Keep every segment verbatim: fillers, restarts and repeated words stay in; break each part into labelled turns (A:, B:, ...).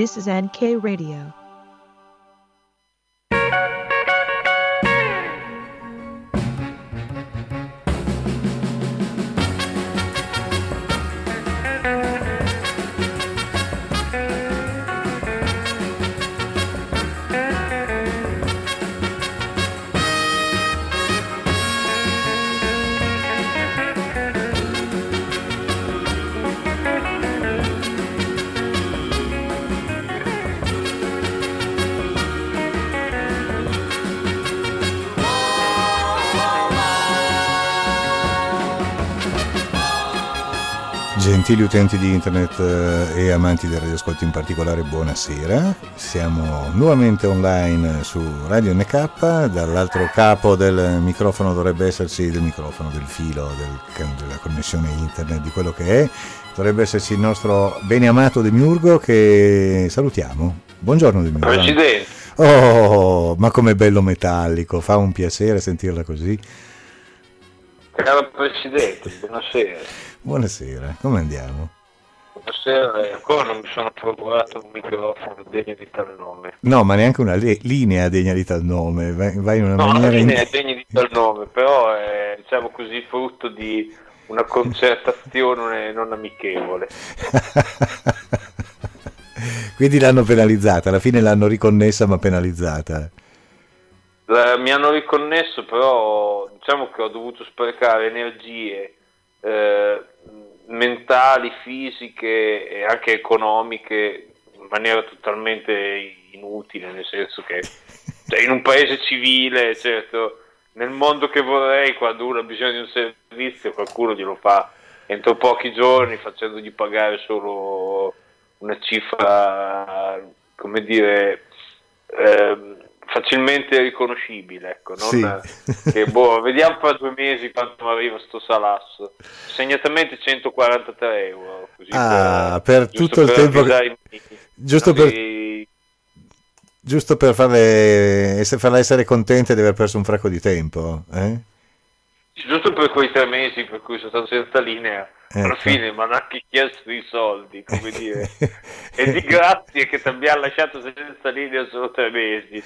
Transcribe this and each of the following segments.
A: This is N K Radio.
B: Gentili utenti di internet e amanti del radioascolto in particolare, buonasera. Siamo nuovamente online su Radio N K. Dall'altro capo del microfono dovrebbe esserci, del microfono, del filo, del, della connessione internet, di quello che è, dovrebbe esserci il nostro bene amato Demiurgo, che salutiamo. Buongiorno Demiurgo.
C: Presidente.
B: Oh, ma com'è bello metallico, fa un piacere sentirla così.
C: Caro Presidente, buonasera.
B: Buonasera, come andiamo?
C: Buonasera, ancora non mi sono procurato un microfono degno di tal nome.
B: No, ma neanche una le- linea degna di tal nome, vai, vai in una
C: no,
B: maniera...
C: No,
B: in...
C: linea è degna di tal nome, però è, diciamo così, frutto di una concertazione non amichevole.
B: Quindi l'hanno penalizzata, alla fine l'hanno riconnessa ma penalizzata.
C: La, mi hanno riconnesso, però diciamo che ho dovuto sprecare energie eh, mentali, fisiche e anche economiche in maniera totalmente inutile, nel senso che cioè, in un paese civile, certo, nel mondo che vorrei, quando uno ha bisogno di un servizio qualcuno glielo fa entro pochi giorni, facendogli pagare solo una cifra, come dire, eh, facilmente riconoscibile, ecco, non
B: sì.
C: Che boh, vediamo fra due mesi quanto mi arriva sto salasso, segnatamente centoquarantatré euro, così
B: ah,
C: per,
B: per tutto il
C: per
B: tempo che... giusto per
C: i...
B: giusto per farle farla essere contenta di aver perso un fracco di tempo, eh?
C: Giusto per quei tre mesi per cui sono stato senza linea.
B: Ecco.
C: Alla fine mi hanno anche chiesto i soldi, come dire, e di grazie che ti abbiamo lasciato senza linea solo tre mesi.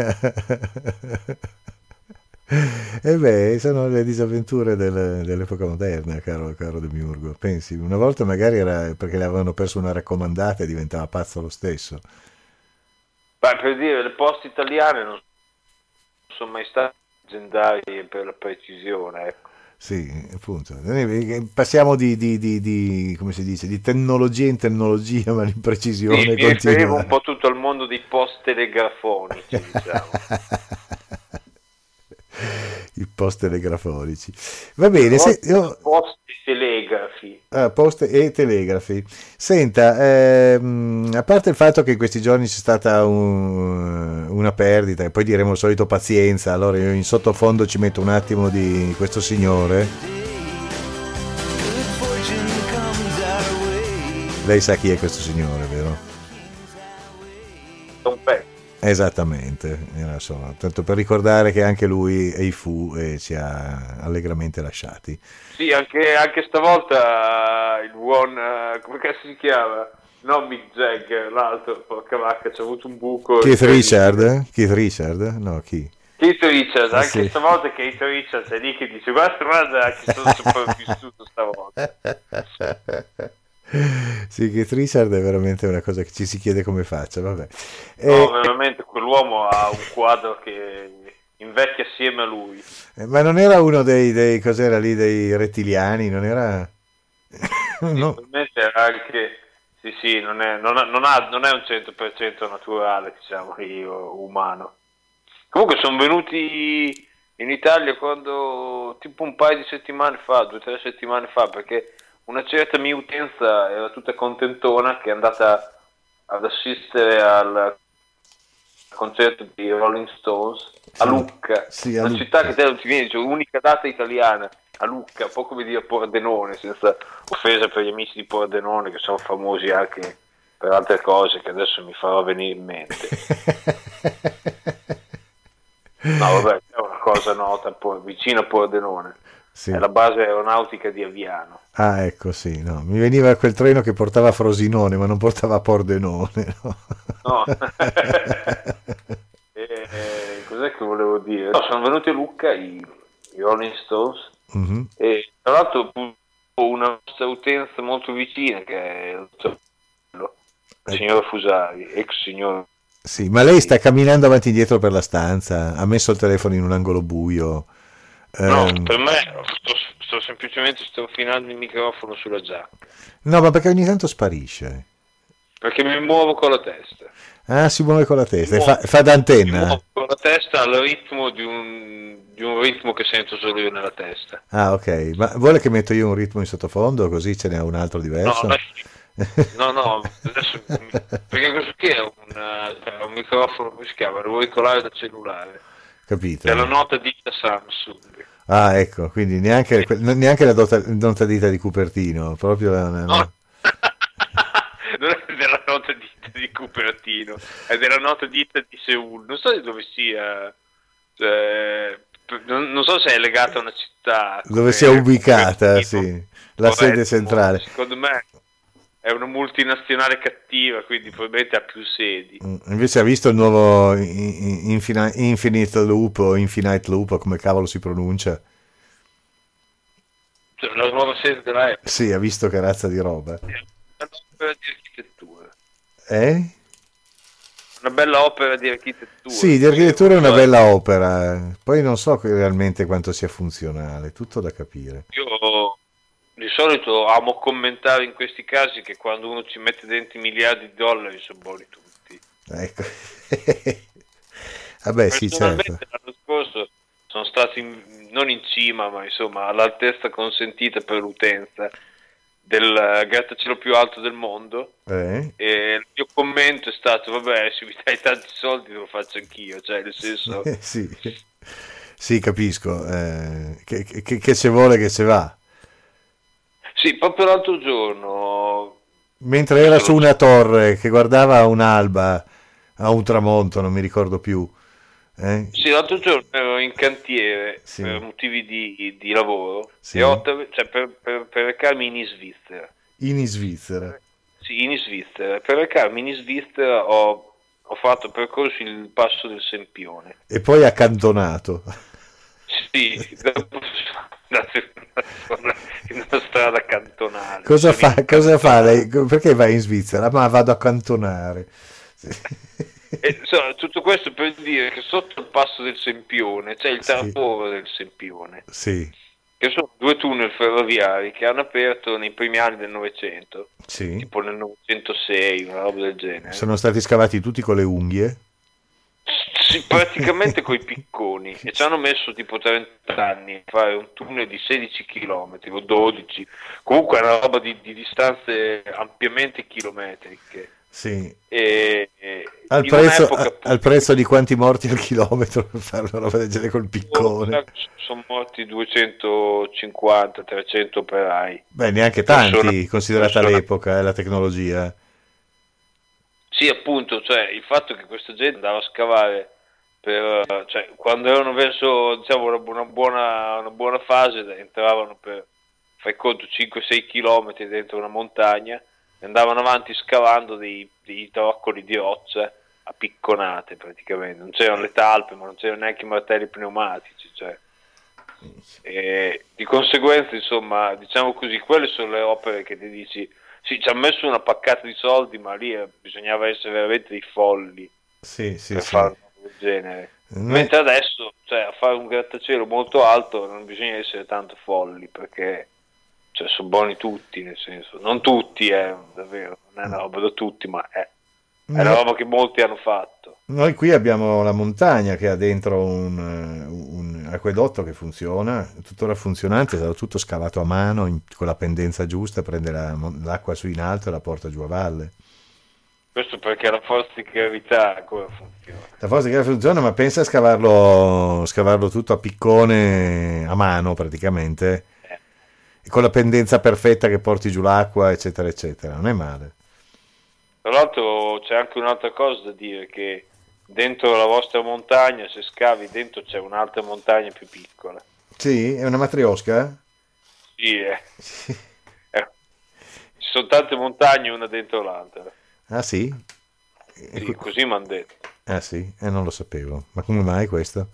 B: E beh, sono le disavventure del, dell'epoca moderna, caro, caro Demiurgo. Pensi, una volta magari era perché le avevano perso una raccomandata e diventava pazzo lo stesso.
C: Beh, per dire, le poste italiane non sono mai state leggendarie per la precisione, ecco.
B: Sì, appunto. Passiamo di, di, di, di come si dice, di tecnologia in tecnologia, ma l'imprecisione
C: sì,
B: continua.
C: Mi riferivo un po' tutto al mondo dei post telegrafonici, diciamo.
B: I post telegrafonici. Va bene, se, io...
C: post telegrafi.
B: Ah, post e telegrafi. Senta, ehm, a parte il fatto che in questi giorni c'è stata un, una perdita, e poi diremo il solito pazienza, allora io in sottofondo ci metto un attimo di questo signore. Lei sa chi è questo signore, vero?
C: Un pezzo.
B: Esattamente, era solo, tanto per ricordare che anche lui è i fu e ci ha allegramente lasciati.
C: Sì, anche, anche stavolta il buon, uh, come cazzo si chiama? Non Mick Jagger, l'altro, porca vacca, c'è avuto un buco.
B: Keith Richard? Keith Richard? No, chi?
C: Keith Richard,
B: ah,
C: anche
B: sì.
C: stavolta Keith Richard è lì che dice guarda, guarda che sono sopravvissuto stavolta.
B: Sì, Keith Richard è veramente una cosa che ci si chiede come faccia, vabbè.
C: No,
B: eh,
C: veramente quell'uomo ha un quadro che invecchia assieme a lui.
B: Eh, ma non era uno dei, dei cos'era lì, dei rettiliani, non era...
C: no. Probabilmente era anche... Sì, sì, non è, non, ha, non, ha, non è un cento per cento naturale, diciamo, io, umano. Comunque sono venuti in Italia quando, tipo un paio di settimane fa, due o tre settimane fa, perché una certa mia utenza era tutta contentona che è andata ad assistere al concerto di Rolling Stones a Lucca,
B: sì, a
C: una
B: Lucca.
C: Città che te non ti viene, cioè, unica data italiana a Lucca, un po' come dire Pordenone, senza offesa per gli amici di Pordenone che sono famosi anche per altre cose che adesso mi farò venire in mente. No, vabbè, è una cosa nota vicino a Pordenone.
B: sì.
C: È la base aeronautica di Aviano.
B: Ah, ecco, sì, no. Mi veniva quel treno che portava a Frosinone, ma non portava a Pordenone, no?
C: No. E, cos'è che volevo dire? No, sono venuti a Lucca i, i Rolling Stones
B: Mhm.
C: e tra l'altro una nostra utenza molto vicina che è il
B: Eh,
C: signor Fusari, ex signor.
B: sì, ma lei sta camminando avanti e indietro per la stanza, ha messo il telefono in un angolo buio.
C: No,
B: Ehm,
C: per me sto, sto semplicemente strofinando il microfono sulla giacca
B: no, ma perché ogni tanto sparisce.
C: perché mi muovo con la testa.
B: Ah, si muove con la
C: Mi
B: testa, e fa,
C: muovo,
B: fa
C: mi
B: d'antenna.
C: muovo con la testa al ritmo di un, di un ritmo che sento solo io nella testa.
B: Ah, ok, ma vuole che metto io un ritmo in sottofondo così ce n'è un altro
C: No,
B: diverso?
C: lasci- no, no, adesso, perché questo qui è un, eh, un microfono, come si chiama, l'auricolare da cellulare, della
B: Capito?
C: nota ditta Samsung.
B: Ah, ecco, quindi neanche, que- neanche la dota- nota dita di Cupertino, proprio la- la-
C: No,
B: la-
C: non è della nota ditta di Cupertino, è della nota ditta di Seul. Non so di dove sia, cioè, non, non so se è legata a una città
B: dove sia
C: come
B: ubicata,
C: Cupertino
B: sì, la
C: o
B: sede
C: Redmond.
B: centrale.
C: Secondo me è una multinazionale cattiva, quindi probabilmente ha più sedi.
B: Mm, invece ha visto il nuovo i- i- Infini- Infinite Loop o Infinite Loop, o come cavolo si pronuncia?
C: Cioè, la nuova sede della Apple.
B: Sì, ha visto che razza di roba.
C: È un'opera di architettura.
B: Eh?
C: Una bella opera di architettura.
B: Sì, di architettura è una bella opera, poi non so realmente quanto sia funzionale, tutto da capire.
C: Io di solito amo commentare in questi casi che quando uno ci mette dentro i miliardi di dollari sono buoni tutti.
B: Ecco. Vabbè, sì, certo.
C: Personalmente l'anno scorso sono stato in- non in cima, ma insomma all'altezza consentita per l'utenza del grattacielo più alto del mondo.
B: Eh?
C: E il mio commento è stato: vabbè, se mi dai tanti soldi lo faccio anch'io, cioè nel senso.
B: Eh, sì. Sì, capisco. Eh, che, che, che se vuole che se va.
C: Sì, proprio l'altro giorno.
B: Mentre era su una torre che guardava a un'alba, a un tramonto, non mi ricordo più. Eh?
C: Sì, l'altro giorno ero in cantiere
B: Sì.
C: per motivi di, di lavoro
B: Sì.
C: e ho, cioè, per, per, per recarmi in Svizzera.
B: In Svizzera.
C: Sì, in Svizzera. Per recarmi in Svizzera ho, ho fatto percorso il passo del Sempione.
B: E poi accantonato.
C: Sì, dopo in una strada cantonale.
B: Cosa
C: Sono
B: fa, cosa fa
C: incantonato.
B: lei? Perché va in Svizzera? Ma vado a cantonare.
C: E, insomma, tutto questo per dire che sotto il passo del Sempione c'è il
B: Sì.
C: traforo del Sempione,
B: Sì,
C: che sono due tunnel ferroviari che hanno aperto nei primi anni del Novecento,
B: sì.
C: tipo nel novecentosei, una roba del genere.
B: Sono stati scavati tutti con le unghie.
C: Sì, praticamente coi picconi, e ci hanno messo tipo trenta anni a fare un tunnel di sedici chilometri o dodici, comunque è una roba di, di distanze ampiamente chilometriche.
B: Sì.
C: E, e
B: Al
C: in
B: prezzo,
C: un'epoca,
B: a-
C: appunto,
B: al prezzo di quanti morti al chilometro per fare una roba del genere col piccone.
C: sono morti duecentocinquanta trecento operai.
B: Beh, neanche
C: Persona-
B: tanti, considerata
C: persona-
B: l'epoca e la tecnologia.
C: Sì, appunto, cioè il fatto che questa gente andava a scavare per, cioè, quando erano verso, diciamo, una, bu- una buona, una buona fase, entravano per, fai conto, cinque sei chilometri dentro una montagna e andavano avanti scavando dei, dei troccoli di roccia a picconate praticamente. Non c'erano le talpe, ma non c'erano neanche i martelli pneumatici, cioè. E di conseguenza, insomma, diciamo così, quelle sono le opere che ti dici, sì, ci ha messo una paccata di soldi, ma lì eh, bisognava essere veramente dei folli
B: Sì, sì,
C: per
B: sì.
C: fare una cosa del genere.
B: Ne-
C: Mentre adesso, cioè, a fare un grattacielo molto alto non bisogna essere tanto folli, perché cioè, sono buoni tutti, nel senso, non tutti, eh, davvero, non è una roba da tutti, ma è, è una
B: No-
C: roba che molti hanno fatto.
B: Noi qui abbiamo la montagna che ha dentro un, eh, un acquedotto che funziona, tuttora funzionante, è stato tutto scavato a mano in- con la pendenza giusta, prende la- l'acqua su in alto e la porta giù a valle.
C: Questo perché la forza di gravità ancora funziona.
B: La forza che funziona, ma pensa a scavarlo, scavarlo tutto a piccone, a mano praticamente,
C: Eh.
B: e con la pendenza perfetta che porti giù l'acqua, eccetera, eccetera. Non è male.
C: Tra l'altro c'è anche un'altra cosa da dire, che dentro la vostra montagna, se scavi dentro c'è un'altra montagna più piccola.
B: Sì, è una matriosca?
C: Sì, eh. Eh, ci sono tante montagne una dentro l'altra.
B: Ah sì? E
C: Sì,
B: que-
C: così mi hanno detto.
B: Ah sì? Eh, non lo sapevo. Ma come mai questo?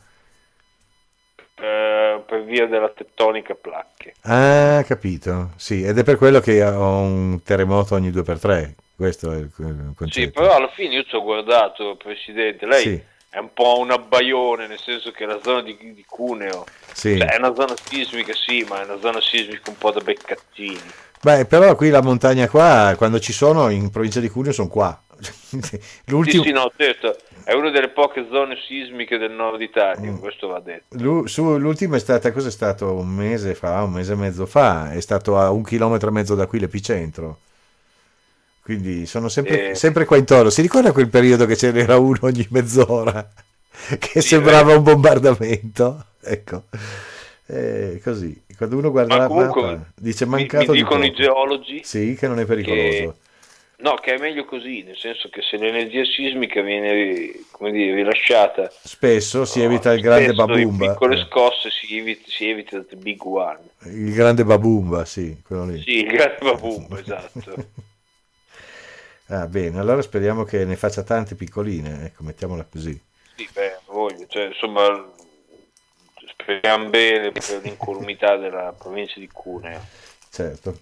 C: Eh, per via della tettonica a placche.
B: Ah, capito. Sì, ed è per quello che ho un terremoto ogni due per tre. Questo è il il
C: Sì,
B: concetto.
C: però alla fine io ci ho guardato, Presidente, lei
B: Sì,
C: è un po' un abbaione, nel senso che la zona di, di Cuneo, cioè
B: sì.
C: è una zona sismica, sì, ma è una zona sismica un po' da beccazzini.
B: Beh, però qui la montagna qua, quando ci sono in provincia di Cuneo, sono qua.
C: Sì,
B: L'ultimo,
C: sì, no, certo, è una delle poche zone sismiche del nord Italia,
B: mm,
C: questo va detto.
B: l'u- su- l'ultimo è stata, cos'è stato? Un mese fa, un mese e mezzo fa, è stato a un chilometro e mezzo da qui l'epicentro. Quindi sono sempre,
C: Eh,
B: sempre qua intorno. Si ricorda quel periodo che ce n'era uno ogni mezz'ora? Che
C: sì, è
B: sembrava
C: vero.
B: un bombardamento? Ecco. Eh, così, quando uno guarda
C: Ma
B: la
C: comunque
B: mappa, dice
C: mi, mi
B: mancato di
C: dicono i
B: poco.
C: geologi
B: Sì, che non è
C: che,
B: pericoloso.
C: no, che è meglio così, nel senso che se l'energia sismica viene, come dire, rilasciata
B: Spesso si
C: oh,
B: evita il grande
C: spesso in
B: babumba.
C: piccole
B: eh.
C: scosse, si evita, si evita il big one.
B: Il grande babumba, sì, quello lì.
C: Sì, il grande boom, esatto.
B: Ah, bene, allora speriamo che ne faccia tante piccoline, ecco, mettiamola così.
C: Sì, beh, voglio, cioè, insomma, speriamo bene per l'incolumità della provincia di Cuneo.
B: Certo.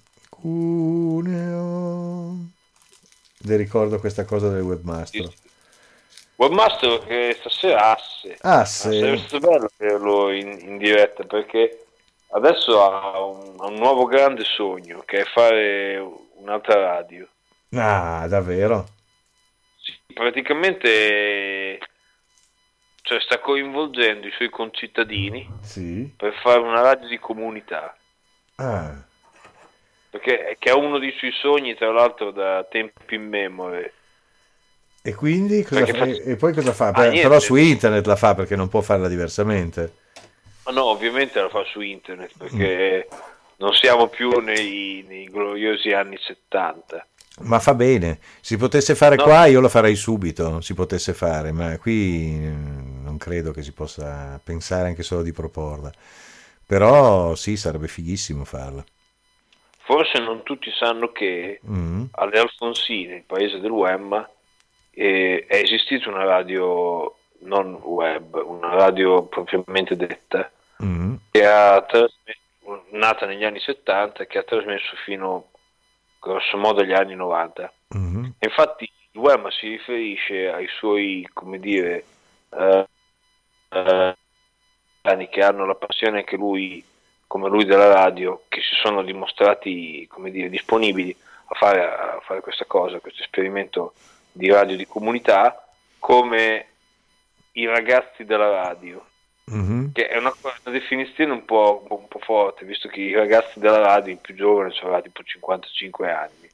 B: Cuneo. Le ricordo questa cosa del
C: Sì,
B: webmaster.
C: sì. Webmaster che stasera asse,
B: Ah,
C: ah, sarebbe
B: sì.
C: stato bello averlo in, in diretta perché adesso ha un, ha un nuovo grande sogno che è fare un'altra radio.
B: Ah, davvero?
C: Sì, praticamente cioè, sta coinvolgendo i suoi concittadini
B: Sì.
C: per fare una radio di comunità,
B: Ah.
C: perché è che è uno dei suoi sogni, tra l'altro, da tempi immemore.
B: E quindi cosa
C: Perché
B: fa? E
C: faccio...
B: e poi cosa fa?
C: Ah,
B: Per- però su
C: niente,
B: internet la fa perché non può farla diversamente.
C: ma no, ovviamente la fa su internet
B: Mm.
C: perché non siamo più nei, nei gloriosi anni settanta.
B: Ma fa bene. Si potesse fare
C: No,
B: qua, io lo farei subito. Si potesse fare, ma qui mm, non credo che si possa pensare anche solo di proporla. Però sì, sarebbe fighissimo farla.
C: forse non tutti sanno che
B: Mm,
C: alle Alfonsine, il paese del Wemma, eh, è esistita una radio non web, una radio propriamente detta,
B: mm,
C: che ha trasmesso, nata negli anni settanta, che ha trasmesso fino grosso modo agli anni novanta.
B: mm,
C: Infatti il Wemma si riferisce ai suoi, come dire, eh, eh, anni che hanno la passione anche lui, come lui della radio, che si sono dimostrati, come dire, disponibili a fare, a fare questa cosa, questo esperimento di radio di comunità, come i ragazzi della radio,
B: mm.
C: che è una, una definizione un po', un po', un po' forte, visto che i ragazzi della radio, i più giovani, sono tipo cinquantacinque anni,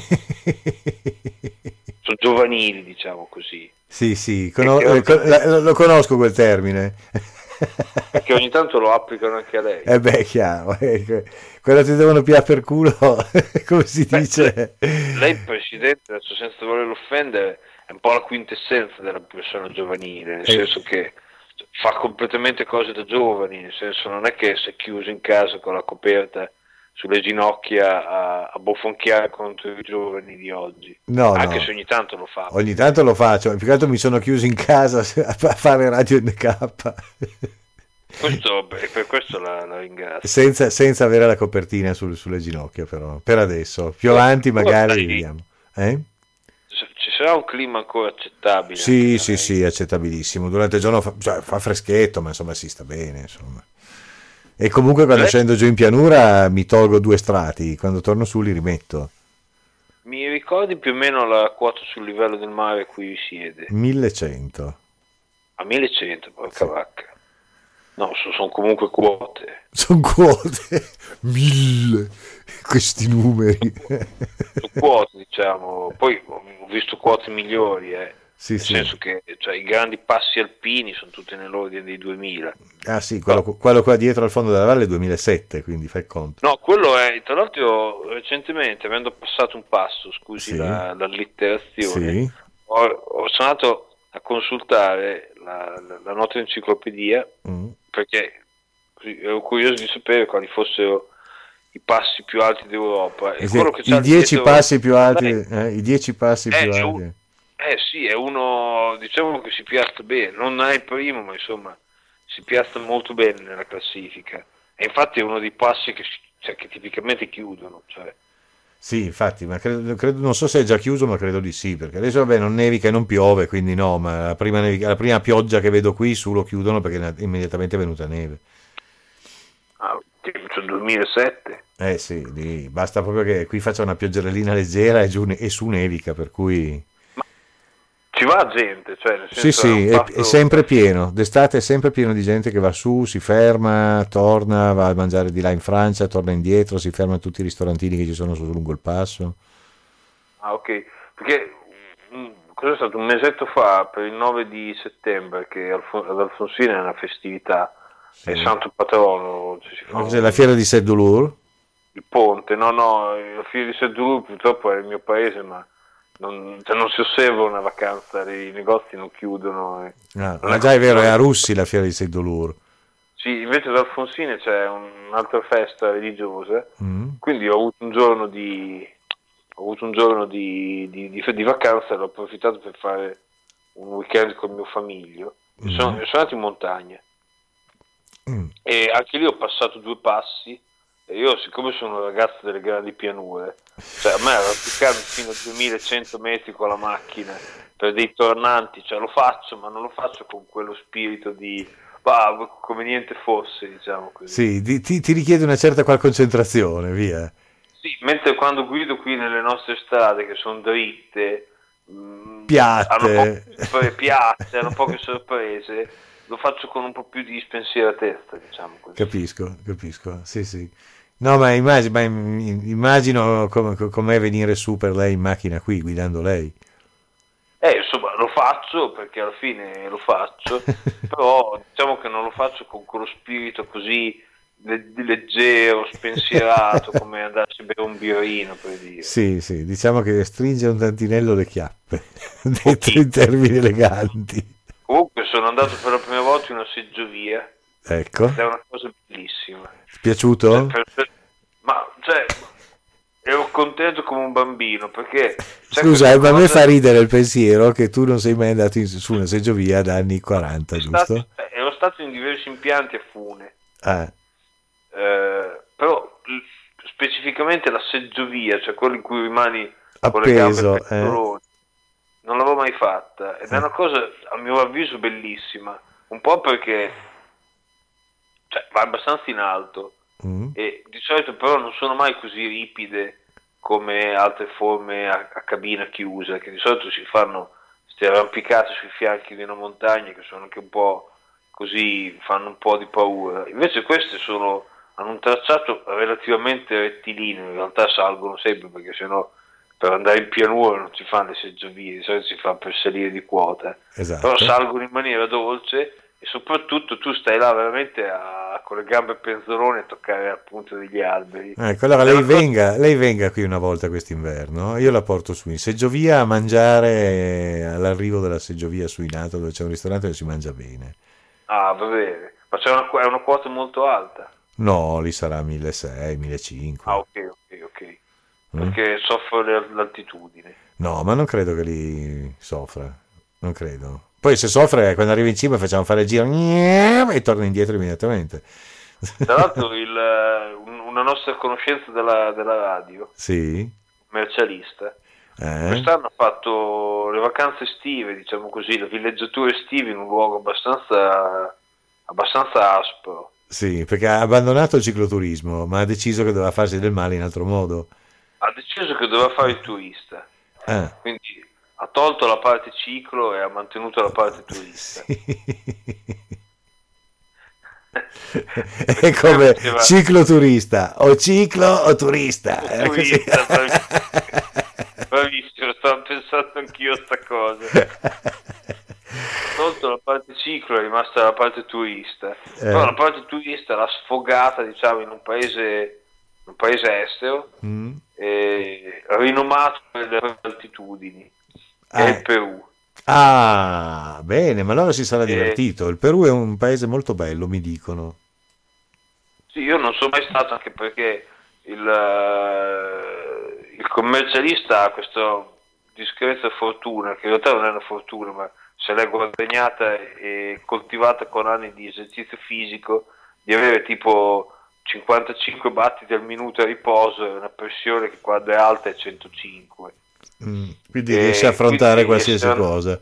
C: sono giovanili, diciamo così,
B: Sì, sì,
C: e
B: cono-
C: che
B: eh, co-
C: ogni,
B: la- lo conosco quel termine.
C: e che ogni tanto lo applicano anche a lei.
B: Eh beh, è chiaro, eh, que- quello ti devono piare per culo, come si
C: Beh, lei,
B: dice.
C: lei, Presidente, adesso senza volerlo offendere, è un po' la quintessenza della persona giovanile, nel
B: Eh,
C: senso che fa completamente cose da giovani, nel senso non è che si è chiuso in casa con la coperta sulle ginocchia a, a bofonchiare contro i giovani di oggi,
B: no,
C: anche se
B: no,
C: ogni tanto lo fa.
B: ogni tanto lo faccio, più che altro mi sono chiuso in casa a fa- a fare Radio N K.
C: Questo, beh, per questo la, la ringrazio.
B: Senza, senza avere la copertina sul- sulle ginocchia, però, per adesso. Più avanti
C: Però,
B: magari
C: sai,
B: vediamo. Eh?
C: ci sarà un clima ancora accettabile anche
B: Sì,
C: da
B: sì,
C: lei.
B: sì, accettabilissimo. Durante il giorno fa, cioè, fa freschetto, ma insomma si sta bene, insomma. E comunque quando
C: Lei
B: scendo giù in pianura mi tolgo due strati, quando torno su li rimetto.
C: mi ricordi più o meno la quota sul livello del mare a cui vi siede?
B: millecento.
C: A millecento, porca
B: Sì.
C: vacca. No, sono comunque quote.
B: Sono quote. Mille. Questi numeri.
C: Sono quote, diciamo. Poi ho visto quote migliori, eh.
B: Sì,
C: Nel
B: sì.
C: senso che cioè, i grandi passi alpini sono tutti nell'ordine dei duemila.
B: Ah sì, quello,
C: Però,
B: quello qua dietro al fondo della valle è duemilasette, quindi fai conto.
C: no, quello è, tra l'altro, recentemente, avendo passato un passo, scusi
B: Sì,
C: la, l'allitterazione,
B: sì.
C: ho, ho sono andato a consultare la, la, la nostra enciclopedia
B: Mm,
C: perché così, ero curioso di sapere quali fossero i passi più alti d'Europa. E
B: Eh sì,
C: quello che c'ha
B: i dieci
C: dietro,
B: passi più alti,
C: eh,
B: eh, i dieci passi
C: è,
B: più
C: è un-
B: alti.
C: eh sì, è uno, diciamo che si piazza bene, non è il primo, ma insomma si piazza molto bene nella classifica. E infatti è uno dei passi che, si- cioè, che tipicamente chiudono. Cioè.
B: Sì, infatti, ma credo, credo- non so se è già chiuso, ma credo di sì, perché adesso vabbè non nevica e non piove, quindi no, ma la prima, nevica- la prima pioggia che vedo qui su lo chiudono perché è immediatamente venuta neve.
C: Ah, tipo, cioè, duemilasette.
B: Eh sì, lì, basta proprio che qui faccia una pioggerellina leggera e, giù, ne- e su nevica, per cui...
C: Ma ci va gente, cioè nel
B: Sì,
C: senso è un
B: sì, è, è
C: fatto.
B: sempre pieno, d'estate è sempre pieno di gente che va su, si ferma, torna, va a mangiare di là in Francia, torna indietro, si ferma a tutti i ristorantini che ci sono su lungo il passo.
C: Ah, ok, perché mm, cos'è stato un mesetto fa, per il nove di settembre, che Alfo- ad Alfonsina è una festività, è il
B: Sì.
C: santo patrono, cioè si fa
B: Ma cos'è la
C: un-
B: fiera di Seddolur?
C: il ponte. No, no, la fine di Seddul purtroppo è il mio paese, ma non, cioè, non si osserva una vacanza, i negozi non chiudono. eh.
B: Ah,
C: Non
B: ma
C: è
B: già è
C: come
B: vero, è
C: noi.
B: a Russi la fiera di Seddolur.
C: Sì, invece ad Alfonsine c'è un'altra festa religiosa,
B: Mm.
C: quindi ho avuto un giorno di, ho avuto un giorno di, di, di, di vacanza e l'ho approfittato per fare un weekend con mio famiglio. E sono,
B: Mm.
C: sono andato in montagna
B: Mm.
C: e anche lì ho passato due passi e io, siccome sono un ragazzo delle grandi pianure, cioè a me arrampicarmi fino a duemilacento metri con la macchina per dei tornanti, cioè lo faccio, ma non lo faccio con quello spirito di bah, come niente fosse, diciamo così.
B: Sì, ti, ti- ti richiede una certa qual concentrazione, via.
C: Sì, mentre quando guido qui nelle nostre strade che sono dritte, mh, hanno
B: Piatte.
C: poche sorpre- piazze, hanno poche sorprese, lo faccio con un po' più di spensieratezza, diciamo così.
B: Capisco, capisco, sì, sì. No, ma immagino, ma im- immagino com- com'è venire su per lei in macchina qui, guidando lei.
C: Eh, insomma, lo faccio perché alla fine lo faccio, però diciamo che non lo faccio con quello spirito così le- leggero, spensierato, come andarsi a bere un birrino, per dire.
B: Sì, sì, diciamo che stringe un tantinello le chiappe, detto
C: Pochino.
B: in termini eleganti.
C: Comunque sono andato per la prima volta in una seggiovia
B: Ecco,
C: ed è una cosa bellissima.
B: ti è
C: Cioè,
B: piaciuto?
C: per- per- ma cioè, ero contento come un bambino perché c'è
B: Scusa,
C: questa
B: eh, ma a me
C: cosa.
B: fa ridere il pensiero che tu non sei mai andato in- su una seggiovia da anni quaranta,
C: è stato-
B: giusto?
C: cioè, ero stato in diversi impianti a Fune,
B: Ah,
C: eh, però l- specificamente la seggiovia, cioè quello in cui rimani con le gambe
B: appeso, eh?
C: pettoroni, non l'avevo mai fatta ed è una cosa a mio avviso bellissima, un po' perché cioè, va abbastanza in alto
B: Mm.
C: e di solito però non sono mai così ripide come altre forme a, a cabina chiusa, che di solito si fanno queste arrampicate sui fianchi di una montagna che sono anche un po' così, fanno un po' di paura. Invece queste sono, hanno un tracciato relativamente rettilineo, in realtà salgono sempre perché sennò per andare in pianura non si fanno le seggiovie, di solito si fa per salire di quota, però
B: Esatto.
C: salgono in maniera dolce e soprattutto tu stai là veramente a, con le gambe penzoloni a toccare la punta degli alberi.
B: Ecco, allora
C: Ed è
B: lei
C: una cosa-
B: venga, lei venga qui una volta quest'inverno, io la porto su in seggiovia a mangiare eh, all'arrivo della seggiovia su in alto dove c'è un ristorante dove si mangia bene.
C: Ah, va bene, ma c'è una, è una quota molto alta.
B: No, lì sarà milleseicento,
C: Ah,
B: millecinquecento.
C: ok, ok, ok.
B: Mm?
C: Perché soffro le- l'altitudine.
B: No, ma non credo che lì soffra, non credo. Poi se soffre, quando arriva in cima facciamo fare il giro e torna indietro immediatamente.
C: Tra l'altro il, eh, un- una nostra conoscenza della, della radio,
B: Sì?
C: commercialista,
B: Eh?
C: quest'anno ha fatto le vacanze estive, diciamo così, le villeggiature estive in un luogo abbastanza, abbastanza aspro.
B: Sì, perché ha abbandonato il cicloturismo, ma ha deciso che doveva farsi del male in altro modo.
C: Ha deciso che doveva fare il turista,
B: Ah.
C: quindi ha tolto la parte ciclo e ha mantenuto la parte turista.
B: È come
C: Faceva-
B: cicloturista, o ciclo o turista. Era così.
C: turista, bravissimo. Bravissimo, stavo pensando anch'io a sta cosa. Tolto la parte ciclo, è rimasta la parte turista. Però la parte turista l'ha sfogata, diciamo, in un paese, un paese estero,
B: Mm.
C: eh, rinomato per le altitudini, che
B: Ah.
C: è il Perù.
B: Ah, bene, ma allora si sarà
C: Eh,
B: divertito. Il Perù è un paese molto bello, mi dicono.
C: Sì, io non sono mai stato, anche perché il, eh, il commercialista ha questa discreta fortuna, che in realtà non è una fortuna, ma se l'è guadagnata e coltivata con anni di esercizio fisico, di avere tipo cinquantacinque battiti al minuto a riposo e una pressione che quando è alta è centocinque.
B: Mm, quindi riesce a
C: E
B: affrontare
C: quindi
B: qualsiasi
C: essere-
B: cosa.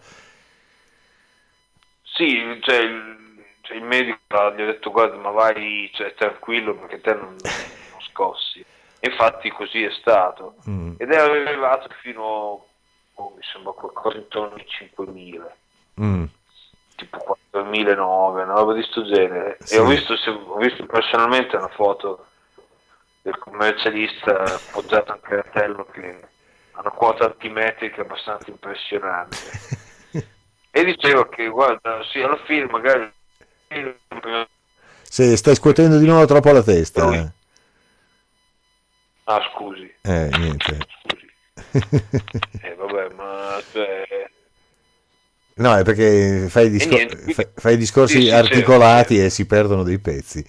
C: sì, cioè il, cioè il medico gli ha detto guarda, ma vai, cioè, tranquillo, perché te non, non scossi. E infatti così è stato.
B: Mm,
C: Ed è arrivato fino, oh, mi sembra qualcosa intorno ai cinquemila,
B: mm,
C: tipo quattromilanove, una roba di sto genere. E ho
B: sì.
C: visto, se- ho visto personalmente una foto del commercialista appoggiato al cartello che ha una quota altimetrica abbastanza impressionante. E dicevo che, guarda, sì, alla fine magari...
B: Se stai scuotendo di nuovo troppo la testa.
C: Ah, scusi.
B: Eh, niente.
C: Scusi. Eh, vabbè, ma... Cioè...
B: No, è perché fai,
C: E
B: discor-
C: niente, quindi...
B: fa- fai discorsi
C: Sì, sì,
B: articolati
C: certo,
B: e si perdono dei pezzi.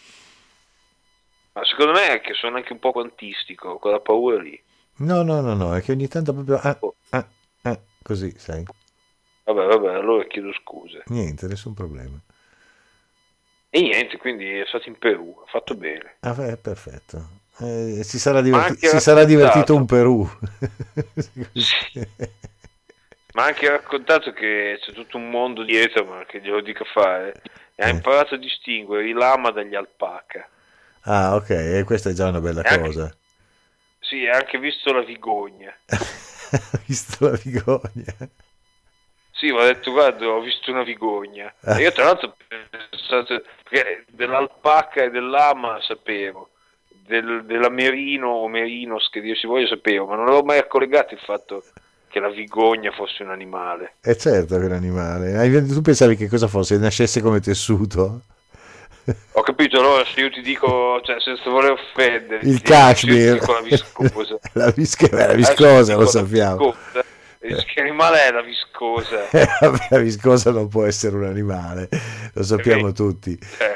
C: ma secondo me è che sono anche un po' quantistico, quella paura lì.
B: No, no, no, no, è che ogni tanto proprio... Ah,
C: Oh,
B: ah, ah, così, sai.
C: vabbè, vabbè, allora chiedo scuse.
B: Niente, nessun problema.
C: E niente, quindi è stato in Perù, ha fatto bene.
B: Ah, beh, perfetto. Eh, si sarà,
C: Ma
B: diverti-
C: anche
B: si sarà divertito un
C: raccontato,
B: Perù.
C: sì, ma ha anche raccontato che c'è tutto un mondo dietro, ma che glielo dica fare. E ha
B: Eh.
C: imparato a distinguere i lama dagli alpaca.
B: Ah, ok, e questa è già una bella
C: E anche,
B: cosa.
C: sì, ha anche visto la vigogna.
B: Ho visto la vigogna.
C: Sì, mi ha detto, guarda, ho visto una vigogna. E io tra l'altro ho pensato, perché dell'alpaca e del lama sapevo, del, della merino o merinos, che Dio si voglia, sapevo, ma non avevo mai collegato il fatto che la vigogna fosse un animale.
B: È certo che è un animale. Hai- Tu pensavi che cosa fosse? Nascesse come tessuto?
C: Ho capito, allora se io ti dico, cioè senza voler
B: Il
C: offenderti, se io ti
B: cashmere.
C: dico la viscosa,
B: La, visca- beh, la
C: adesso ti
B: viscosa, lo
C: dico la
B: sappiamo.
C: viscosa, e dici, che animale è la viscosa?
B: Eh, vabbè, la viscosa non può essere un animale, lo sappiamo tutti.
C: Cioè,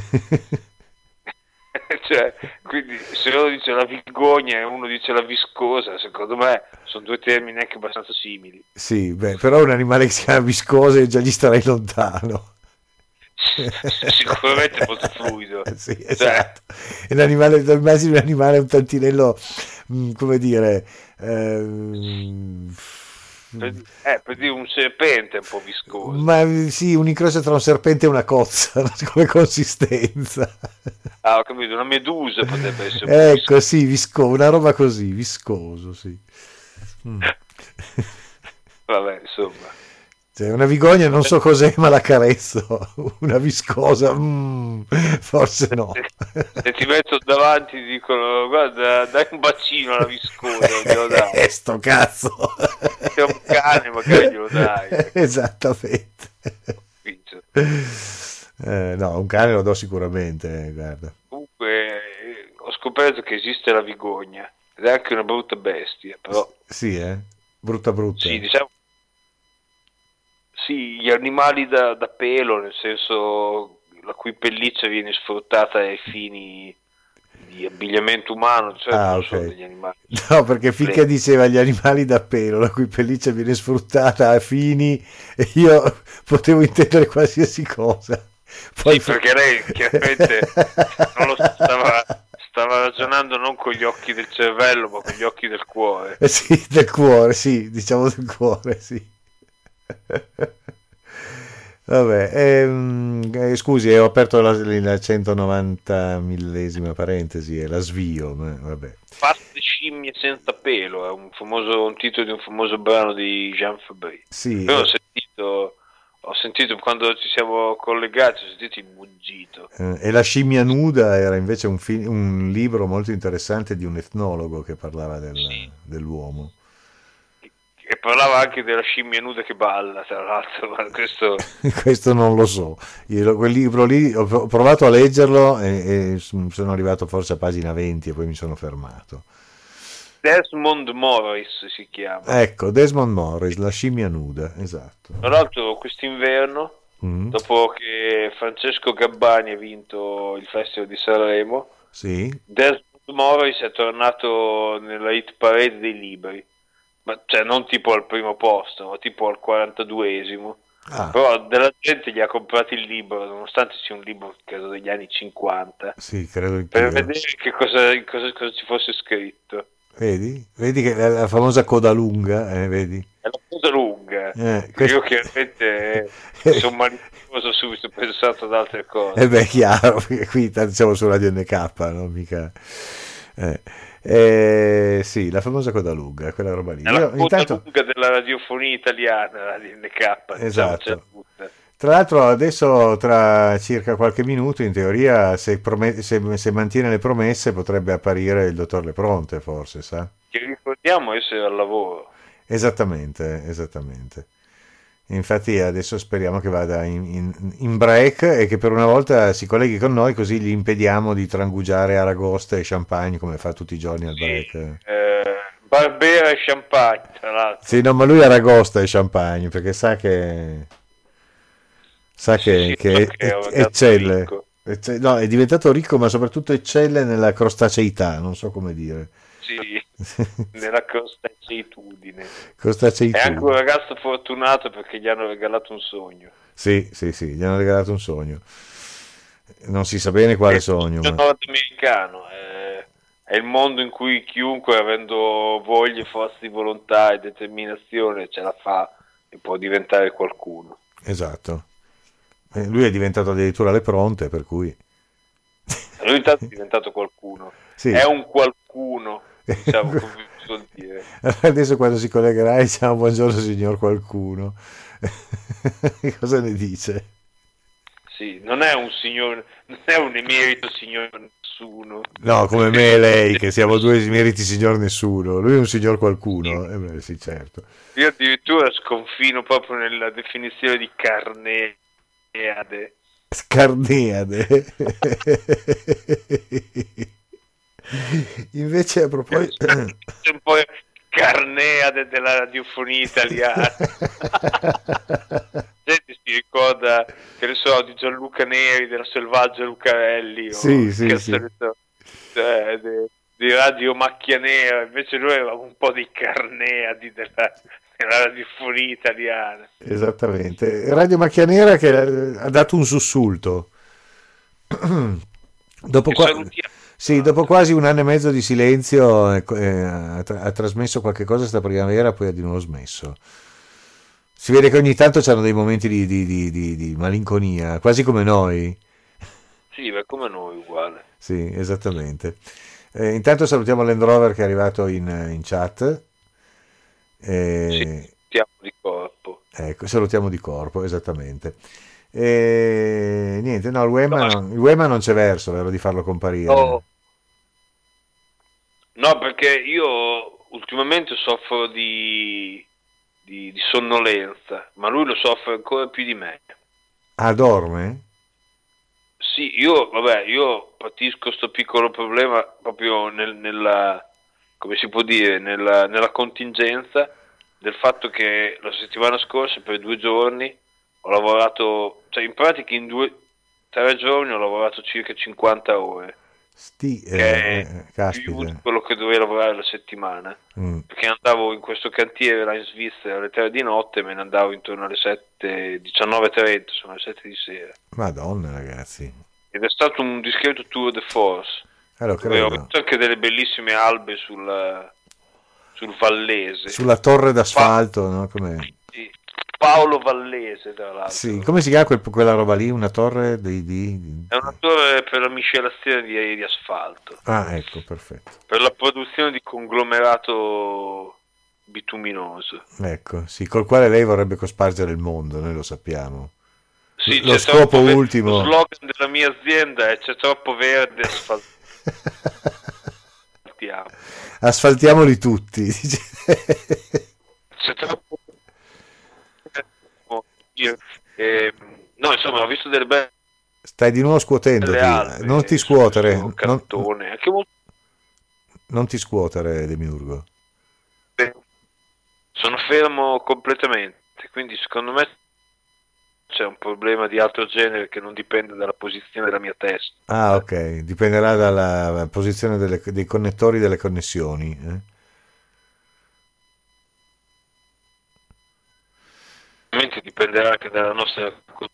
C: cioè, quindi se uno dice la vigogna e uno dice la viscosa, secondo me sono due termini anche abbastanza simili.
B: Sì, beh, però un animale che si chiama viscosa già gli starei lontano.
C: Sicuramente molto fluido.
B: Sì,
C: Cioè,
B: esatto. È un animale, immagini un animale un tantinello, mh, come dire, ehm,
C: per, eh, per dire un serpente è un po' viscoso.
B: ma sì, un incrocio tra un serpente e una cozza come consistenza.
C: Ah, ho capito, una medusa potrebbe essere un po'
B: Ecco,
C: viscosa.
B: sì, visco, una roba così, viscoso, sì. Mm.
C: Vabbè, insomma.
B: Cioè, una vigogna non so cos'è, ma la carezzo. Una viscosa, mm, forse no.
C: Se ti metto davanti ti dicono guarda, dai un bacino alla viscosa, glielo dai.
B: Eh, sto cazzo.
C: Se è un cane magari glielo dai.
B: Esattamente.
C: Capito?
B: Eh, no, un cane lo do sicuramente, eh, guarda.
C: Comunque eh, ho scoperto che esiste la vigogna ed è anche una brutta bestia, però
B: Sì, eh? Brutta brutta.
C: sì, diciamo sì, gli animali da, da pelo, nel senso la cui pelliccia viene sfruttata ai fini di abbigliamento umano, cioè
B: Ah,
C: non
B: ok.
C: sono degli animali.
B: No, perché finché diceva gli animali da pelo, la cui pelliccia viene sfruttata a fini, e io potevo intendere qualsiasi cosa. Poi...
C: Sì, perché lei chiaramente non lo stava, stava ragionando non con gli occhi del cervello, ma con gli occhi del cuore.
B: Eh sì, del cuore, sì, diciamo del cuore, sì. Vabbè, ehm, eh, scusi, ho aperto la, la centonovanta millesima parentesi e la svio, ma vabbè.
C: Fatte scimmie senza pelo, è un famoso un titolo di un famoso brano di Jean Fabry.
B: Sì,
C: Io ho
B: eh,
C: sentito, ho sentito quando ci siamo collegati, ho sentito il muggito.
B: eh, e La scimmia nuda era invece un, fi- un libro molto interessante di un etnologo che parlava del-
C: Sì.
B: dell'uomo.
C: E parlava anche della scimmia nuda che balla, tra l'altro, ma questo...
B: Questo non lo so. Io quel libro lì ho ho provato a leggerlo e, e sono arrivato forse a pagina venti e poi mi sono fermato.
C: Desmond Morris si chiama.
B: Ecco, Desmond Morris, La scimmia nuda, esatto.
C: Tra l'altro quest'inverno
B: Mm.
C: dopo che Francesco Gabbani ha vinto il Festival di Sanremo,
B: Sì.
C: Desmond Morris è tornato nella hit parade dei libri, ma cioè non tipo al primo posto, ma tipo al quarantaduesimo.
B: Ah,
C: Però della gente gli ha comprato il libro, nonostante sia un libro credo degli anni cinquanta,
B: sì, credo
C: per
B: anch'io.
C: vedere che cosa, cosa, cosa ci fosse scritto.
B: Vedi? Vedi che la, la famosa coda lunga, eh, vedi?
C: È una cosa lunga.
B: Eh,
C: Io
B: questo...
C: chiaramente sono malizioso, subito ho pensato ad altre
B: Eh
C: cose.
B: beh, chiaro, perché qui tanto siamo su Radio N K, no? Mica... Eh. Eh, sì, la famosa coda lunga, quella roba lì.
C: È la
B: Io
C: coda
B: intanto,
C: lunga della radiofonia italiana, la D N K, diciamocela
B: esatto.
C: tutta.
B: Tra l'altro adesso tra circa qualche minuto, in teoria, se, promet- se- se mantiene le promesse, potrebbe apparire il dottor Lepronte, forse, sa?
C: Che ricordiamo essere al lavoro.
B: Esattamente, esattamente. Infatti adesso speriamo che vada in, in- in break e che per una volta si colleghi con noi, così gli impediamo di trangugiare aragosta e champagne come fa tutti i giorni al
C: Sì,
B: break.
C: eh, Barbera e Champagne, tra
B: Sì,
C: l'altro.
B: no, ma lui aragosta e champagne perché sa che, sa
C: Sì,
B: che,
C: sì, so
B: che
C: che è un
B: ec-
C: ragazzo
B: eccelle.
C: ricco.
B: Ecce- no, è diventato ricco, ma soprattutto eccelle nella crostaceità, non so come dire.
C: Sì, nella costaceitudine. È anche un
B: Crostaceitudine.
C: ragazzo fortunato perché gli hanno regalato un sogno.
B: Sì, sì, sì, gli hanno regalato un sogno. Non si sa bene
C: È
B: quale
C: il
B: sogno,
C: sogno
B: ma
C: nordamericano, è, è il mondo in cui chiunque, avendo voglia, forza di volontà e determinazione, ce la fa e può diventare qualcuno.
B: esatto. Eh, Lui è diventato addirittura le pronte, per cui
C: Lui intanto è diventato qualcuno, è
B: sì.
C: un qualcuno, diciamo come si suol dire.
B: Adesso quando si collegherà diciamo buongiorno signor qualcuno. Cosa ne dice?
C: Sì, non è un signor, non è un emerito signor nessuno.
B: No, come me e lei, che siamo due meriti signor nessuno. Lui è un signor qualcuno. Eh beh, sì, certo.
C: Io addirittura sconfino proprio nella definizione di carneade.
B: Scarneade. Invece a proposito...
C: C'è un po' carneade della radiofonia italiana. Gente si ricorda, che ne so, di Gianluca Neri, della Selvaggia Lucarelli, o
B: Sì, sì,
C: che
B: sì.
C: ne so, cioè, de- di Radio Macchia Nera, invece noi avevamo un po' di carneadi della, della radiofonia italiana.
B: Esattamente. Radio Macchia Nera che ha dato un sussulto. Dopo,
C: Che
B: qua-
C: salutiamo.
B: sì, dopo quasi un anno e mezzo di silenzio eh, eh, ha, tra- ha trasmesso qualche cosa sta primavera, poi ha di nuovo smesso. Si vede che ogni tanto c'hanno dei momenti di, di- di- di- di malinconia, quasi come noi.
C: Sì, ma come noi uguale.
B: Sì, esattamente. Eh, intanto salutiamo Land Rover che è arrivato in, in chat.
C: Sì,
B: Eh,
C: salutiamo di corpo.
B: ecco, salutiamo di corpo, esattamente. E niente, no, il
C: No,
B: Wema non, il Wema non c'è verso, vero, di farlo comparire.
C: no, no, perché io ultimamente soffro di, di, di sonnolenza, ma lui lo soffre ancora più di me.
B: Ah, dorme?
C: Sì, io, vabbè, io patisco questo piccolo problema proprio nel- nella, come si può dire, nella, nella contingenza del fatto che la settimana scorsa per due giorni ho lavorato, cioè in pratica in due, tre giorni ho lavorato circa cinquanta ore,
B: Sti, eh,
C: che è
B: eh,
C: più di
B: caspita.
C: quello che dovevo lavorare la settimana,
B: Mm,
C: perché andavo in questo cantiere là in Svizzera alle tre di notte e me ne andavo intorno alle sette, diciannove e trenta, sono le sette di sera.
B: Madonna, ragazzi.
C: Ed è stato un discreto tour de force,
B: Eh, lo
C: dove ho
B: credo.
C: visto anche delle bellissime albe sul, sul Vallese.
B: Sulla torre
C: Pa-
B: d'asfalto, no? Come...
C: sì, Paolo Vallese, tra
B: Sì,
C: l'altro.
B: come si chiama quel- quella roba lì? Una torre di... di- di-
C: È un attore per la miscelazione di, di asfalto,
B: Ah, ecco, perfetto.
C: per la produzione di conglomerato bituminoso.
B: Ecco, sì, col quale lei vorrebbe cospargere il mondo, noi lo sappiamo.
C: Sì,
B: Lo
C: c'è
B: scopo
C: troppo ve- lo
B: ultimo...
C: slogan della mia azienda è: c'è troppo verde, asfaltiamo.
B: Asfaltiamoli tutti. dice.
C: C'è troppo io, eh, no, insomma, ho visto delle belle
B: Stai di nuovo scuotendoti. Non ti
C: albe su
B: scuotere.
C: questo
B: Non,
C: cantone, anche molto
B: non ti scuotere, Demiurgo.
C: belle. Sono fermo completamente, quindi secondo me c'è un problema di altro genere che non dipende dalla posizione della mia testa.
B: Ah, ok, dipenderà dalla posizione delle- dei connettori delle connessioni. eh.
C: Ovviamente dipenderà anche dalla nostra...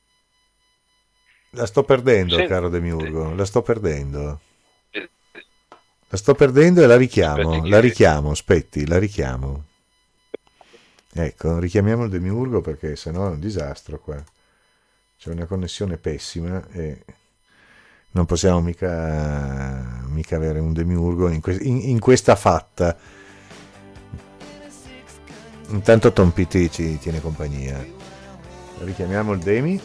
B: La sto perdendo,
C: Senti,
B: caro Demiurgo, la sto perdendo.
C: eh,
B: La sto perdendo e la
C: aspetti
B: richiamo, la
C: che...
B: richiamo, aspetti, la richiamo. Ecco, richiamiamo il Demiurgo perché sennò è un disastro qua. C'è una connessione pessima e non possiamo mica, mica avere un Demiurgo in, que- in- in questa fatta. Intanto Tom Pitti ci tiene compagnia. Richiamiamo il Demi.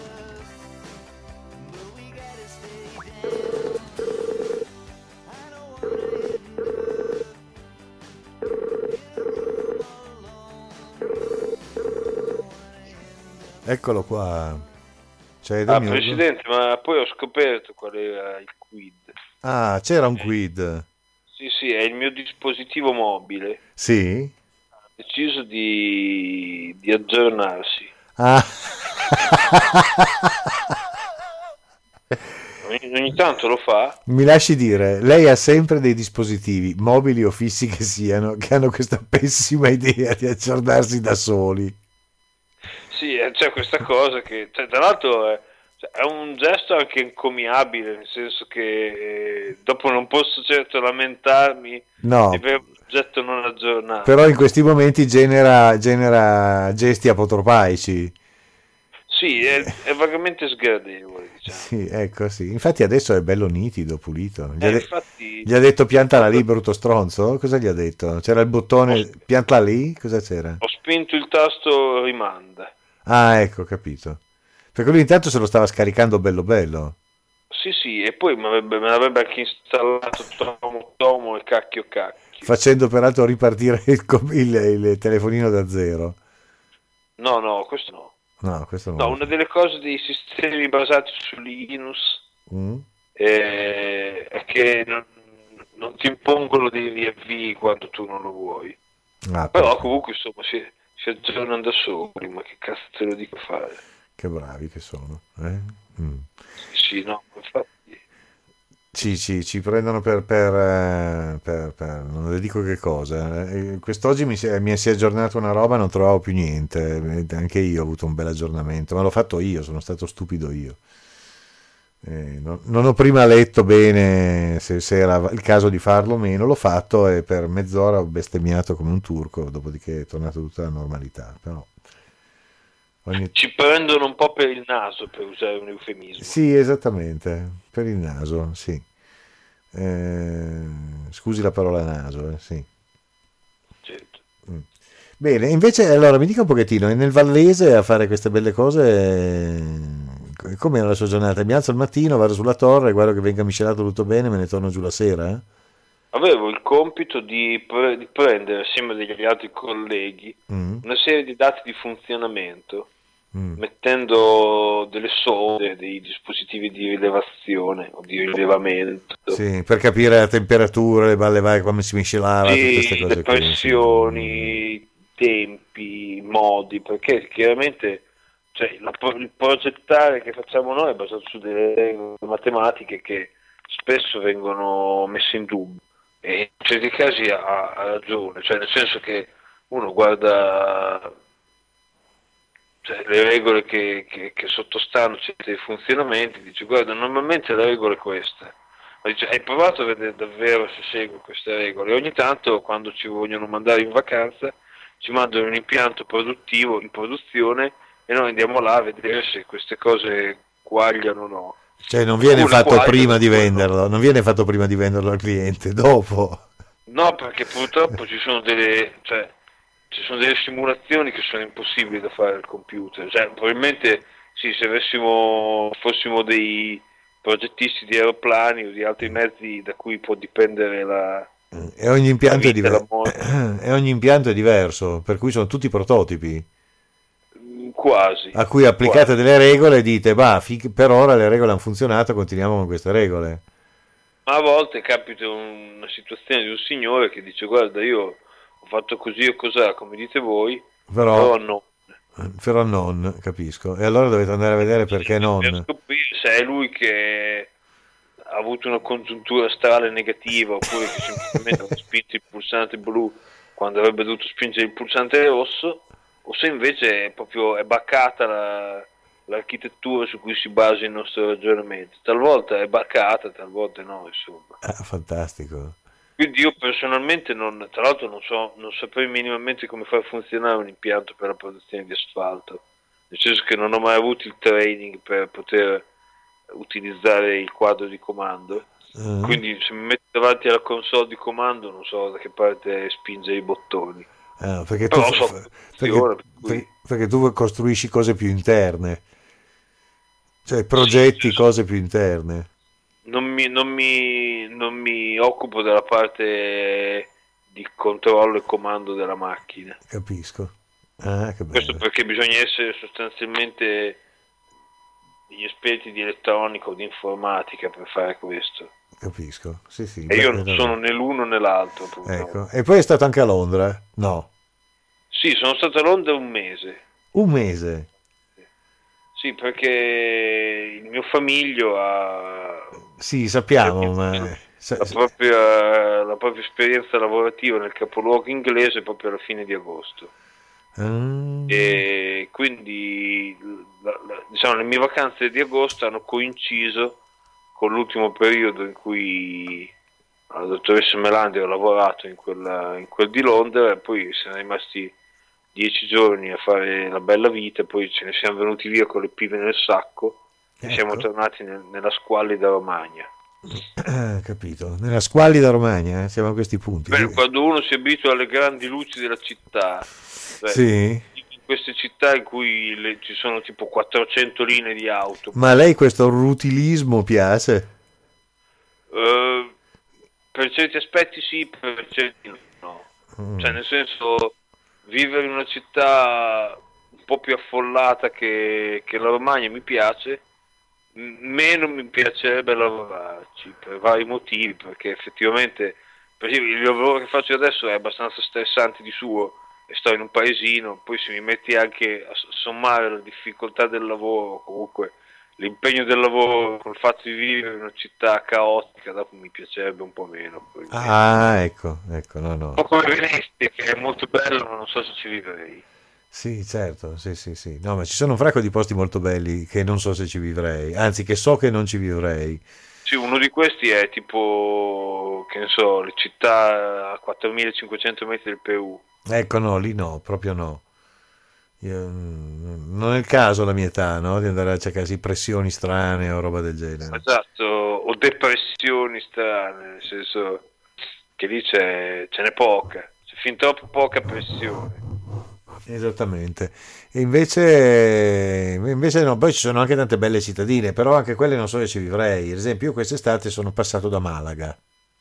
B: Eccolo qua. C'è
C: Ah,
B: Demiurgo?
C: Presidente, ma poi ho scoperto qual era il quid.
B: Ah, c'era un
C: Eh,
B: quid.
C: sì, sì, è il mio dispositivo mobile.
B: Sì?
C: Ha deciso di, di aggiornarsi.
B: Ah.
C: Ogni, ogni tanto lo fa.
B: Mi lasci dire, lei ha sempre dei dispositivi, mobili o fissi che siano, che hanno questa pessima idea di aggiornarsi da soli.
C: Sì, eh, c'è questa cosa che, cioè, tra l'altro, è, cioè, è un gesto anche encomiabile, nel senso che eh, dopo non posso certo lamentarmi di
B: No,
C: avere un oggetto non aggiornato.
B: però in questi momenti genera, genera gesti apotropaici.
C: Sì, è, è vagamente sgradevole, diciamo.
B: Sì, ecco, sì. Infatti adesso è bello nitido, pulito. Gli ha,
C: Eh,
B: de-
C: infatti,
B: gli ha detto piantala lì,
C: quando
B: brutto stronzo? Cosa gli ha detto? C'era il
C: ho,
B: bottone piantala lì? Cosa c'era?
C: ho spinto il tasto rimanda.
B: Ah, ecco, capito. Perché lui intanto se lo stava scaricando bello bello,
C: Sì, sì, e poi mi avrebbe- me l'avrebbe anche installato Tomo Tomo e cacchio cacchio.
B: facendo peraltro ripartire il, com- il- il telefonino da zero.
C: No, no, questo no.
B: No, questo non
C: No,
B: lo
C: una
B: fa.
C: delle cose dei sistemi basati su Linux
B: Mm?
C: eh, è che non, non ti impongono dei riavvii quando tu non lo vuoi.
B: Ah,
C: Però
B: perfetto.
C: comunque insomma si, si aggiornano da soli, ma che cazzo te lo dico fare?
B: Che bravi che sono. eh? Mm.
C: Sì, no, infatti.
B: Ci, ci- ci prendono per, per, eh, per- per- non le dico che cosa. Eh, Quest'oggi mi si, è, mi si è aggiornata una roba, non trovavo più niente. Eh, Anche io ho avuto un bel aggiornamento, ma l'ho fatto io, sono stato stupido io. Eh, non, non ho prima letto bene se, se era il caso di farlo o meno, l'ho fatto e per mezz'ora ho bestemmiato come un turco, dopodiché è tornata tutta la normalità. Però ogni...
C: Ci prendono un po' per il naso, per usare un eufemismo.
B: Sì, esattamente, per il naso, sì. Eh, scusi la parola naso, eh, sì.
C: Certo.
B: Mm. Bene, invece allora mi dica un pochettino, è nel Vallese a fare queste belle cose, eh, com'era la sua giornata? Mi alzo al mattino, vado sulla torre, guardo che venga miscelato tutto bene, me ne torno giù la sera? eh?
C: Avevo il compito di, pre- di prendere assieme agli altri colleghi
B: Mm,
C: una serie di dati di funzionamento,
B: mm.
C: mettendo delle sonde, dei dispositivi di rilevazione o di rilevamento,
B: Sì, per capire la temperatura, le balle varie, come si miscelava, tutte queste
C: sì, le
B: cose qui. Sì. Mm,
C: pressioni, tempi, i modi, perché chiaramente cioè, la pro- il progettare che facciamo noi è basato su delle regole matematiche che spesso vengono messe in dubbio e in certi casi ha, ha ragione, cioè nel senso che uno guarda cioè, le regole che, che, che sottostanno certi funzionamenti, dice guarda normalmente la regola è questa, ma dice hai provato a vedere davvero se segue queste regole? E ogni tanto quando ci vogliono mandare in vacanza ci mandano un impianto produttivo in produzione e noi andiamo là a vedere se queste cose quagliano o no.
B: Cioè non viene
C: Alcune
B: fatto
C: quagliano,
B: prima di
C: alcune no.
B: venderlo, non viene fatto prima di venderlo al cliente, dopo.
C: No, perché purtroppo ci sono delle, cioè, ci sono delle simulazioni che sono impossibili da fare al computer. Cioè, probabilmente sì, se avessimo, fossimo dei progettisti di aeroplani o di altri mezzi da cui può dipendere la,
B: E ogni
C: la
B: impianto è,
C: vita e la
B: diver-
C: morte,
B: e ogni impianto è diverso, per cui sono tutti prototipi
C: mm, quasi,
B: a cui applicate
C: quasi.
B: delle regole e dite, bah, fi- per ora le regole hanno funzionato, continuiamo con queste regole.
C: Ma a volte capita una situazione di un signore che dice guarda io ho fatto così o cos'è come dite voi,
B: Però,
C: però no.
B: però non, capisco. E allora dovete andare a vedere perché
C: Per
B: non.
C: scoprire se è lui che ha avuto una congiuntura astrale negativa oppure che semplicemente ha spinto il pulsante blu quando avrebbe dovuto spingere il pulsante rosso, o se invece è proprio è baccata la, l'architettura su cui si basa il nostro ragionamento. Talvolta è baccata, talvolta no, insomma.
B: Ah, fantastico.
C: Quindi io personalmente non, tra l'altro non so, non saprei minimamente come far funzionare un impianto per la produzione di asfalto, nel senso che non ho mai avuto il training per poter utilizzare il quadro di comando.
B: Ah,
C: Quindi se mi metto davanti alla console di comando non so da che parte spingere i bottoni,
B: ah, perché tu,
C: però
B: fa-
C: so come
B: fa- perché,
C: funziona, per cui
B: perché- perché tu costruisci cose più interne, cioè
C: sì,
B: progetti
C: cioè,
B: cose più interne.
C: non mi, non mi, non mi occupo della parte di controllo e comando della macchina.
B: Capisco. Ah, che
C: Questo
B: bello.
C: perché bisogna essere sostanzialmente degli esperti di elettronica o di informatica per fare questo.
B: Capisco. Sì, sì,
C: E
B: beh,
C: io
B: eh,
C: non
B: vabbè.
C: sono né l'uno né l'altro, purtroppo.
B: Ecco. E poi è stato anche a Londra? No.
C: Sì, sono stato a Londra un mese.
B: Un mese.
C: Sì, perché il mio famiglio ha
B: Sì, sappiamo, ma...
C: terminato
B: sa-
C: la
B: sa-
C: propria, la propria esperienza lavorativa nel capoluogo inglese proprio alla fine di agosto.
B: Ah,
C: E quindi la- la- diciamo, le mie vacanze di agosto hanno coinciso con l'ultimo periodo in cui la dottoressa Melandi ha lavorato in, quella, in quel di Londra, e poi siamo rimasti dieci giorni a fare la bella vita, poi ce ne siamo venuti via con le pive nel sacco e siamo
B: ecco.
C: tornati nel- nella squallida Romagna.
B: Ah, capito. Nella squallida Romagna, eh, siamo a questi punti.
C: Bene,
B: Di-
C: quando uno si abitua alle grandi luci della città, cioè,
B: Sì,
C: in queste città in cui le- ci sono tipo quattrocento linee di
B: ma a
C: autobus,
B: lei questo rutilismo piace?
C: eh, per certi aspetti sì, per certi no. Cioè,
B: Mm,
C: nel senso, vivere in una città un po' più affollata che, che la Romagna mi piace, m- meno mi piacerebbe lavorarci per vari motivi, perché effettivamente, per esempio, il lavoro che faccio adesso è abbastanza stressante di suo e sto in un paesino, poi se mi metti anche a s- sommare la difficoltà del lavoro, comunque l'impegno del lavoro col fatto di vivere in una città caotica, dopo mi piacerebbe un po' meno, probabilmente.
B: ah, ecco, ecco, no, no.
C: Un po' come Venezia, che è molto bello, ma non so se ci vivrei.
B: Sì, certo, sì, sì, sì. No, ma ci sono un fracco di posti molto belli che non so se ci vivrei, anzi che so che non ci vivrei.
C: Sì, uno di questi è tipo, che ne so, le città a quattromilacinquecento metri del Perù.
B: Ecco, no, lì no, proprio no. Io, mm, non è il caso alla mia età, no? Di andare a cercarsi pressioni strane o roba del genere.
C: Esatto, o depressioni strane, nel senso che lì c'è, ce n'è poca, c'è fin troppo poca pressione.
B: Esattamente. E invece, invece no, poi ci sono anche tante belle cittadine, però anche quelle non so se ci vivrei. Ad esempio, io quest'estate sono passato da Malaga.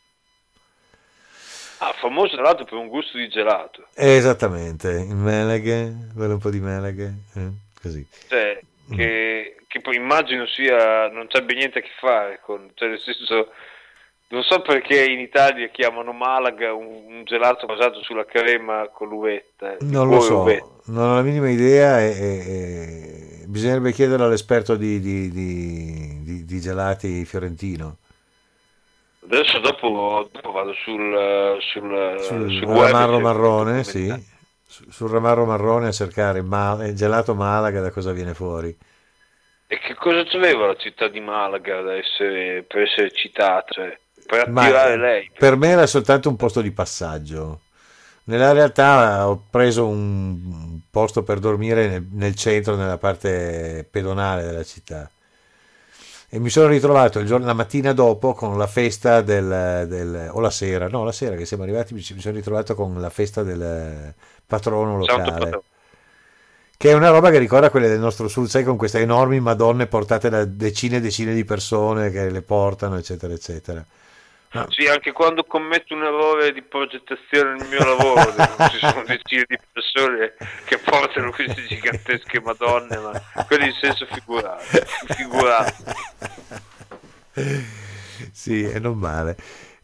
C: Ah, famoso tra l'altro per un gusto di gelato.
B: Esattamente, in Malaga, vuole un po' di Malaga, eh, così.
C: Cioè,
B: Mm.
C: che, che poi immagino sia, non c'abbia niente a che fare con, cioè nel senso, non so perché in Italia chiamano Malaga un, un gelato basato sulla crema con l'uvetta,
B: Non lo
C: liquore e uvetta.
B: so, non ho la minima idea e, e- e bisognerebbe chiederlo all'esperto di, di- di- di- di gelati fiorentino.
C: Adesso dopo, dopo vado sul, sul,
B: Sul
C: sul web e
B: ramarro
C: cerco dei
B: marrone, sì,
C: documentari.
B: su- sul ramarro marrone a cercare ma- il gelato Malaga da cosa viene fuori.
C: E che cosa c'aveva la città di Malaga da essere, per essere citata, cioè, per
B: Ma
C: attirare
B: eh,
C: lei?
B: per
C: Per
B: me era soltanto un posto di passaggio. Nella realtà ho preso un posto per dormire nel, nel centro, nella parte pedonale della città. E mi sono ritrovato il giorno, la mattina dopo con la festa del, del- o la sera, no, la sera che siamo arrivati mi, mi sono ritrovato con la festa del patrono
C: Santo
B: locale,
C: Patrono.
B: che è una roba che ricorda quelle del nostro sud, sai, con queste enormi madonne portate da decine e decine di persone che le portano, eccetera, eccetera. No.
C: Sì, anche quando commetto un errore di progettazione nel mio lavoro, ci sono decine di persone che portano queste gigantesche madonne, ma quello in senso figurato, figurato.
B: Sì, e non male.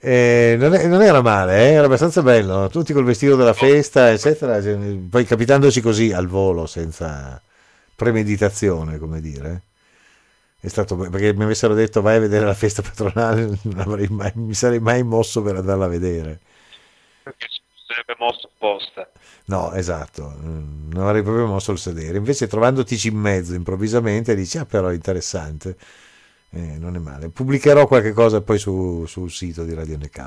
B: Eh, non, è- non era male, eh, era abbastanza bello, tutti col vestito della festa, eccetera, cioè, poi capitandoci così al volo, senza premeditazione, come dire. È stato be- perché mi avessero detto vai a vedere la festa patronale, non avrei mai- mi sarei mai mosso per andarla a vedere.
C: Perché si sarebbe mosso apposta.
B: No, esatto, mm, non avrei proprio mosso il sedere. Invece trovandotici in mezzo improvvisamente dici, ah però è interessante. Eh, non è male. Pubblicherò qualche cosa poi su- sul sito di Radio N K.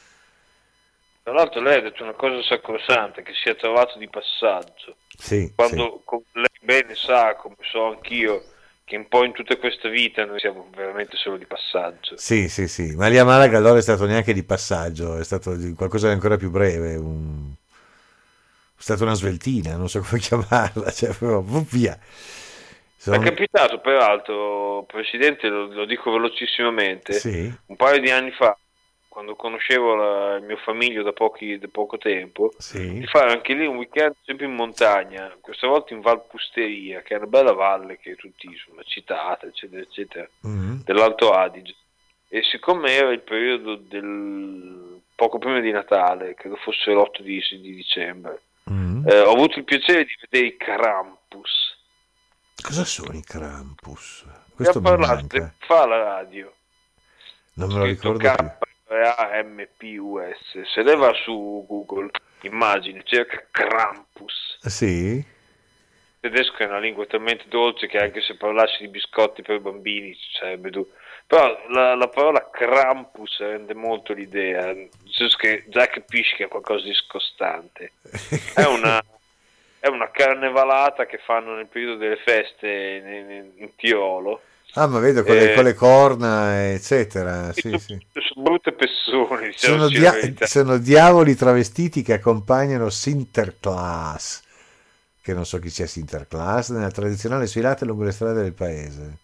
C: Tra l'altro lei ha detto una cosa sacrosanta, che si è trovato di passaggio.
B: Sì, sì.
C: Quando com- lei bene sa, come so anch'io, che un po' in tutta questa vita noi siamo veramente solo di passaggio.
B: Sì, sì, sì, ma lì a Malaga allora è stato neanche di passaggio, è stato di qualcosa di ancora più breve, un- è stata una sveltina, non so come chiamarla, cioè proprio via.
C: Mi è
B: Sono-
C: capitato peraltro, Presidente, lo, lo dico velocissimamente,
B: Sì,
C: un paio di anni fa, quando conoscevo la- il mio famiglio da, pochi, da poco tempo,
B: sì,
C: di fare anche lì un weekend sempre in montagna, questa volta in Val Pusteria, che è una bella valle che tutti insomma citate, eccetera, eccetera,
B: mm,
C: dell'Alto Adige. E siccome era il periodo del poco prima di Natale, credo fosse l'otto di, di dicembre,
B: mm.
C: eh, ho avuto il piacere di vedere i Krampus.
B: Cosa sono i Krampus?
C: Mi ha
B: Questo mi
C: parlato tempo
B: manca,
C: fa alla radio,
B: non me lo
C: scritto
B: ricordo più.
C: K R A M P U S. Se lei va su Google, immagini, cerca Krampus.
B: Sì?
C: Il tedesco è una lingua talmente dolce che anche se parlassi di biscotti per bambini ci sarebbe du- Però la, la parola Krampus rende molto l'idea, nel senso che già capisci che è qualcosa di scostante. È una, è una carnevalata che fanno nel periodo delle feste in, in- in Tirolo.
B: Ah, ma vedo con le, con
C: Eh,
B: le corna, eccetera, sì,
C: sono,
B: sì.
C: sono brutte persone,
B: Sono,
C: diciamoci la
B: dia-
C: verità.
B: sono diavoli travestiti che accompagnano Sinterklaas, che non so chi sia Sinterklaas, nella tradizionale sfilata lungo le strade del paese,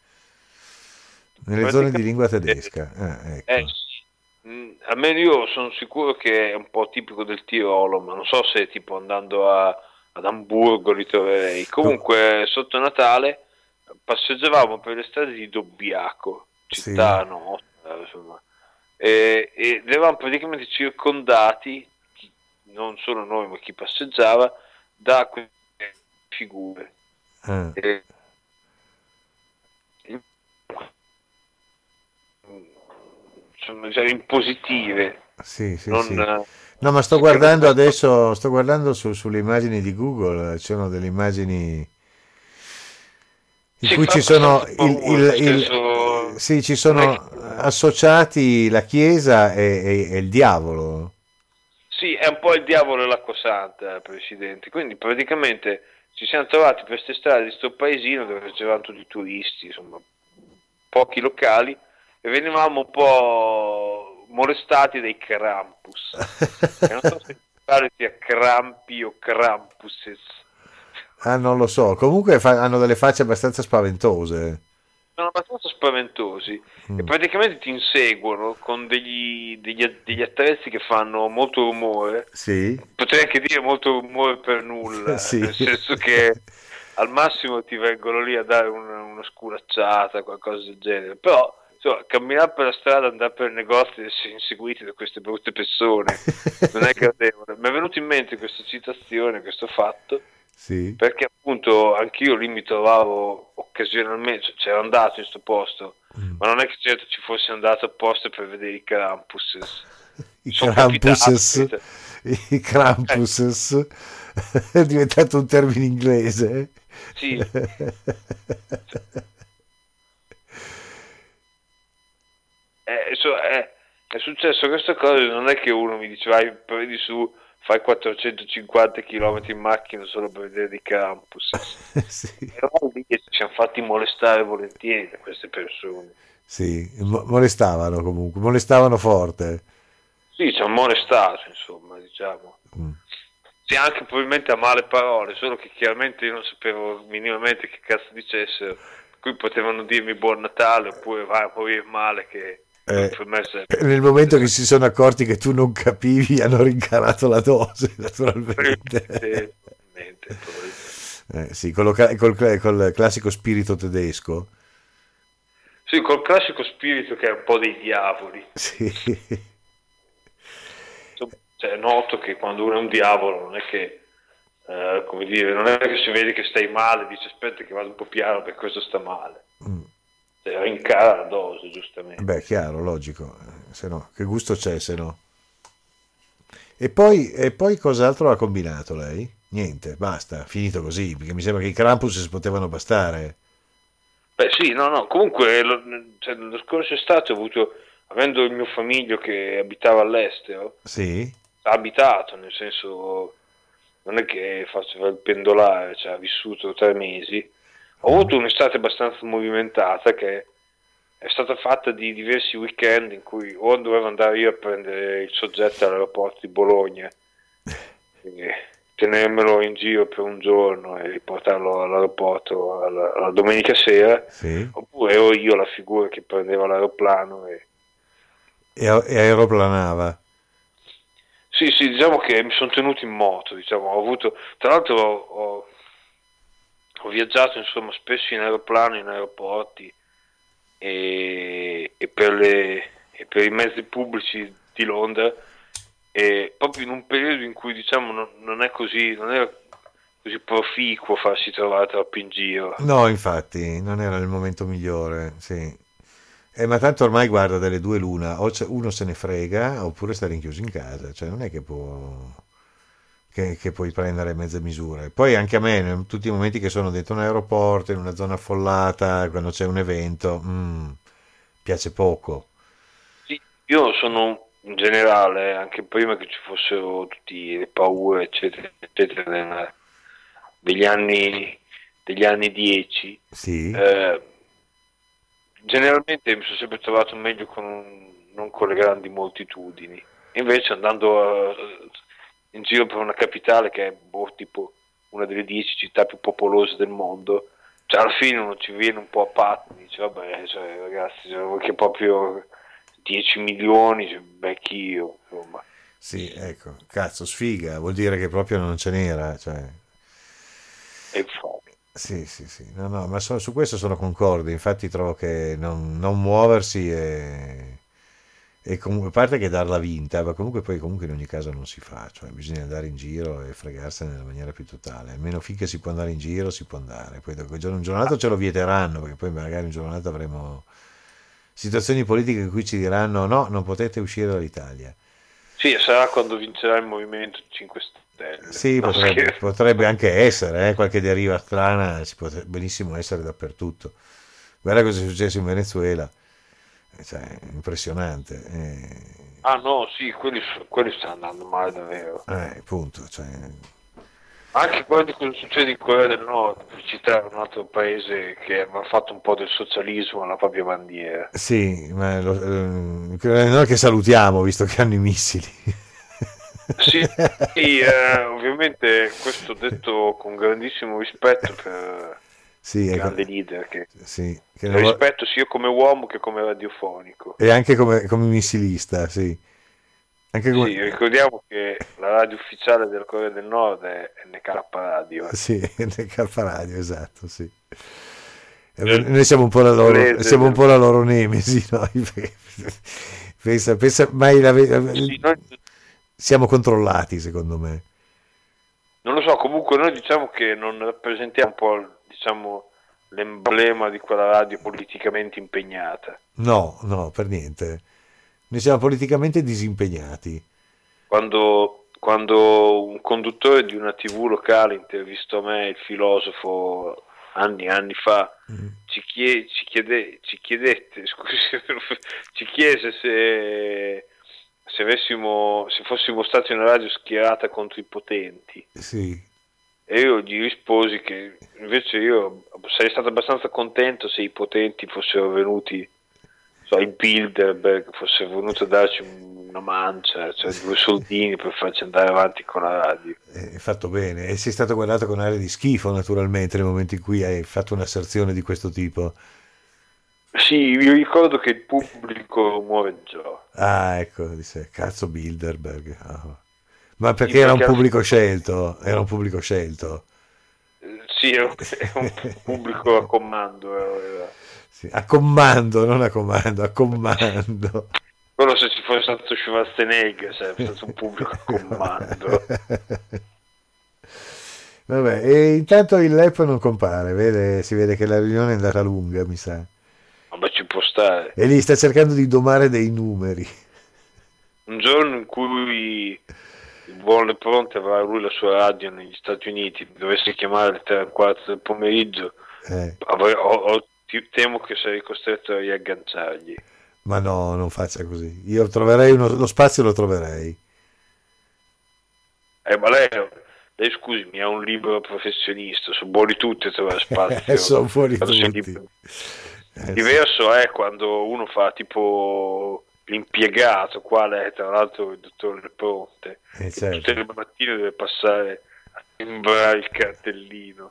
B: nelle zone di lingua
C: Praticamente,
B: tedesca. Ah,
C: eh,
B: ecco.
C: sì. Mm, almeno io sono sicuro che è un po' tipico del Tirolo, ma non so se tipo andando a- ad Amburgo li troverei.
B: Co-
C: Comunque, sotto Natale passeggiavamo per le strade di Dobbiaco,
B: sì.
C: città nostra, insomma, e, ed eravamo praticamente circondati, chi- non solo noi, ma chi passeggiava, da queste figure.
B: Ah,
C: E- insomma, cioè, impositive,
B: sì, sì,
C: non
B: sì.
C: eh,
B: No, ma sto
C: che non
B: guardando
C: vengono
B: adesso, sto guardando su- sulle immagini di Google, ci sono delle immagini in
C: si
B: cui
C: fa
B: ci sono
C: abbastanza
B: il,
C: paura,
B: il-
C: nel
B: il-
C: senso
B: sì, ci
C: non è
B: sono
C: che
B: associati la Chiesa e, e- e il diavolo.
C: sì, è un po' il diavolo e l'accosante, eh, Presidente, quindi praticamente ci siamo trovati per queste strade di sto paesino dove c'erano tutti i turisti, insomma, pochi locali, e venivamo un po' molestati dai Krampus, e non so se pare sia Crampi o Krampuses.
B: Ah, non lo so. Comunque fa- hanno delle facce abbastanza spaventose.
C: Sono abbastanza spaventosi e
B: Mm.
C: praticamente ti inseguono con degli, degli, degli attrezzi che fanno molto rumore,
B: Sì,
C: potrei anche dire molto rumore per nulla,
B: sì.
C: nel senso che al massimo ti vengono lì a dare una, una sculacciata, qualcosa del genere, però insomma, camminare per la strada, andare per il negozio e essere inseguiti da queste brutte persone non è gradevole. Mi è venuto in mente questa citazione, questo fatto,
B: Sì.
C: perché appunto anch'io lì mi trovavo occasionalmente, cioè, c'ero andato in sto posto,
B: Mm.
C: ma non è che certo ci fossi andato apposta per vedere i Krampus.
B: I
C: Sono capitato,
B: Krampuses.
C: capito?
B: I
C: Eh,
B: Krampuses. È diventato un termine inglese.
C: sì, eh, so- è, è successo questa cosa, non è che uno mi dice vai, prendi su, fai quattrocentocinquanta chilometri in macchina solo per vedere dei Krampus.
B: Sì.
C: Però lì ci siamo fatti molestare volentieri da queste persone.
B: Sì, mo- molestavano comunque, molestavano forte.
C: Sì, ci hanno molestato, insomma, diciamo.
B: Mm.
C: Sì, anche probabilmente a male parole, solo che chiaramente io non sapevo minimamente che cazzo dicessero, per cui potevano dirmi buon Natale oppure vai a morire male, che
B: Eh,
C: per me sarebbe
B: nel momento che si sono accorti che tu non capivi, hanno rincarato la dose, naturalmente.
C: probabilmente, probabilmente, probabilmente.
B: Eh, sì, con lo ca- col, col classico spirito tedesco.
C: Sì, col classico spirito che è un po' dei diavoli.
B: Sì.
C: cioè, è noto che quando uno è un diavolo non è che, eh, come dire, non è che si vede che stai male, dice aspetta che vado un po' piano perché questo sta male.
B: Mm.
C: Cioè, rincara la dose, giustamente.
B: Beh, chiaro, logico, eh, se no, che gusto c'è se no? E poi, e poi cos'altro ha combinato lei? Niente, basta, finito così, perché mi sembra che i Krampus si potevano bastare.
C: Beh sì, no, no, comunque lo, cioè, lo scorso estate ho avuto, avendo il mio famiglio che abitava all'estero,
B: Sì?
C: ha abitato, nel senso, non è che faceva il pendolare, cioè ha vissuto tre mesi. Ho
B: Mm.
C: avuto un'estate abbastanza movimentata che è stata fatta di diversi weekend in cui o dovevo andare io a prendere il soggetto all'aeroporto di Bologna, quindi tenermelo in giro per un giorno e riportarlo all'aeroporto alla, alla domenica sera,
B: Sì?
C: oppure ero io la figura che prendeva l'aeroplano e
B: E, e aeroplanava.
C: sì, sì, diciamo che mi sono tenuto in moto, diciamo, ho avuto, tra l'altro ho, ho, ho viaggiato insomma spesso in aeroplano, in aeroporti e, e, per le, e per i mezzi pubblici di Londra, e proprio in un periodo in cui diciamo non, non è così, non era così proficuo farsi trovare troppo in giro.
B: No, infatti, non era il momento migliore, sì. Eh, ma tanto ormai guarda delle due l'una, o c'è- uno se ne frega oppure sta rinchiuso in casa, cioè non è che può che, che puoi prendere mezze misure. Poi anche a me, in tutti i momenti che sono dentro un aeroporto, in una zona affollata, quando c'è un evento, mm, piace poco.
C: Sì, io sono in generale, anche prima che ci fossero tutte le paure, eccetera, eccetera, nella- degli anni, degli anni dieci,
B: Sì,
C: eh, generalmente mi sono sempre trovato meglio con un- non con le grandi moltitudini. Invece andando eh, in giro per una capitale che è boh, tipo una delle dieci città più popolose del mondo, cioè alla fine uno ci viene un po' a patti, dice vabbè, cioè, ragazzi, cioè, che proprio dieci milioni, cioè, becchi io, insomma.
B: sì, ecco, cazzo, sfiga, vuol dire che proprio non ce n'era, cioè.
C: E infatti,
B: Sì, sì, sì, no, no, ma so- su questo sono concorde, infatti trovo che non, non muoversi è, è comunque, a parte che darla vinta, ma comunque poi comunque in ogni caso non si fa, cioè bisogna andare in giro e fregarsene nella maniera più totale, almeno finché si può andare in giro si può andare, poi da quel giorno un giorno ce lo vieteranno, perché poi magari un giorno avremo situazioni politiche in cui ci diranno no, non potete uscire dall'Italia.
C: sì, sarà quando vincerà il Movimento cinque Stelle.
B: Sì,
C: No,
B: potrebbe,
C: scherzo.
B: potrebbe anche essere, eh, qualche deriva strana si potrebbe benissimo essere dappertutto. Guarda cosa è successo in Venezuela, eh, cioè, impressionante. Eh,
C: Ah no, sì, quelli, quelli stanno andando male davvero.
B: eh, appunto, cioè,
C: Anche guardi cosa succede in Corea del Nord, per citare un altro paese che ha fatto un po' del socialismo alla propria bandiera.
B: sì, ma lo- eh, noi che salutiamo visto che hanno i missili.
C: Sì, sì, eh, ovviamente questo detto con grandissimo rispetto per
B: Sì,
C: il
B: ecco,
C: grande leader, che
B: sì, che non vo-
C: rispetto sia come uomo che come radiofonico.
B: e anche come, come missilista, sì. Anche come,
C: Sì, ricordiamo che la radio ufficiale della Corea del Nord è N K Radio.
B: sì, nel Calfa Radio, esatto, sì. E
C: Eh,
B: noi siamo un po' la loro,
C: inglese
B: siamo un
C: del-
B: po' la loro nemesi, noi. Pensa, pensa, mai la-
C: Sì, noi-
B: siamo controllati, secondo me.
C: non lo so, comunque noi diciamo che non rappresentiamo un po', diciamo, l'emblema di quella radio politicamente impegnata.
B: No, no, per niente. Noi siamo politicamente disimpegnati.
C: Quando, quando un conduttore di una T V locale intervistò me, il filosofo, anni e anni fa,
B: Mm.
C: ci, chie- ci, chiede- ci chiedette, scusi, ci chiese se, se, avessimo, se fossimo stati una radio schierata contro i potenti.
B: Sì,
C: E io gli risposi che invece io sarei stato abbastanza contento se i potenti fossero venuti, so, il Bilderberg fosse venuto a darci una mancia, cioè due soldini per farci andare avanti con la radio.
B: hai fatto bene. E sei stato guardato con aria di schifo, naturalmente, nel momento in cui hai fatto un'asserzione di questo tipo.
C: Sì, mi ricordo che il pubblico muoreggiò.
B: Ah, ecco, dice, cazzo Bilderberg. Ah. Ma
C: Sì,
B: perché era un
C: perché alla
B: pubblico
C: fine,
B: scelto? Era un pubblico scelto.
C: eh, sì, è un, è un pubblico a comando. Era.
B: Sì, a comando, non a comando, a comando.
C: Quello se ci fosse stato Schwarzenegger sarebbe stato un pubblico a comando.
B: Vabbè, e intanto il Lep non compare, vede, si vede che la riunione è andata lunga, mi sa.
C: Vabbè, ci può stare.
B: E lì sta cercando di domare dei numeri.
C: Un giorno in cui il buon Lepronte avrà lui la sua radio negli Stati Uniti, dovesse chiamare alle tre e un quarto del pomeriggio,
B: Eh.
C: avrei, ho, ho, temo che sarei costretto a riagganciargli.
B: Ma no, non faccia così. Io troverei uno, lo spazio lo troverei.
C: Eh, ma lei, lei scusami, è un libero professionista, sono buoni tutti a trovare spazio.
B: Sono fuori
C: Quando
B: tutti.
C: Eh, diverso sì. È quando uno fa tipo l'impiegato, quale è tra l'altro il dottor Lepronte,
B: eh, certo.
C: Tutte le mattine deve passare a timbrare il cartellino.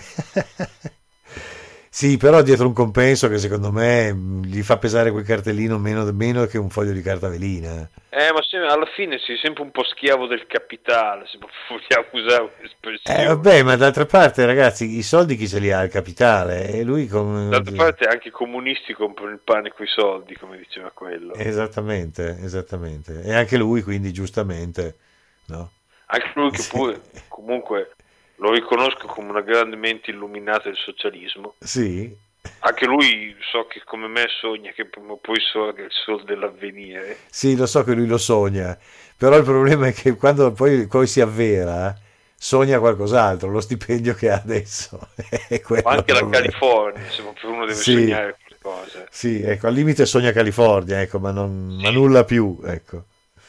B: Sì, però dietro un compenso che secondo me gli fa pesare quel cartellino meno, meno che un foglio di carta velina.
C: Eh, ma se, alla fine sei sempre un po' schiavo del capitale, se vogliamo usare un'espressione.
B: Eh, vabbè, ma d'altra parte, ragazzi, i soldi chi se li ha? Il capitale. E lui con...
C: D'altra parte anche i comunisti comprano il pane coi soldi, come diceva quello.
B: Esattamente, esattamente. E anche lui, quindi, giustamente, no?
C: Anche lui che pure, comunque... Lo riconosco come una grande mente illuminata del socialismo.
B: Sì.
C: Anche lui so che come me sogna che prima o poi sorga il sol dell'avvenire.
B: Sì, lo so che lui lo sogna, però il problema è che quando poi, poi si avvera, sogna qualcos'altro, lo stipendio che ha adesso. È
C: Ma anche la
B: problema.
C: California, se uno deve
B: sì.
C: sognare qualcosa.
B: Sì, ecco, al limite sogna California, ecco, ma, non, sì. ma nulla più, ecco.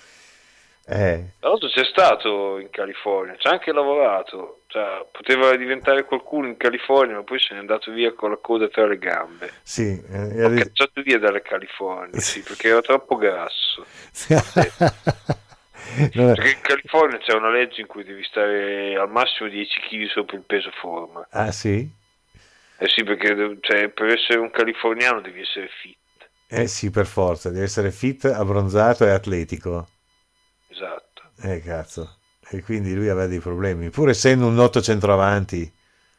B: Eh.
C: Tra l'altro c'è stato in California, c'ha anche lavorato, cioè, poteva diventare qualcuno in California, ma poi se n'è andato via con la coda tra le gambe.
B: Sì,
C: eh, ho cacciato via dalle California, sì, perché era troppo grasso. Sì. Perché in California c'è una legge in cui devi stare al massimo dieci chili sopra il peso forma.
B: Ah sì?
C: Eh sì, perché cioè, per essere un californiano devi essere fit.
B: Eh sì, per forza, devi essere fit, abbronzato e atletico.
C: Esatto.
B: Eh cazzo. E quindi lui aveva dei problemi, pur essendo un noto centroavanti.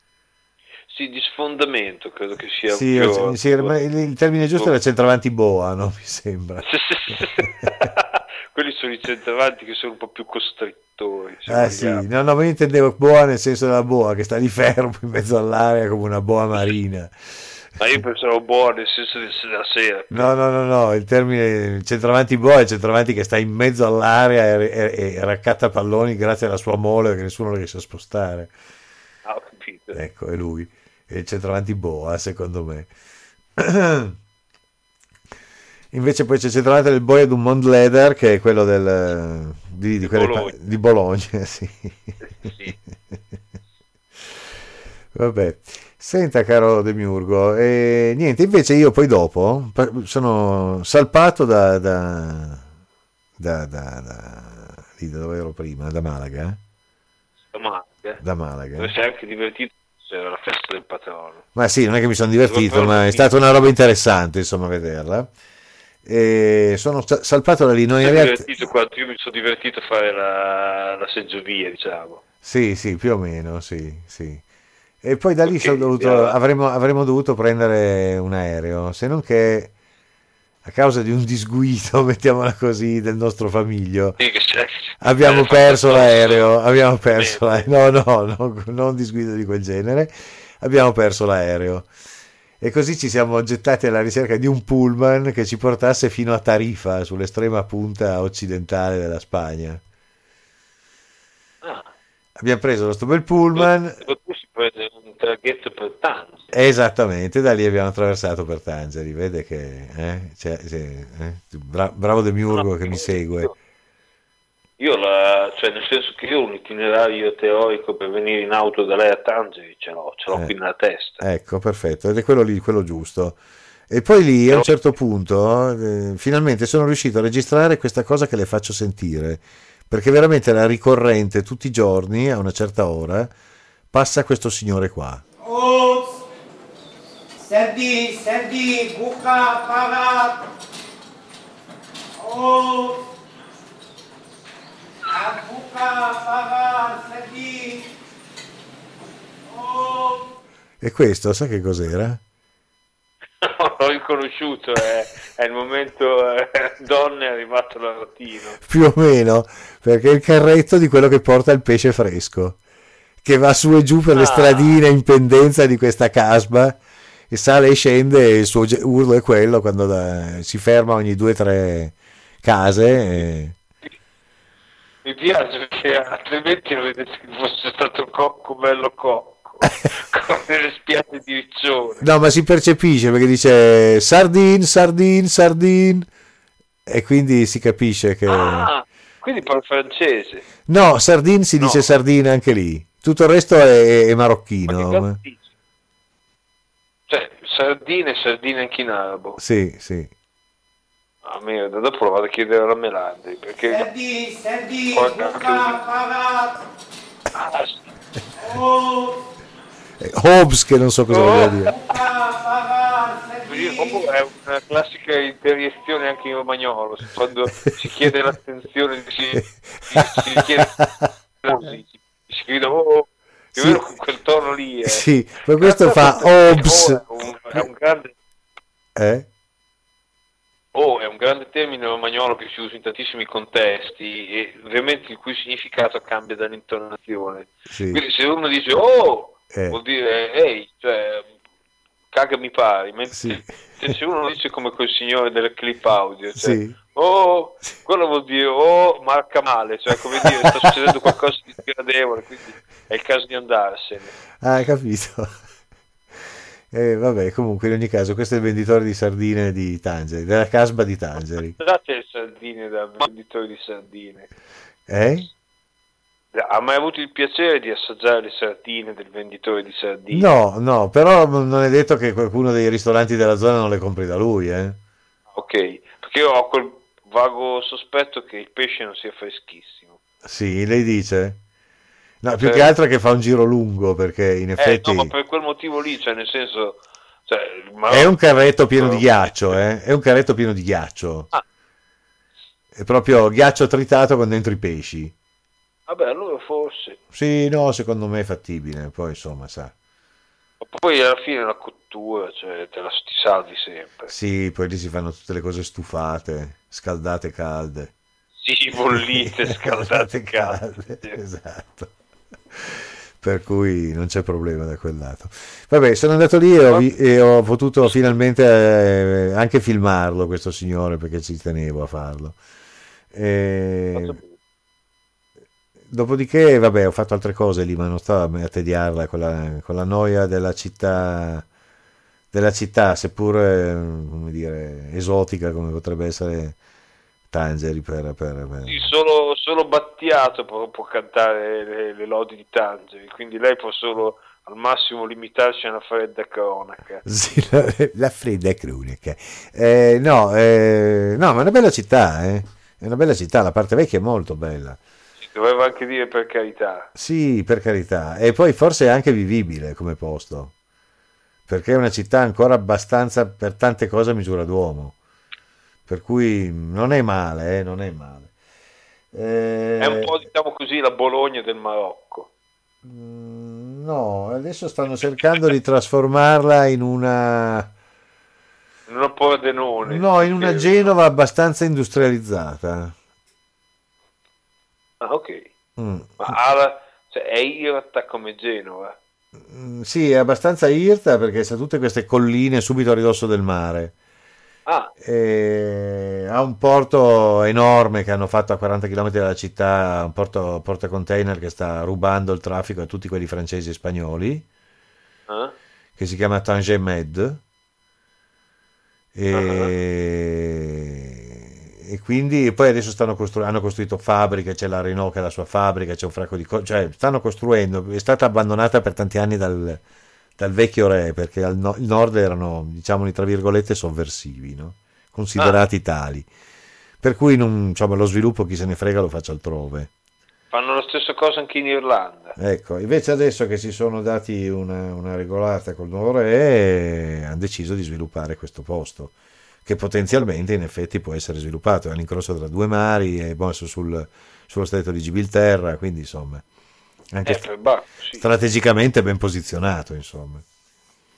C: Sì, di sfondamento credo che sia.
B: Sì,
C: più...
B: sì, il termine giusto era centravanti boa, no? Mi sembra.
C: Quelli sono i centravanti che sono un po' più costrittori.
B: Ah sì, no, no, ma io intendevo boa nel senso della boa, che sta lì fermo in mezzo all'area come una boa marina.
C: Ma io pensavo boa nel senso della sera.
B: No, no, no, no, il termine centravanti boa è il centravanti che sta in mezzo all'area e, e, e raccatta palloni grazie alla sua mole che nessuno riesce a spostare.
C: Ah, ho capito.
B: Ecco, è lui, è il centravanti boa, secondo me. Invece poi c'è il centravanti del Boia du Mondleder, che è quello del, di, di,
C: di,
B: quelle,
C: Bologna.
B: di Bologna, sì.
C: Sì.
B: Vabbè. Senta caro Demiurgo, e niente, invece io poi dopo sono salpato da da da, da, da, lì da dove ero prima, da Malaga.
C: Da Malaga?
B: Da Malaga.
C: Dove sei anche divertito, c'era la festa del patrono.
B: Ma sì, non è che mi sono divertito, ma è stata una roba interessante, insomma, vederla. E sono salpato da lì. Non
C: mi
B: in realtà...
C: divertito, io mi sono divertito a fare la, la seggiovia, diciamo.
B: Sì, sì, più o meno, sì, sì. E poi da lì okay, dovuto, avremmo, avremmo dovuto prendere un aereo, se non che a causa di un disguido, mettiamola così, del nostro famiglio,
C: sì, che c'è.
B: abbiamo eh, perso l'aereo, abbiamo perso l'aereo, no, no, no, non disguido di quel genere, abbiamo perso l'aereo. E così ci siamo gettati alla ricerca di un pullman che ci portasse fino a Tarifa, sull'estrema punta occidentale della Spagna.
C: Ah.
B: Abbiamo preso questo bel pullman.
C: Tu si prende un traghetto per Tangeri.
B: Esattamente, da lì abbiamo attraversato per Tangeri. Vede che eh, cioè, sì, eh, bra- bravo Demiurgo no, che mi segue.
C: Io, io la, cioè nel senso che io un itinerario teorico per venire in auto da lei a Tangeri ce l'ho, ce l'ho eh, qui nella testa.
B: Ecco, perfetto, ed è quello lì, quello giusto. E poi lì Però... a un certo punto eh, finalmente sono riuscito a registrare questa cosa che le faccio sentire, perché veramente era ricorrente tutti i giorni a una certa ora passa questo signore qua.
A: Ops, Serdi, Serdi, buca, paga. Ops, buca, paga, Serdi. Ops.
B: E questo, sa che cos'era?
C: No, riconosciuto, è, è il momento eh, donne è arrivato l'arrotino.
B: Più o meno, perché è il carretto di quello che porta il pesce fresco, che va su e giù per le
C: Ah.
B: stradine in pendenza di questa casba, e sale e scende, e il suo ge- urlo è quello quando da- si ferma ogni due o tre case. E...
C: Mi piace perché altrimenti vedete che fosse stato cocco bello cocco con le spiate di riccione.
B: No, ma si percepisce perché dice sardine, sardine, sardine, e quindi si capisce che...
C: Ah, quindi parla francese.
B: No, sardine si
C: No.
B: dice sardina anche lì, tutto il resto è, è
C: Ma che
B: marocchino.
C: cazzo dici? Cioè, sardine e sardine anche in arabo.
B: Sì, sì.
C: Ah, merda, dopo lo vado a chiedere alla Melandri perché...
A: Serdi, serdi,
C: Porca
A: buca,
C: cazzo.
A: paga,
C: Ah, sì.
A: oh,
B: Eh, Hobbes, che non so cosa
C: Oh.
B: voglia dire.
A: buca, paga,
C: Quindi,
A: serdi.
C: oh, è una classica interiezione anche in romagnolo, quando si chiede l'attenzione, si, si, si chiede così, si chiede oh, più o
B: Sì.
C: meno con quel tono lì. Eh.
B: Sì, per questo fa
C: Oh,
B: Hobbes.
C: è, un, è un grande,
B: Eh?
C: oh, è un grande termine romagnolo che si usa in tantissimi contesti e ovviamente il cui significato cambia dall'intonazione.
B: Sì.
C: Quindi se uno dice oh,
B: Eh.
C: vuol dire ehi, cioè caga mi pari, mentre
B: Sì.
C: se uno lo dice come quel signore delle clip audio, cioè
B: Sì.
C: oh, quello vuol dire oh, marca male, cioè come dire sta succedendo qualcosa di sgradevole, quindi è il caso di andarsene.
B: Ah, capito. Eh, vabbè, comunque in ogni caso questo è il venditore di sardine di Tangeri, della casba di Tangeri.
C: Date le sardine da venditore di sardine.
B: Eh?
C: Ha mai avuto il piacere di assaggiare le sardine del venditore di sardine?
B: No, no, però non è detto che qualcuno dei ristoranti della zona non le compri da lui, eh?
C: Ok, perché io ho quel vago sospetto che il pesce non sia freschissimo.
B: Sì, lei dice? No, più
C: Cioè-
B: che altro che fa un giro lungo, perché in
C: Eh,
B: effetti
C: no, ma per quel motivo lì, cioè nel senso... Cioè, ma
B: è un carretto pieno di
C: no.
B: ghiaccio, eh? È un carretto pieno di ghiaccio.
C: Ah.
B: È proprio ghiaccio tritato con dentro i pesci.
C: Vabbè, allora forse.
B: Sì, no, secondo me è fattibile, poi insomma, sa.
C: Ma poi alla fine la cottura, cioè te la ti salvi sempre.
B: Sì, poi lì si fanno tutte le cose stufate, scaldate calde.
C: Sì, bollite, scaldate, calde.
B: Esatto. Per cui non c'è problema da quel lato. Vabbè, sono andato lì e ho, vi- e ho potuto finalmente eh, anche filmarlo, questo signore, perché ci tenevo a farlo. E... Dopodiché, vabbè, ho fatto altre cose lì, ma non sto a a tediarla con la, con la noia della città, della città, seppur, eh, come dire, esotica come potrebbe essere Tangeri per, per- per-
C: Sì, solo, solo Battiato può, può cantare le, le lodi di Tangeri, quindi lei può solo al massimo limitarsi a una fredda cronaca.
B: Sì, la, la fredda cronaca. Eh, no, eh, no, ma è una bella città, eh. È una bella città, la parte vecchia è molto bella.
C: Si doveva anche dire per carità.
B: Sì, per carità. E poi forse è anche vivibile come posto, perché è una città ancora abbastanza per tante cose a misura d'uomo. Per cui non è male, eh, non è male. Eh,
C: È un po', diciamo così, la Bologna del Marocco.
B: mm, no, adesso stanno cercando di trasformarla in una...
C: Non ho Pordenone.
B: No, in una
C: perché-
B: Genova abbastanza industrializzata.
C: Ah, ok.
B: Mm.
C: Ma ha la- cioè, è irta come Genova.
B: Mm, sì, è abbastanza irta perché ha tutte queste colline subito a ridosso del mare.
C: Ah,
B: E ha un porto enorme che hanno fatto a quaranta chilometri dalla città, un porto, porta container che sta rubando il traffico a tutti quelli francesi e spagnoli,
C: eh?
B: che si chiama Tanger Med. E, e quindi poi adesso stanno costru- hanno costruito fabbriche, c'è la Renault che ha la sua fabbrica, c'è un fracco di cose, cioè stanno costruendo, è stata abbandonata per tanti anni dal, dal vecchio re, perché al no- il nord erano, diciamo, tra virgolette, sovversivi, no? Considerati tali. Per cui non, insomma, lo sviluppo chi se ne frega lo faccia altrove.
C: Fanno la stessa cosa anche in Irlanda.
B: Ecco, invece adesso che si sono dati una, una regolata col nuovo re, hanno deciso di sviluppare questo posto, che potenzialmente in effetti può essere sviluppato, è all'incrocio tra due mari, e boh, su- sul, sullo stretto di Gibilterra, quindi insomma, anche
C: Eh, per Bacco, sì.
B: strategicamente ben posizionato, insomma.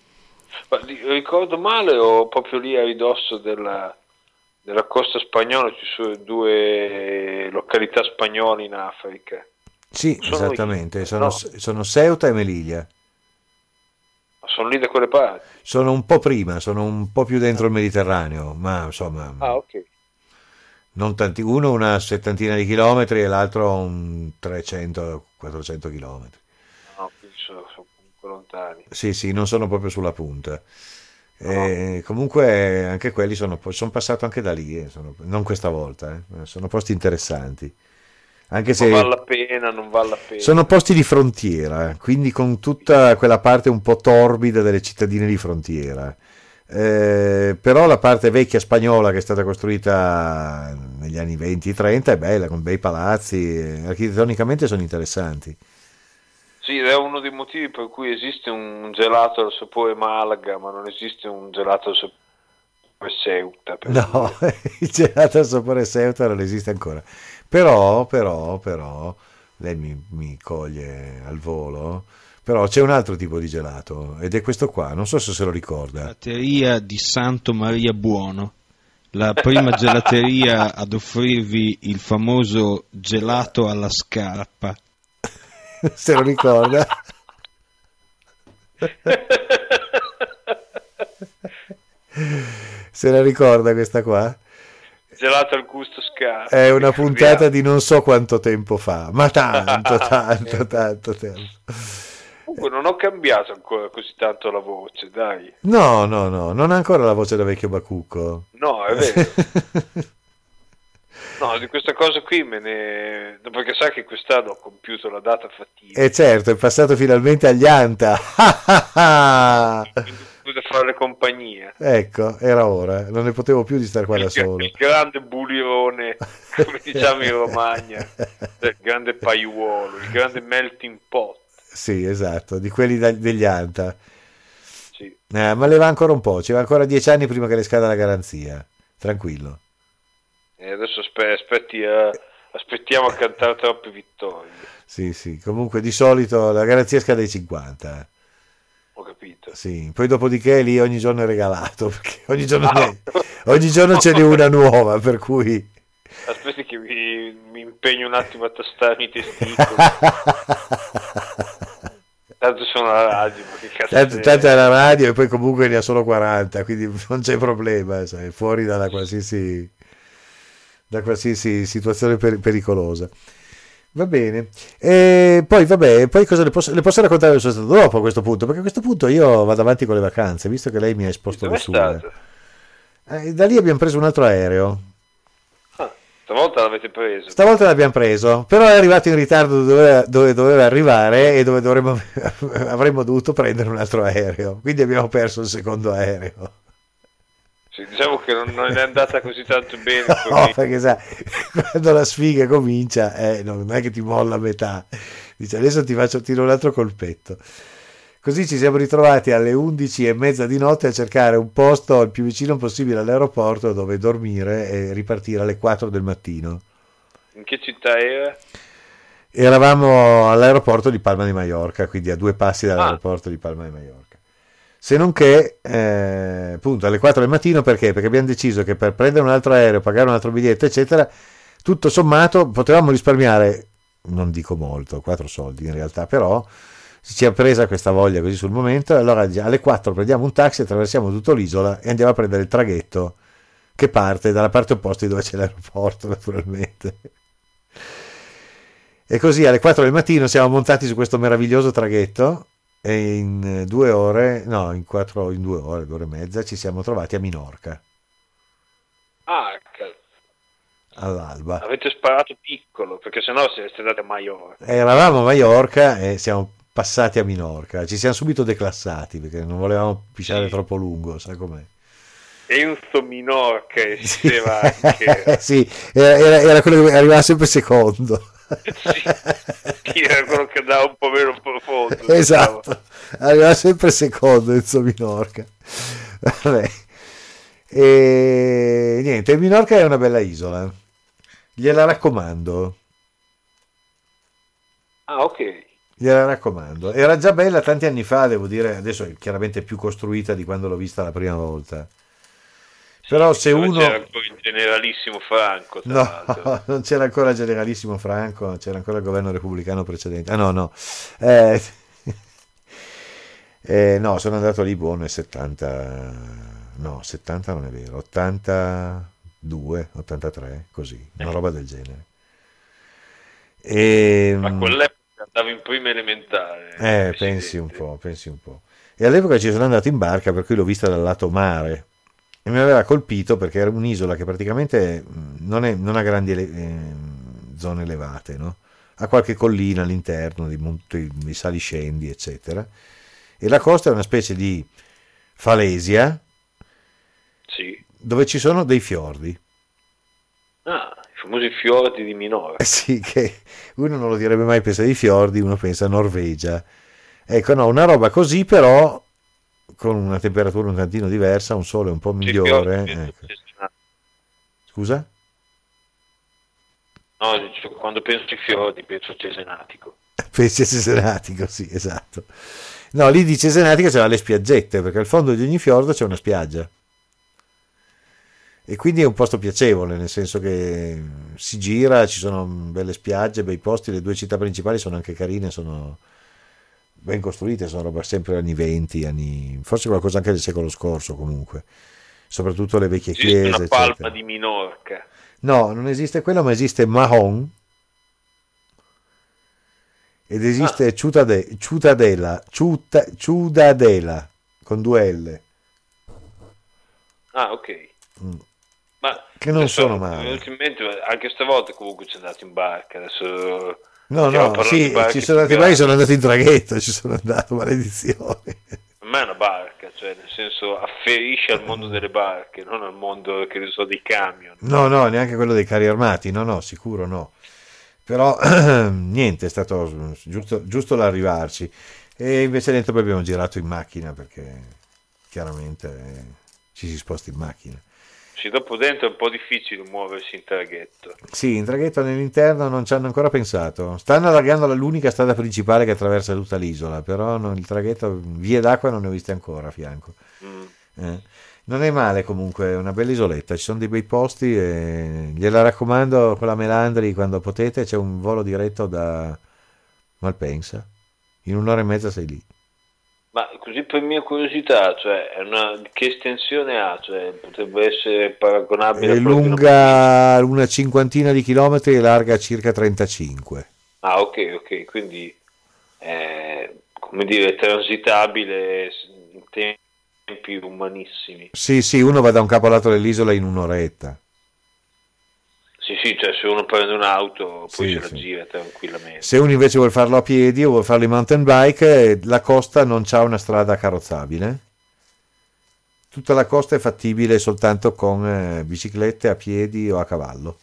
C: Ma di- ricordo male o proprio lì a ridosso della, della costa spagnola ci sono due località spagnole in Africa?
B: Sì,
C: Sono
B: esattamente,
C: io,
B: sono,
C: no,
B: sono Ceuta e Melilla.
C: sono lì da quelle parti.
B: Sono un po' prima, sono un po' più dentro il Mediterraneo, ma insomma,
C: Ah, ok.
B: non tanti, uno una settantina di chilometri e l'altro un trecento quattrocento chilometri.
C: No, quindi sono, sono comunque lontani.
B: Sì, sì, non sono proprio sulla punta.
C: No.
B: E comunque anche quelli sono, sono passato anche da lì, eh, sono- non questa volta, eh, sono posti interessanti. Anche
C: Ma vale
B: se
C: la pena, non vale la pena.
B: sono posti di frontiera, quindi con tutta quella parte un po' torbida delle cittadine di frontiera. Eh, però la parte vecchia spagnola che è stata costruita negli anni venti trenta è bella, con bei palazzi, eh, architettonicamente sono interessanti.
C: Sì, ed è uno dei motivi per cui esiste un gelato al sapore Malaga, ma non esiste un gelato al sapore Ceuta, per
B: No,
C: dire.
B: il gelato al sapore Ceuta non esiste ancora. Però, però, però, lei mi, mi coglie al volo. Però c'è un altro tipo di gelato ed è questo qua, non so se se lo ricorda.
D: Gelateria di Santo Maria Buono, la prima gelateria ad offrirvi il famoso gelato alla scarpa.
B: Se lo ricorda. Se la ricorda questa qua?
C: Gelato al gusto scarso.
B: È una puntata di non so quanto tempo fa, ma tanto, tanto,
C: Eh,
B: tanto tempo.
C: Comunque non ho cambiato ancora così tanto la voce, dai.
B: No, no, no, non ha ancora la voce da vecchio bacucco.
C: No, è vero. No, di questa cosa qui me ne... Perché sai che quest'anno ho compiuto la data fatica.
B: E certo, è passato finalmente agli Anta.
C: Quindi ho dovuto fare le compagnie.
B: Ecco, era ora, non ne potevo più di stare qua da
C: Il,
B: solo.
C: il grande bulirone, come diciamo in Romagna, il grande paiuolo, il grande melting pot.
B: Sì, esatto, di quelli da- degli Anta.
C: Sì.
B: Eh, ma le va ancora un po', ci va ancora dieci anni prima che le scada la garanzia. Tranquillo.
C: E adesso aspe- aspetti a- aspettiamo a cantare troppe vittorie.
B: Sì, sì, comunque di solito la garanzia scade ai cinquanta.
C: Ho capito.
B: Sì, poi dopodiché lì ogni giorno è regalato, perché ogni giorno,
C: Ah,
B: ne- ogni giorno ce n'è una nuova, per cui...
C: Aspetti che mi, mi impegno un attimo a tastarmi i testicoli. Tanto sono alla radio, ma che cazzo
B: Tanto,
C: è?
B: tanto è la radio e poi comunque ne ha solo quaranta, quindi non c'è problema, sai, fuori dalla qualsiasi, da qualsiasi situazione per- pericolosa. Va bene. E poi vabbè, poi cosa le posso, le posso raccontare del suo stato dopo a questo punto? Perché a questo punto io vado avanti con le vacanze, visto che lei mi ha esposto
C: Dove
B: le
C: è
B: sue.
C: stato?
B: Eh, da lì abbiamo preso un altro aereo.
C: Ah, stavolta l'avete preso.
B: Stavolta l'abbiamo preso, però è arrivato in ritardo dove, dove doveva arrivare e dove dovremmo, avremmo dovuto prendere un altro aereo. Quindi abbiamo perso il secondo aereo.
C: Sì, diciamo che non, non è andata così tanto bene.
B: No,
C: Così.
B: perché sai, quando la sfiga comincia, eh, non è che ti molla a metà. Dice adesso ti faccio tiro un altro colpetto. Così ci siamo ritrovati alle undici e mezza di notte a cercare un posto il più vicino possibile all'aeroporto dove dormire e ripartire alle quattro del mattino.
C: In che città era?
B: Eravamo all'aeroporto di Palma di Mallorca, quindi a due passi dall'aeroporto di Palma di Mallorca. Se non che, eh, appunto, alle quattro del mattino, perché? Perché abbiamo deciso che per prendere un altro aereo, pagare un altro biglietto, eccetera, tutto sommato potevamo risparmiare, non dico molto, quattro soldi in realtà, però ci ha presa questa voglia così sul momento, e allora alle quattro prendiamo un taxi, attraversiamo tutta l'isola e andiamo a prendere il traghetto che parte dalla parte opposta di dove c'è l'aeroporto, naturalmente. E così alle quattro del mattino siamo montati su questo meraviglioso traghetto e in due ore, no, in quattro, in due ore, due ore e mezza ci siamo trovati a Minorca
C: Ah, cazzo.
B: all'alba.
C: Avete sparato piccolo, perché sennò siete andati a Maiorca.
B: Eravamo a Maiorca e siamo passati a Minorca. Ci siamo subito declassati perché non volevamo pisciare
C: Sì.
B: troppo lungo, sai com'è?
C: Enzo Minorca esisteva anche.
B: Sì, era, era- era quello che arrivava sempre secondo.
C: Sì, era quello che andava un po' meno profondo.
B: Esatto, arriva sempre secondo Enzo Minorca. Vabbè. E niente, Minorca è una bella isola, gliela raccomando.
C: Ah, ok.
B: gliela raccomando. Era già bella tanti anni fa, devo dire, adesso è chiaramente più costruita di quando l'ho vista la prima volta. Però se
C: Dove
B: uno...
C: c'era ancora il generalissimo Franco, tra l'altro.
B: No, non c'era ancora il generalissimo Franco, c'era ancora il governo repubblicano precedente. Ah no, no. Eh, eh, no, sono andato lì buono e settanta... No, settanta non è vero, ottantadue, ottantatré, così, una roba del genere. E,
C: Ma quell'epoca andavo in prima elementare.
B: eh, pensi un po', pensi un po'. E all'epoca ci sono andato in barca, per cui l'ho vista dal lato mare. E mi aveva colpito perché era un'isola che praticamente non, è, non ha grandi ele- eh, zone elevate, no? Ha qualche collina all'interno, di, monti, di saliscendi, eccetera. E la costa è una specie di falesia,
C: Sì.
B: dove ci sono dei fiordi.
C: Ah, i famosi fiordi di Minorca.
B: Eh sì, che uno non lo direbbe mai, pensa ai fiordi, uno pensa a Norvegia. Ecco, no, una roba così però con una temperatura un tantino diversa, un sole un po' migliore. Ecco. Scusa?
C: No, dicevo, quando penso ai fiordi penso a Cesenatico.
B: Pensi a Cesenatico, sì, esatto. No, lì di Cesenatico c'erano le spiaggette, perché al fondo di ogni fiordo c'è una spiaggia. E quindi è un posto piacevole, nel senso che si gira, ci sono belle spiagge, bei posti, le due città principali sono anche carine, sono ben costruite, sono roba sempre anni venti, anni, forse qualcosa anche del secolo scorso comunque, soprattutto le vecchie
C: Esiste
B: chiese,
C: una palma
B: eccetera.
C: di Minorca.
B: No, non esiste quello, ma esiste Mahon ed esiste
C: Ah.
B: Ciutade- Ciutadella, Ciuta- Ciudadela con due L.
C: Ah, ok.
B: Mm.
C: Ma
B: Che non
C: adesso
B: sono
C: mi è
B: male.
C: venuto in mente, anche stavolta comunque ci è andato in barca. Adesso
B: No,
C: stiamo
B: no,
C: parlando
B: sì,
C: di barche
B: ci sono andati
C: più
B: mai, sono
C: grandi.
B: andato in traghetto, ci sono andato, maledizione.
C: Per me è una barca, cioè nel senso afferisce al mondo delle barche, non al mondo, che ne so, dei camion.
B: No, no, neanche quello dei carri armati, no, no, sicuro no. Però niente, è stato giusto, giusto l'arrivarci. E invece dentro poi abbiamo girato in macchina perché chiaramente eh, ci si sposta in macchina.
C: Sì, dopo dentro è un po' difficile muoversi in traghetto.
B: Sì, in traghetto nell'interno non ci hanno ancora pensato. Stanno allargando la- l'unica strada principale che attraversa tutta l'isola, però non- il traghetto, vie d'acqua non ne ho viste ancora a fianco.
C: Mm.
B: Eh. Non è male comunque, è una bella isoletta, ci sono dei bei posti e gliela raccomando con la Melandri quando potete, c'è un volo diretto da Malpensa, in un'ora e mezza sei lì.
C: Ma così per mia curiosità, cioè, è una, che estensione ha? Cioè, potrebbe essere paragonabile
B: È
C: a quello di una-
B: lunga una cinquantina di chilometri e larga circa trentacinque.
C: Ah, ok, ok, quindi è, come dire, transitabile in tempi umanissimi.
B: Sì, sì, uno va da un capo all'altro dell'isola in un'oretta.
C: Sì, sì, cioè se uno prende un'auto poi
B: Sì,
C: se la
B: sì.
C: gira tranquillamente.
B: Se uno invece vuole farlo a piedi o vuole farlo in mountain bike, eh, la costa non c'ha una strada carrozzabile. Tutta la costa è fattibile soltanto con eh, biciclette a piedi o a cavallo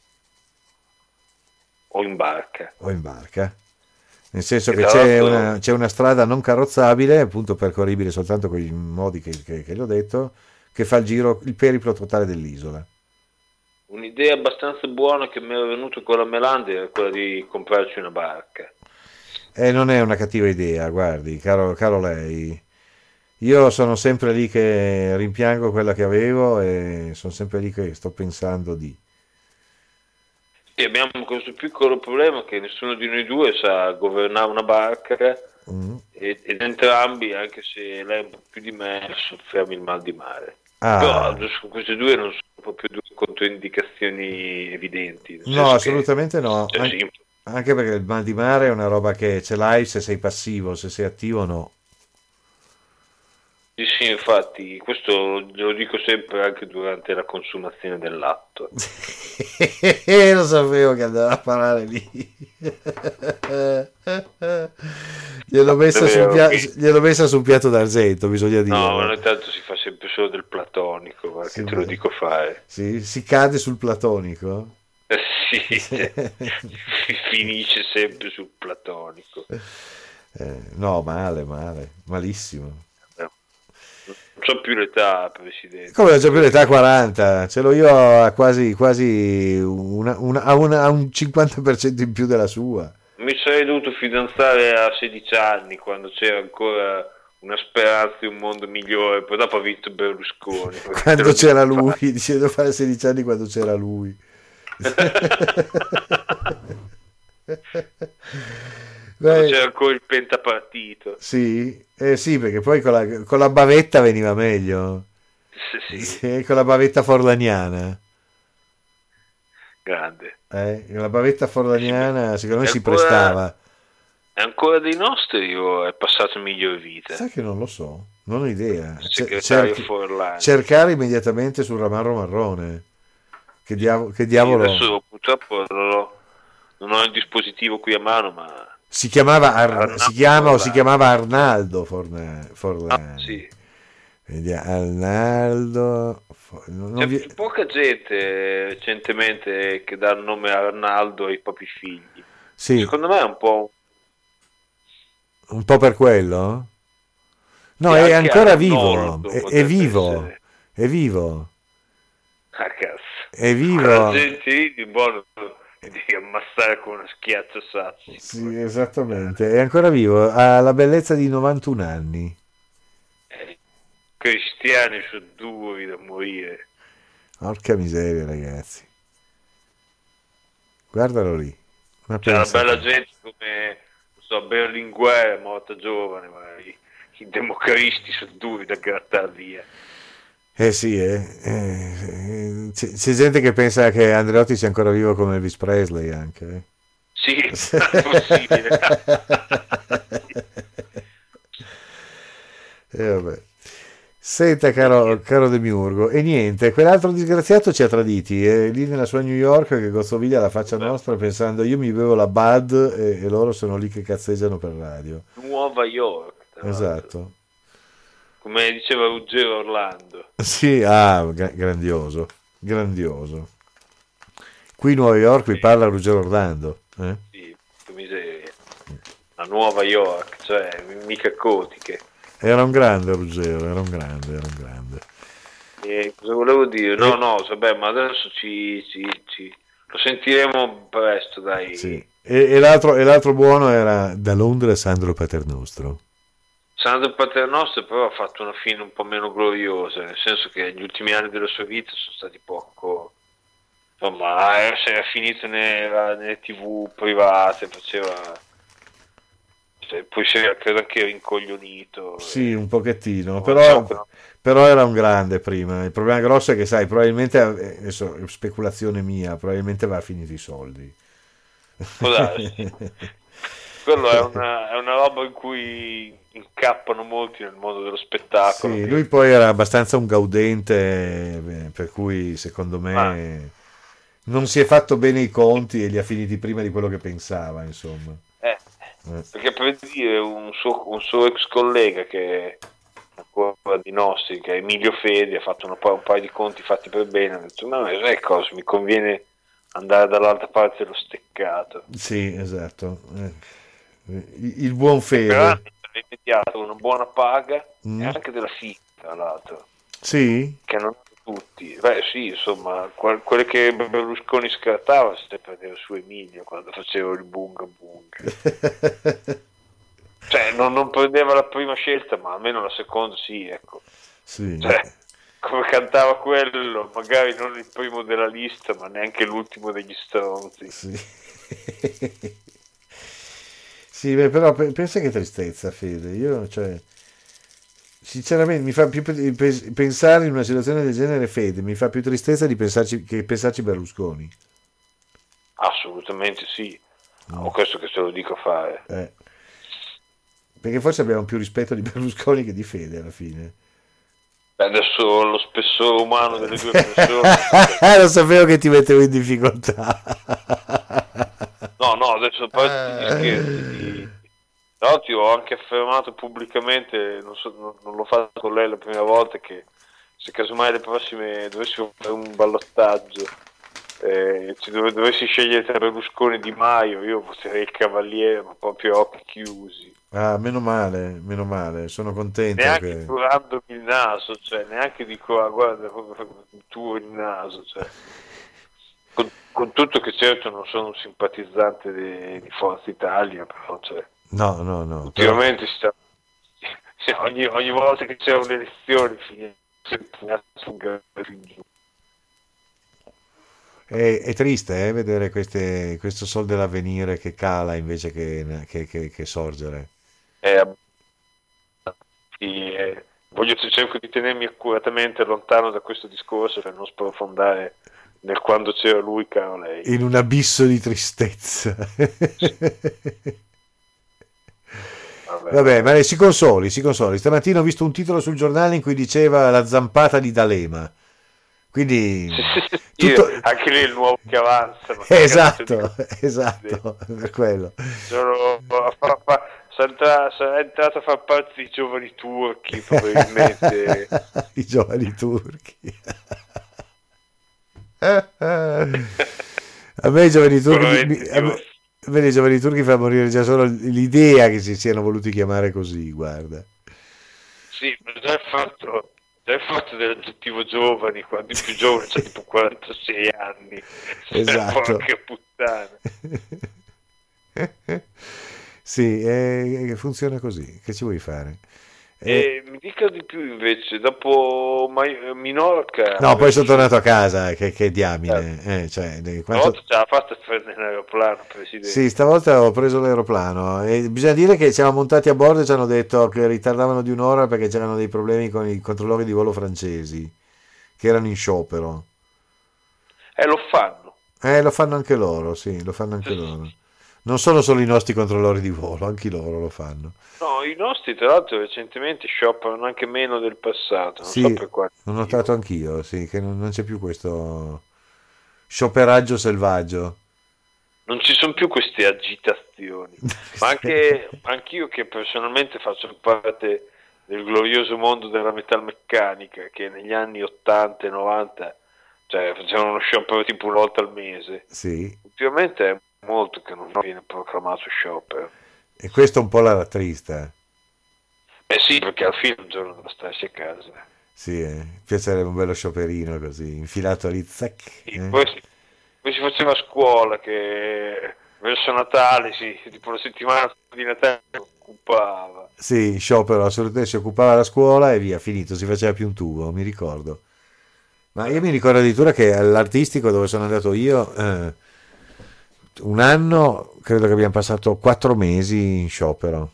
C: O in barca.
B: o in barca. Nel senso
C: E
B: che
C: tra
B: c'è
C: l'altro-
B: una, c'è una strada non carrozzabile, appunto percorribile soltanto con i modi che, che, che vi ho detto, che fa il giro, il periplo totale dell'isola.
C: Un'idea abbastanza buona che mi era venuta con la Melandri era quella di comprarci una barca.
B: E non è una cattiva idea, guardi, caro, caro lei. Io sono sempre lì che rimpiango quella che avevo e sono sempre lì che sto pensando di...
C: E abbiamo questo piccolo problema che nessuno di noi due sa governare una barca
B: Mm.
C: ed, ed entrambi, anche se lei un po' più di me, soffriamo il mal di mare.
B: Ah.
C: Però adesso queste due non sono proprio due controindicazioni evidenti. nel senso
B: No,
C: che-
B: assolutamente no.
C: cioè,
B: An-
C: sì,
B: Anche perché il mal di mare è una roba che ce l'hai se sei passivo, se sei attivo no.
C: sì, sì, infatti, questo lo dico sempre anche durante la consumazione del latte.
B: Lo sapevo che andava a parare lì. Gliel'ho messa, sul pia- gliel'ho messa su un piatto d'argento, bisogna dire.
C: No, ma ogni tanto si fa sempre solo del platonico, guarda,
B: Sì,
C: che te lo
B: beh.
C: dico fare.
B: Sì, si cade sul platonico.
C: Eh, sì, finisce sempre sul platonico.
B: Eh, no, male, male, malissimo.
C: Non so più l'età, Presidente.
B: Come ho già più l'età quaranta, ce l'ho io a quasi, quasi una, una- a, una- a un cinquanta per cento in più della sua.
C: mi sarei dovuto fidanzare a sedici anni, quando c'era ancora una speranza di un mondo migliore, poi dopo ha vinto Berlusconi.
B: Quando c'era lui, dice devo fare sedici anni quando c'era lui.
C: Quando
B: Beh,
C: c'era ancora il pentapartito.
B: sì, eh sì, perché poi con la, con la bavetta veniva meglio.
C: Sì, sì,
B: Sì, con la bavetta forlaniana.
C: grande.
B: Eh, la bavetta forlaniana secondo me
C: È
B: si
C: ancora-
B: prestava.
C: È ancora dei nostri o è passato miglior vita?
B: Sai che non lo so, non ho idea.
C: Il
B: Ce-
C: segretario
B: cerchi-
C: Forlani.
B: cercare immediatamente sul ramarro marrone. Che, diavo- che
C: Sì,
B: diavolo.
C: adesso purtroppo non ho, non ho il dispositivo qui a mano, ma
B: Si chiamava Ar-
C: Arnaldo
B: si chiama o si
C: Forlani.
B: chiamava Arnaldo Forna- Forlani.
C: Ah, sì.
B: Vediamo, Arnaldo. For- non- non
C: C'è
B: vi-
C: poca gente recentemente che dà il nome a Arnaldo ai propri figli.
B: Sì,
C: Secondo me è un po'.
B: un po' per quello. No,
C: E
B: è
C: anche
B: ancora
C: Arnoldo
B: vivo. È, è
C: potrebbe
B: vivo.
C: essere.
B: È vivo.
C: Ah, cazzo.
B: È vivo.
C: La gente lì di buono devi ammassare con una schiaccia sassi.
B: Sì, esattamente. È ancora vivo. Ha la bellezza di novantuno anni.
C: Eh, cristiani sono duri da morire.
B: Porca miseria, ragazzi. Guardalo lì. Ma
C: C'è una
B: pensa
C: bella
B: te.
C: gente come, non so, Berlinguer è morta giovane, ma i, i democristi sono duri da grattare via.
B: Eh sì, eh. Eh, c'è, c'è gente che pensa che Andreotti sia ancora vivo come Elvis Presley anche. eh.
C: Sì, è possibile.
B: E vabbè. Senta, caro, caro Demiurgo, e niente, quell'altro disgraziato ci ha traditi, è lì nella sua New York che gozzoviglia la faccia nostra pensando io mi bevo la Bud e, e loro sono lì che cazzeggiano per radio.
C: Nuova York, tra l'altro.
B: Esatto.
C: Come diceva Ruggero Orlando.
B: Sì, ah, gra- grandioso, grandioso. Qui a New York vi parla Ruggero Orlando. Eh?
C: Sì, che miseria. La Nuova York, cioè mica cotiche.
B: Era un grande Ruggero, era un grande, era un grande.
C: E cosa volevo dire? No, no, vabbè, ma adesso ci, ci, ci- lo sentiremo presto, dai.
B: Sì. E, e l'altro, e l'altro buono era da Londra Sandro Paternostro.
C: Sandro Paternostro però ha fatto una fine un po' meno gloriosa, nel senso che gli ultimi anni della sua vita sono stati poco, insomma, eh, si era finito nella- nelle tv private, faceva, cioè, poi si era, credo anche rincoglionito.
B: Sì, un pochettino,
C: Non
B: però,
C: so, però-
B: però era un grande prima. Il problema grosso è che, sai, probabilmente, eh, adesso è speculazione mia, probabilmente va a finire i soldi.
C: Può darsi. Quello è una, è una roba in cui incappano molti nel mondo dello spettacolo.
B: Sì,
C: che-
B: lui poi era abbastanza un gaudente, eh, per cui secondo me
C: Ah.
B: non si è fatto bene i conti e li ha finiti prima di quello che pensava, insomma.
C: Eh,
B: Eh.
C: perché per dire un suo, un suo ex collega che ancora di nostri, che è Emilio Fedi, ha fatto una, pa- un paio di conti fatti per bene, ha detto ma sai cosa, mi conviene andare dall'altra parte dello steccato.
B: Sì, esatto. Eh. Il il buon
C: Per
B: Fede.
C: anni ha immediato una buona paga
B: Mm.
C: e anche della figa, tra l'altro,
B: Sì?
C: che non hanno tutti. Beh sì, insomma, qual- quelle che Berlusconi scartava se prendeva su Emilio quando faceva il bunga bunga. Cioè, non, non prendeva la prima scelta, ma almeno la seconda sì, ecco.
B: Sì.
C: Cioè, come cantava quello, magari non il primo della lista, ma neanche l'ultimo degli stronzi.
B: Sì. Sì, beh, però pe- pensa che tristezza, Fede. Io, cioè, sinceramente, mi fa più pe- pe- pensare in una situazione del genere, Fede, mi fa più tristezza di pensarci che pensarci Berlusconi.
C: Assolutamente sì.
B: No.
C: Ho questo che te lo dico a fare.
B: Eh. Perché forse abbiamo più rispetto di Berlusconi che di Fede alla fine.
C: Beh, adesso lo spessore umano delle due persone.
B: Lo sapevo che ti mettevo in difficoltà.
C: No, no, adesso a parte gli scherzi. Ti... No, ti ho anche affermato pubblicamente, non, so, non, non l'ho fatto con lei la prima volta, che se casomai le prossime dovessimo fare un ballottaggio, eh, ci dov- dovessi scegliere tra Berlusconi e Di Maio, io voterei il Cavaliere, ma proprio a occhi chiusi.
B: Ah, meno male, meno male, sono contento
C: Neanche
B: che...
C: curandomi il naso, cioè neanche dico ah, guarda tu il naso, cioè. con, con tutto che certo non sono un simpatizzante di, di Forza Italia, però cioè,
B: No, no, no. Però...
C: ultimamente si sta, cioè, ogni, ogni volta che c'è un'elezione finisce sempre un grado in giù.
B: È, è triste eh, vedere queste, questo sol dell'avvenire che cala invece che, che, che, che sorgere.
C: Eh, eh, voglio, cerco di tenermi accuratamente lontano da questo discorso per non sprofondare nel quando c'era lui, caro lei.
B: In un abisso di tristezza.
C: Vabbè,
B: Vabbè, ma lei si consoli, si consoli. Stamattina ho visto un titolo sul giornale in cui diceva la zampata di D'Alema. Quindi tutto...
C: Io, anche lì il nuovo che avanza.
B: Esatto, esatto, per quello.
C: Sono, fa, fa, sarà, sarà entrato a far parte dei giovani turchi, probabilmente.
B: I giovani turchi. A me i giovani turchi mi, a me, a me i giovani turchi fa morire già solo l'idea che si siano voluti chiamare così, guarda.
C: Sì, ma già il fatto, già il fatto dell'aggettivo giovani, quando il più giovane c'ha tipo quarantasei anni.
B: Esatto.
C: Porca puttana.
B: Sì, eh, funziona così, che ci vuoi fare?
C: E mi dica di più invece, dopo Ma- Minorca...
B: No, poi sono tornato a casa, che, che diamine. Eh, cioè, quanto...
C: Stavolta ce l'ha fatta a prendere l'aeroplano, Presidente.
B: Sì, stavolta ho preso l'aeroplano e bisogna dire che siamo montati a bordo e ci hanno detto che ritardavano di un'ora perché c'erano dei problemi con i controllori di volo francesi, che erano in sciopero.
C: Eh, lo fanno.
B: Eh, lo fanno anche loro, sì, lo fanno anche
C: Sì.
B: loro. Non sono solo i nostri controllori di volo, anche loro lo fanno.
C: No, i nostri tra l'altro recentemente scioperano anche meno del passato, non
B: Sì,
C: so per quale
B: ho
C: motivo.
B: notato anch'io, sì, che non, non c'è più questo scioperaggio selvaggio.
C: Non ci sono più queste agitazioni, ma anche anch'io che personalmente faccio parte del glorioso mondo della metalmeccanica, che negli anni ottanta e novanta cioè, facevano uno sciopero tipo una volta al mese.
B: Sì,
C: Ultimamente è molto che non viene proclamato sciopero.
B: e questo un po' la rattrista.
C: Eh sì, perché alla fine un giorno devo starsi a casa.
B: Sì, eh. Mi piacerebbe un bello scioperino così, infilato lì, zac,
C: Sì,
B: eh.
C: poi, si, poi si faceva a scuola che verso Natale, sì, tipo la settimana di Natale si occupava.
B: Sì, sciopero, assolutamente si occupava la scuola e via, finito, si faceva più un tubo, mi ricordo. Ma io mi ricordo addirittura che all'artistico dove sono andato io, eh, un anno, credo che abbiamo passato quattro mesi in sciopero.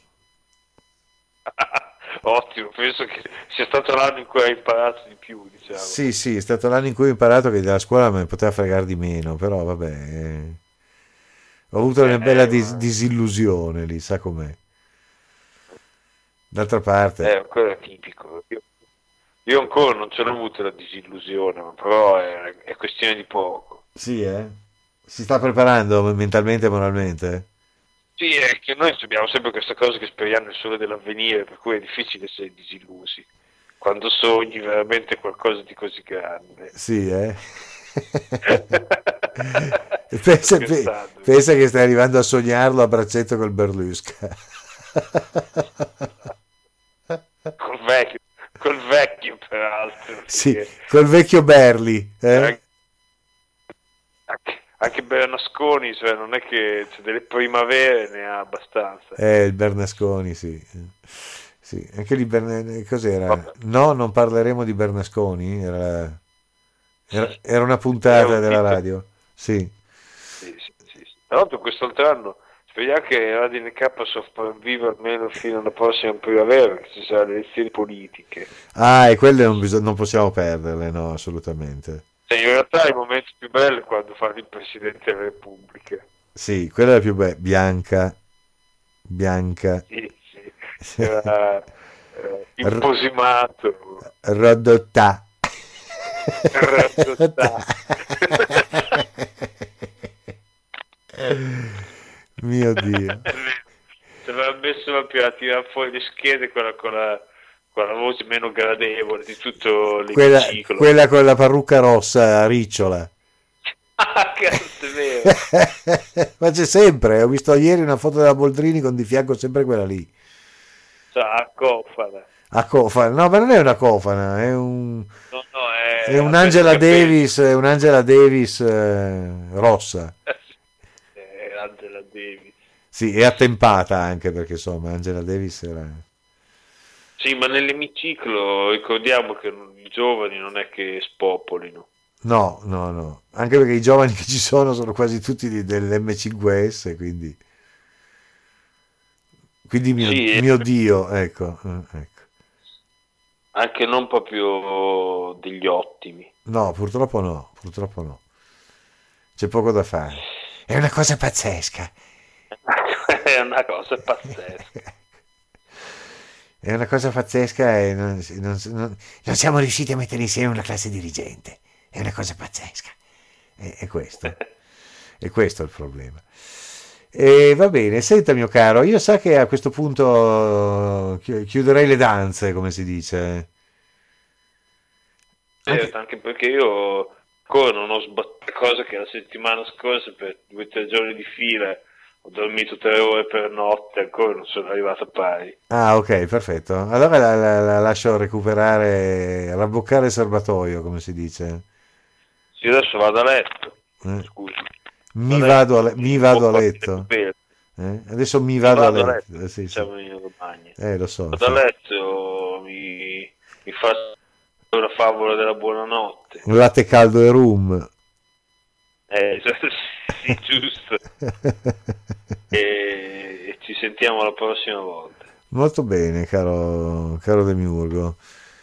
C: Ottimo, penso che sia stato l'anno in cui hai imparato di più, diciamo.
B: Sì, sì, è stato l'anno in cui ho imparato che dalla scuola me ne poteva fregare di meno, però vabbè, eh, ho avuto una
C: Eh,
B: bella
C: ma-
B: dis- disillusione lì, sa com'è. D'altra parte,
C: Eh, quello è tipico. Io, io ancora non ce l'ho avuta la disillusione, ma però è, è questione di poco.
B: sì, eh? Si sta preparando mentalmente e moralmente?
C: Sì, è che noi abbiamo sempre questa cosa che speriamo nel sole dell'avvenire, per cui è difficile essere disillusi quando sogni veramente qualcosa di così grande.
B: Sì, eh? pensa, pe-
C: Scherzando.
B: pensa che stai arrivando a sognarlo a braccetto col Berlusca.
C: Col vecchio, col vecchio peraltro.
B: Sì,
C: perché
B: col vecchio Berli. Eh?
C: anche, anche- anche Bernasconi, cioè non è che cioè, delle primavere ne ha abbastanza.
B: Eh, il Bernasconi, sì. Sì, anche lì Bern- cos'era?
C: Vabbè.
B: No, non parleremo di Bernasconi, era, era, era una puntata
C: Era un
B: della
C: titolo.
B: radio. Sì.
C: Sì, sì, sì, sì. Tra l'altro quest'altro anno speriamo che Radio N K sopravviva almeno fino alla prossima primavera, che ci saranno le elezioni politiche.
B: Ah, e quelle non, bisog- non possiamo perderle, no, assolutamente.
C: Cioè, in realtà il momento più bello è quando fanno il Presidente della Repubblica.
B: Sì, quella è la più bella. Bianca, bianca,
C: Sì, sì. Era eh, imposimato.
B: rodotta.
C: Rodotta.
B: Mio Dio.
C: Se aveva messo proprio a tirare fuori le schede quella con la, con la voce meno gradevole di tutto
B: Quella,
C: l'emiciclo.
B: quella con la parrucca rossa, ricciola.
C: Ah, cazzo, è vero.
B: Ma c'è sempre, ho visto ieri una foto della Boldrini con di fianco sempre quella lì.
C: Cioè, a cofana.
B: A cofana, no, ma non è una cofana, è un...
C: No, no, è
B: è un'Angela Davis, è un'Angela Davis eh, rossa.
C: Eh, Angela Davis.
B: Sì, è attempata anche perché insomma Angela Davis era...
C: Sì, ma nell'emiciclo ricordiamo che i giovani non è che spopolino.
B: No, no, no, anche perché i giovani che ci sono sono quasi tutti di- dell'emme cinque esse, quindi, quindi mio,
C: Sì,
B: mio Dio, ecco, eh, ecco.
C: anche non proprio degli ottimi.
B: No, purtroppo no, purtroppo no. C'è poco da fare. È una cosa pazzesca.
C: È una cosa pazzesca.
B: È una cosa pazzesca e non, non- non- non siamo riusciti a mettere insieme una classe dirigente. È una cosa pazzesca. È, è questo. È questo il problema. E va bene, senta mio caro, io sa che a questo punto chi- chiuderei le danze, come si dice. Anche-
C: Certo, anche perché io ancora non ho sbattuto, cosa che la settimana scorsa per due o tre giorni di fila ho dormito tre ore per notte, ancora non sono arrivato a pari.
B: Ah, ok, perfetto. Allora la, la- la lascio recuperare, rabboccare il serbatoio, come si dice.
C: Sì, adesso vado a letto.
B: Eh.
C: Scusi.
B: Mi
C: Vado
B: vado a, le- mi vado a
C: Può
B: letto.
C: partire
B: Eh? Adesso mi vado,
C: vado
B: a
C: a
B: letto.
C: letto,
B: Eh, sì, sì.
C: diciamo in Romagna.
B: Eh, lo so.
C: Vado a letto, mi, mi fa una favola della buonanotte.
B: Un latte caldo e rum.
C: Eh, sì, giusto. E, e ci sentiamo la prossima volta.
B: Molto bene, caro, caro Demiurgo.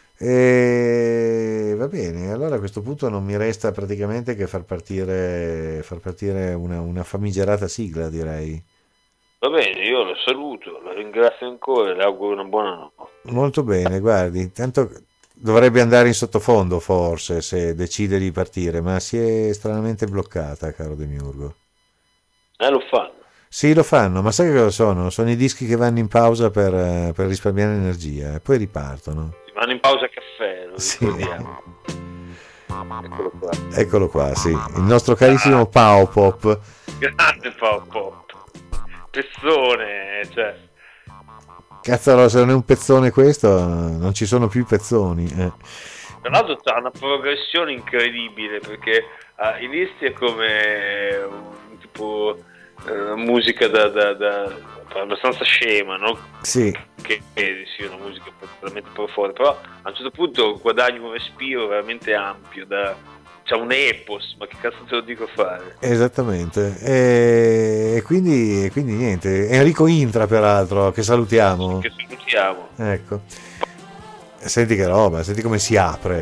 B: E va bene, allora a questo punto non mi resta praticamente che far partire, far partire una, una famigerata sigla, direi.
C: Va bene, io lo saluto, la ringrazio ancora e le auguro una buona notte.
B: Molto bene, guardi, intanto dovrebbe andare in sottofondo forse se decide di partire, ma si è stranamente bloccata, caro Demiurgo.
C: Eh, lo fanno.
B: Sì, lo fanno, ma sai che cosa sono? Sono i dischi che vanno in pausa per, eh, per risparmiare energia e poi ripartono.
C: Si vanno in pausa caffè, lo
B: Sì.
C: ricordiamo. Eccolo qua.
B: Eccolo qua, sì, il nostro carissimo Pau Pop.
C: Grande Pau Pop. Pezzone, cioè.
B: Cazzaro, se non è un pezzone questo, non ci sono più i pezzoni. eh.
C: Tra l'altro ha una progressione incredibile perché ah, inizia come un tipo eh, musica da, da, da abbastanza scema, no?
B: Sì,
C: Che eh, sì, una musica veramente profonda, però a un certo punto guadagni un respiro veramente ampio, da, c'è un epos, ma che cazzo te lo dico fare?
B: esattamente. E, e quindi, e quindi niente. Enrico Intra, peraltro, che salutiamo.
C: Che salutiamo.
B: Ecco. Senti che roba, senti come si apre.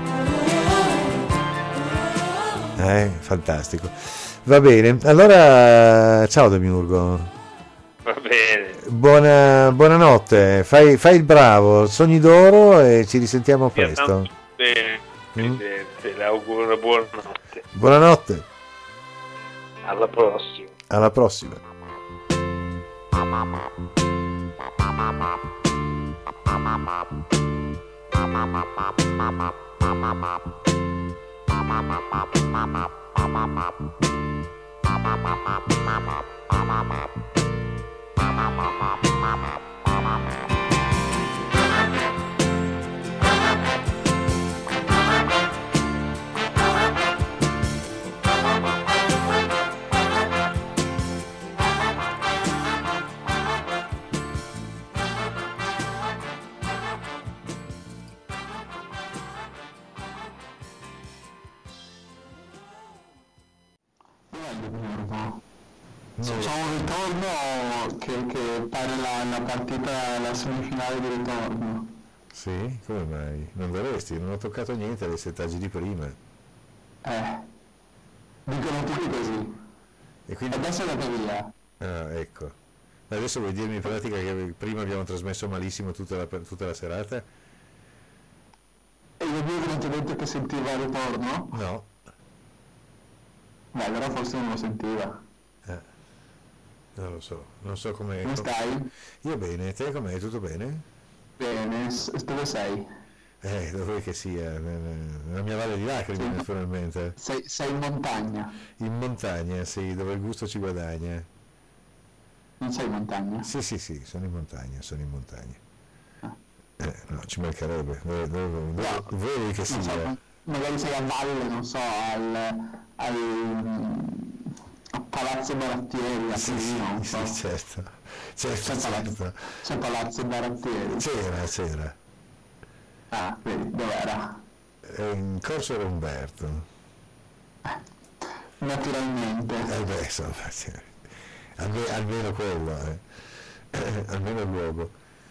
B: Eh, fantastico. Va bene, allora ciao Demiurgo.
C: Va bene.
B: Buona, buonanotte, fai, fai il bravo, sogni d'oro e ci risentiamo
C: Stia
B: presto.
C: tanto bene,
B: Mm.
C: Presidente, le auguro una buona notte.
B: Buonanotte,
C: Alla prossima.
B: alla prossima.
E: C'è un ritorno che, che pare la, la partita, la semifinale di ritorno.
B: Sì, come mai? Non dovresti, non ho toccato niente alle settaggi di prima.
E: Eh, dicono tutti così.
B: E quindi...
E: Adesso è andata via.
B: Ah, ecco. Adesso vuoi dirmi in pratica che prima abbiamo trasmesso malissimo tutta la, tutta la serata?
E: E io avevo non ti ho detto che sentiva il ritorno?
B: No.
E: Beh, allora forse non lo sentiva.
B: Eh, non lo so, non so come...
E: Come stai?
B: Io bene, te com'è? Tutto bene?
E: Bene, s- dove sei?
B: Eh, dove vuoi che sia? Nella mia valle di lacrime,
E: Sì.
B: naturalmente.
E: Sei, sei in montagna.
B: In montagna, sì, dove il gusto ci guadagna.
E: Non sei in montagna?
B: Sì, sì, sì, sono in montagna, sono in montagna.
E: Ah.
B: Eh, no, ci mancherebbe. Dove, dove, dove, dove vuoi che
E: Non so,
B: sia?
E: con, magari sei a valle, non so, al, al a Palazzo Barattieri a
B: Sì,
E: Torino, non
B: sì,
E: so.
B: sì, certo, certo,
E: C'è Palazzo,
B: certo.
E: c'è Palazzo Barattieri.
B: C'era, c'era.
E: Ah, vedi, dov'era?
B: È in Corso Romberto.
E: Naturalmente.
B: Eh beh, insomma, sì. Alme- almeno quello, eh. Eh, almeno il luogo.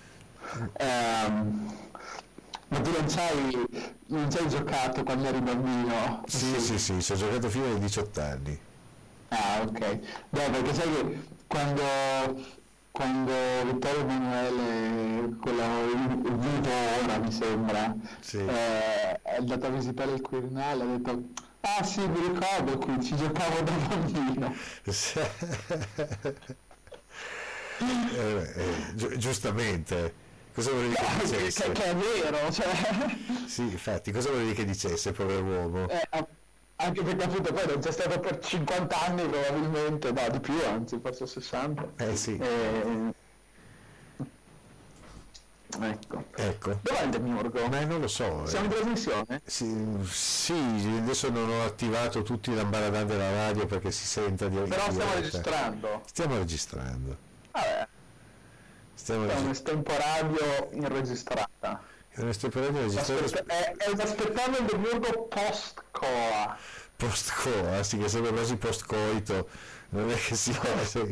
E: Ehm, ma tu non ci hai, non ci hai giocato quando eri bambino?
B: Sì, sì, sì, ci ho giocato fino ai diciotto anni.
E: Ah, ok. No, perché sai che quando, quando Vittorio Emanuele, quello vivo ora mi sembra,
B: Sì.
E: eh, è andato a visitare il Quirinale, ha detto ah sì, mi ricordo qui, ci giocavo da bambino.
B: Eh, eh, gi- giustamente, cosa volevi che
E: Che,
B: dicesse?
E: che è vero, cioè...
B: Sì, infatti, cosa volevi che dicesse, povero uomo?
E: Eh, a- anche perché appunto poi non c'è stato per cinquanta anni probabilmente, no di più, anzi forse sessanta.
B: Eh sì,
E: Eh, ecco.
B: ecco.
E: Dov'è il Demiurgo?
B: Ma non lo so.
E: Siamo in
B: eh.
E: trasmissione?
B: Sì, sì, adesso non ho attivato tutti i lambaradà della radio perché si senta di
E: Però
B: di
E: stiamo
B: diretta.
E: registrando.
B: Stiamo registrando.
E: Vabbè,
B: Stiamo
E: è un
B: registrando.
E: estemporaneo inregistrata.
B: È un estemporaneo registrato
E: Aspetta- è, è aspettando il Demiurgo post-coa.
B: post-coa, sì, che sembra quasi post-coito, non è che sia...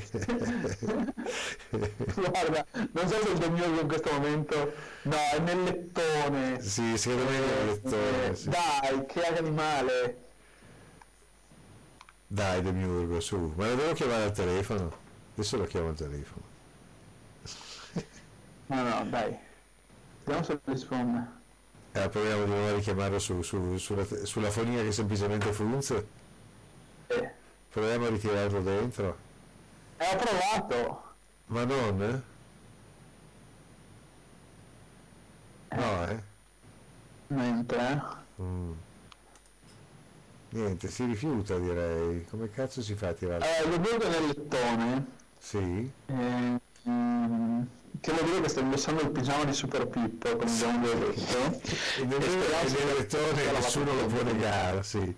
E: Guarda, non so se il Demiurgo in questo momento... No, è nel lettone.
B: Sì, secondo me è il
E: Eh,
B: lettore, sì.
E: Dai, che animale.
B: Dai, Demiurgo, su, ma lo devo chiamare al telefono? Adesso lo chiamo al telefono.
E: No, no, dai. Vediamo se risponde.
B: Eh, proviamo di nuovo a richiamarlo su, su- sulla, sulla fonia che semplicemente funziona.
E: Eh.
B: Proviamo a ritirarlo dentro.
E: E ho provato.
B: Ma non? Eh? No, eh?
E: Mentre...
B: Mm. Niente, si rifiuta, direi. Come cazzo si fa a tirarlo?
E: Eh, lo vedo nel lettone.
B: Sì?
E: Eh, mm, che vuol dire che sto indossando il pigiama di Super Pippo, come abbiamo già detto.
B: E nel,
E: speriamo
B: e
E: sia-
B: nel lettone
E: sia
B: nessuno
E: lavato
B: lo può
E: bene.
B: negare, sì.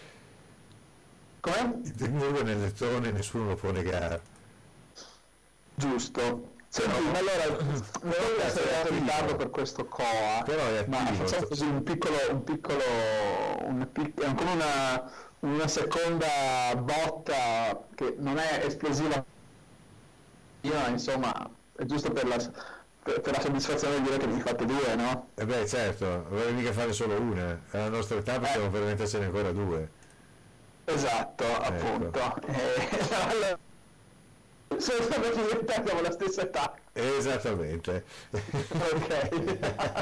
E: Come?
B: Il Demiurgo nel lettone nessuno lo può negare.
E: Giusto. Senti, ma allora, non voglio essere in ritardo per questo coa,
B: Però è
E: ma
B: attivo.
E: facciamo così un piccolo, un piccolo, un pic- ancora una, una seconda botta che non è esplosiva, io, insomma, è giusto per la, per, per la soddisfazione di dire che ne fate due, no?
B: E beh, certo, non vorrei mica fare solo una. Alla nostra età possiamo permettercene ancora due.
E: Esatto, appunto. E, allora, sono stato diventati siamo la stessa età.
B: Esattamente.
E: Ok.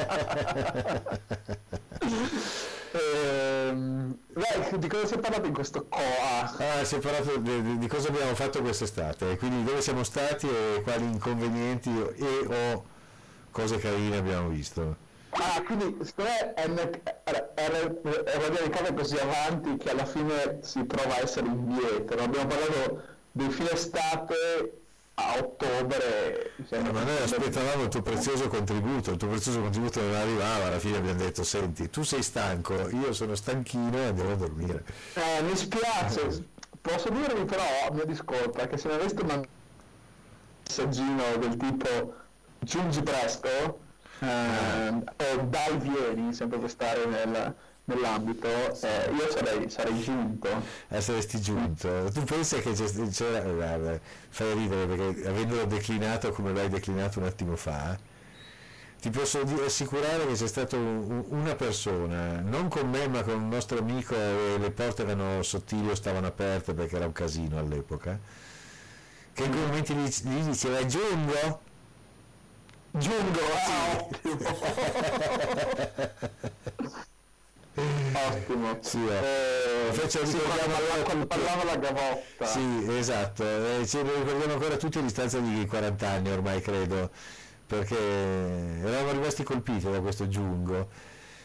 E: Ehm, dai, di cosa si è parlato in questo coa?
B: Ah, si è parlato di, di- di cosa abbiamo fatto quest'estate, quindi dove siamo stati e quali inconvenienti e o cose carine abbiamo visto.
E: Ah, quindi secondo me R Radio N K è così avanti che alla fine si prova a essere indietro. Abbiamo parlato del fine estate a ottobre.
B: Eh, ma noi aspettavamo il tuo prezioso contributo, il tuo prezioso contributo non arrivava, alla fine abbiamo detto senti, tu sei stanco, io sono stanchino e andiamo a dormire.
E: Eh, mi spiace, posso dirvi però, a mia discolpa, che se mi aveste mandato un messaggino del tipo giungi presto, eh, o dai vieni, sempre per stare nel, nell'ambito, eh, io sarei, sarei giunto.
B: Eh, saresti giunto. Tu pensi che c'è- c'era, guarda, fai ridere perché avendolo declinato come l'hai declinato un attimo fa, ti posso di- assicurare che c'è stata una persona, non con me ma con un nostro amico, e le porte erano sottili o stavano aperte perché era un casino all'epoca, che in quei momenti gli, gli diceva giungo?
E: Giungo, ah, ottimo. Ottimo.
B: Sì, eh.
E: Eh,
B: Invece
E: sì,
B: ricordiamo
E: quando,
B: allora
E: quando
B: tutto.
E: parlava la gavotta.
B: Sì, esatto, eh, ce lo ricordiamo ancora tutti a distanza di quaranta anni ormai credo, perché eravamo rimasti colpiti da questo giungo.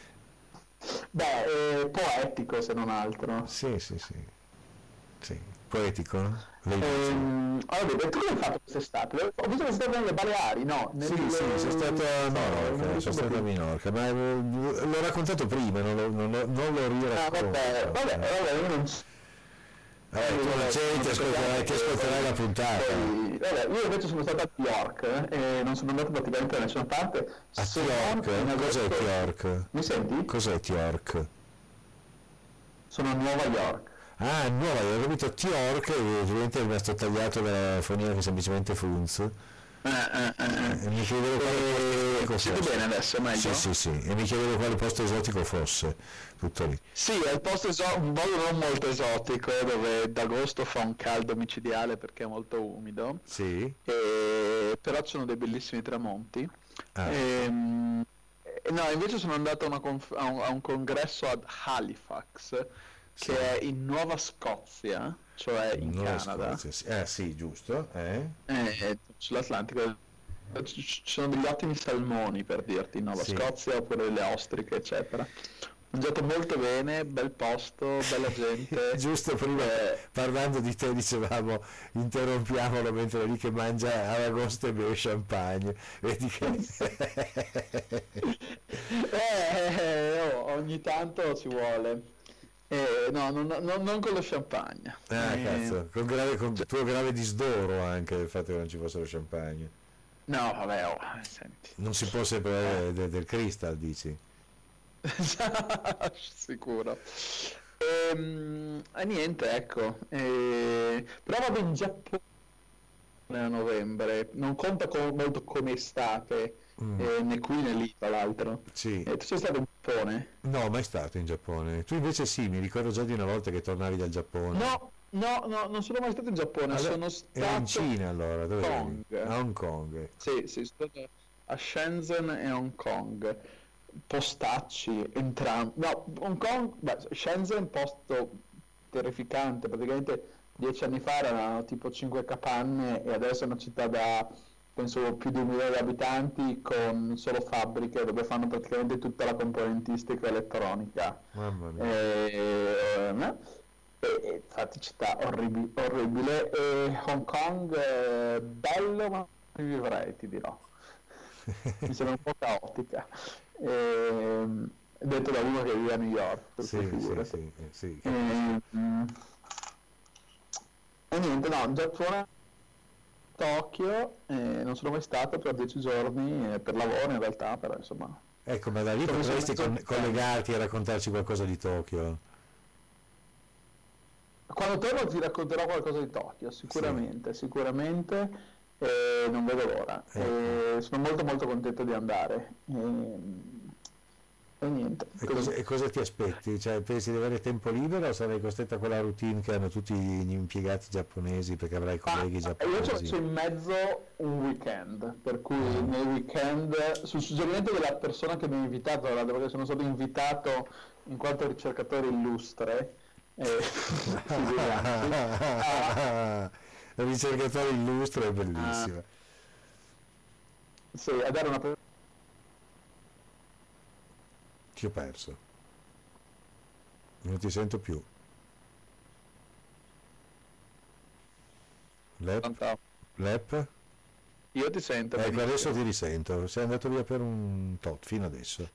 E: Beh, eh, poetico se non altro.
B: Sì, sì, sì, sì. poetico? Lei dice.
E: Ehm, allora, beh, tu cosa hai fatto quest'estate? Ho visto che sei stato nelle Baleari, no?
B: Sì,
E: Nel-
B: sì, sono stato a
E: no,
B: Minorca,
E: non
B: sono
E: so
B: stato a
E: più.
B: Minorca, ma eh, l'ho raccontato prima, non lo, non lo, non lo
E: Ah,
B: riracconto.
E: vabbè, vabbè, vabbè, io non so.
B: Eh, tu non c'eri, ti ascolterai, ti ascolterai la puntata.
E: Poi, vabbè, io invece sono stato a York eh, e non sono andato praticamente da nessuna parte.
B: A
E: Se non
B: York?
E: in
B: Cos'è
E: agosto-
B: York?
E: Mi senti?
B: Cos'è York?
E: Sono a Nuova York.
B: Ah, nuova, ho capito York, evidentemente è rimasto tagliato dalla fonia che semplicemente Funz.
E: Eh, eh, eh.
B: E mi chiedevo quale posto esotico
E: Siete
B: fosse.
E: bene adesso, meglio?
B: Sì, sì, sì, e mi chiedevo quale posto esotico fosse, tutto lì.
E: Sì, è il posto eso- un posto non molto esotico dove d'agosto fa un caldo micidiale perché è molto umido,
B: Sì?
E: e... però ci sono dei bellissimi tramonti.
B: Ah.
E: Ehm, e no, invece sono andato a, una conf- a, un, a un congresso ad Halifax,
B: Sì.
E: che è in Nuova Scozia, cioè in
B: Nuova
E: Canada,
B: Scozia, sì. Eh sì, giusto, eh?
E: eh, sull'Atlantico. Ci ci sono degli ottimi salmoni, per dirti, in Nuova
B: Sì.
E: Scozia, oppure le ostriche, eccetera. Ho mangiato molto bene, bel posto, bella gente.
B: Giusto prima
E: Eh,
B: parlando di te dicevamo interrompiamolo mentre è lì che mangia aragoste e beve champagne, vedi che
E: eh, eh, oh, ogni tanto ci vuole. Eh, no, non, non- non con lo champagne.
B: ah
E: Eh,
B: cazzo, con grave, con tuo grave disdoro anche del fatto che non ci fossero champagne,
E: No, vabbè, oh, senti.
B: non si può sempre avere del, del Crystal, dici?
E: Sicuro. Ehm, E niente, ecco. Eh, però vado in Giappone a novembre. Non conta co- molto come estate,
B: Mm.
E: eh, né qui né lì, tra l'altro.
B: Sì.
E: Eh, tu sei stato in Giappone?
B: No, mai stato in Giappone. Tu invece sì, mi ricordo già di una volta che tornavi dal Giappone.
E: No, no, no, non sono mai stato in Giappone.
B: Allora,
E: sono
B: era in
E: stato
B: Cina allora, dove eri?
E: Hong Kong.
B: A Hong Kong.
E: Sì, sì, sono stato a Shenzhen e Hong Kong. Postacci, entrambi. No, Hong Kong, beh, Shenzhen è un posto terrificante, praticamente dieci anni fa erano tipo cinque capanne e adesso è una città da, penso, più di un milione di abitanti con solo fabbriche dove fanno praticamente tutta la componentistica elettronica.
B: Mamma mia.
E: E, no? E- e infatti città orribi- orribile, e Hong Kong è bello ma non vivrei, ti dirò. Mi sembra un po' caotica. Ehm, detto da uno che vive a New York, per
B: Sì,
E: cui
B: sì,
E: figurati.
B: sì, eh, sì.
E: Ehm, E niente, no, in Giappone, Tokyo, eh, non sono mai stato per dieci giorni, eh, per lavoro in realtà, però insomma.
B: Ecco, ma da lì
E: Come
B: potresti
E: sono-
B: con- collegarti e raccontarci qualcosa di Tokyo.
E: Quando torno ti racconterò qualcosa di Tokyo, sicuramente, sicuramente, e non vedo l'ora.
B: Ecco.
E: E sono molto molto contento di andare. E, e niente.
B: E
E: così.
B: cosa, e cosa ti aspetti? Cioè, pensi di avere tempo libero o sarai costretto a quella routine che hanno tutti gli impiegati giapponesi perché avrai colleghi
E: Ah, io ci ho
B: giapponesi?
E: messo in mezzo un weekend, per cui
B: Mm.
E: nel weekend, sul suggerimento della persona che mi ha invitato, guarda, perché sono stato invitato in quanto ricercatore illustre, eh, figuriamoci, a-
B: Il ricercatore illustre è bellissimo.
E: Ah. sì, a dare una pre-
B: Ti ho perso. Non ti sento più. Lep? Lep?
E: Io ti sento.
B: Ecco,
E: benissimo.
B: adesso ti risento. Sei andato via per un tot fino adesso.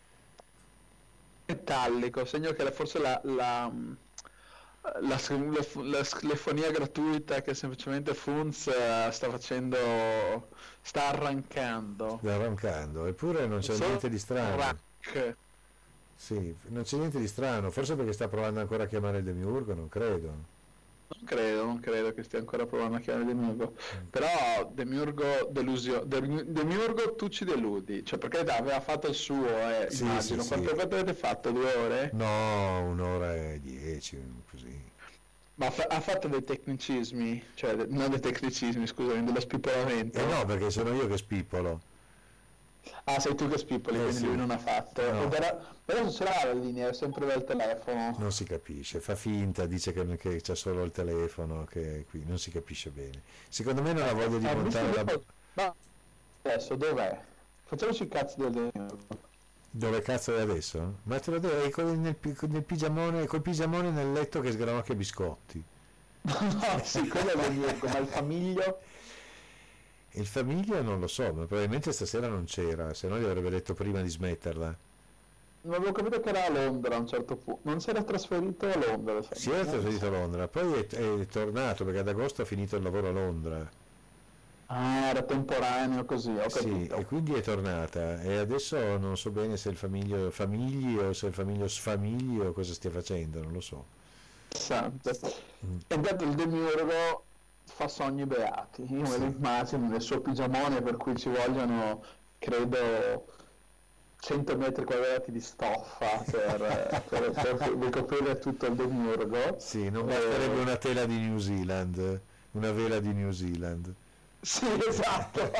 E: Metallico, segno che la- forse la, la, la, la, la schlefonia gratuita che semplicemente Funz eh, sta facendo, sta arrancando.
B: Sta arrancando, eppure non c'è
E: Solo
B: niente di strano.
E: rack.
B: Sì, non c'è niente di strano, forse perché sta provando ancora a chiamare il Demiurgo, non credo.
E: Non credo, non credo che stia ancora provando a chiamare Demiurgo.
B: Mm.
E: Però Demiurgo delusio, Dem- Demiurgo tu ci deludi, cioè perché aveva fatto il suo, eh,
B: Sì,
E: immagino.
B: sì,
E: Quanto,
B: sì.
E: quanto avete fatto? Due ore?
B: No, un'ora e dieci, così.
E: Ma ha fa- ha fatto dei tecnicismi, cioè de- non dei tecnicismi, scusami, dello spippolamento.
B: Eh no, perché sono io che spippolo.
E: Ah, sei tu che spippoli,
B: Eh,
E: quindi
B: sì.
E: lui non ha fatto.
B: No.
E: Ed era- però se ce l'ha la linea, è sempre dal telefono.
B: Non si capisce, fa finta, dice che, che c'è solo il telefono, che è qui non si capisce bene. Secondo me non ha voglia di
E: Ah,
B: montare
E: visto
B: la...
E: che- Ma adesso dov'è? Facciamoci i cazzi del Demiurgo.
B: Dove cazzo è adesso? Ma te lo devo, è con- nel, pi- nel pigiamone, col pigiamone nel letto che sgranocchia biscotti.
E: No, sì, quello è Demiurgo, ma il Famiglio?
B: Il Famiglio non lo so, ma probabilmente stasera non c'era, se no gli avrebbe detto prima di smetterla.
E: Non avevo capito che era a Londra a un certo punto. Non si era trasferito a Londra? Sai?
B: Si era trasferito a Londra, poi è, è tornato perché ad agosto ha finito il lavoro a Londra.
E: Ah, era temporaneo così, ho
B: Sì,
E: capito.
B: e quindi è tornata. E adesso non so bene se il Famiglio Famigli o se il Famiglio Sfamigli o cosa stia facendo, non lo so.
E: Interessante. E intanto il Demiurgo fa sogni beati. Io me lo immagino nel suo pigiamone, per cui ci vogliono, credo, cento metri quadrati di stoffa per, per, per ricoprire tutto il Demiurgo.
B: Sì, non
E: Eh,
B: basterebbe una tela di New Zealand, una vela di New Zealand.
E: Sì, esatto.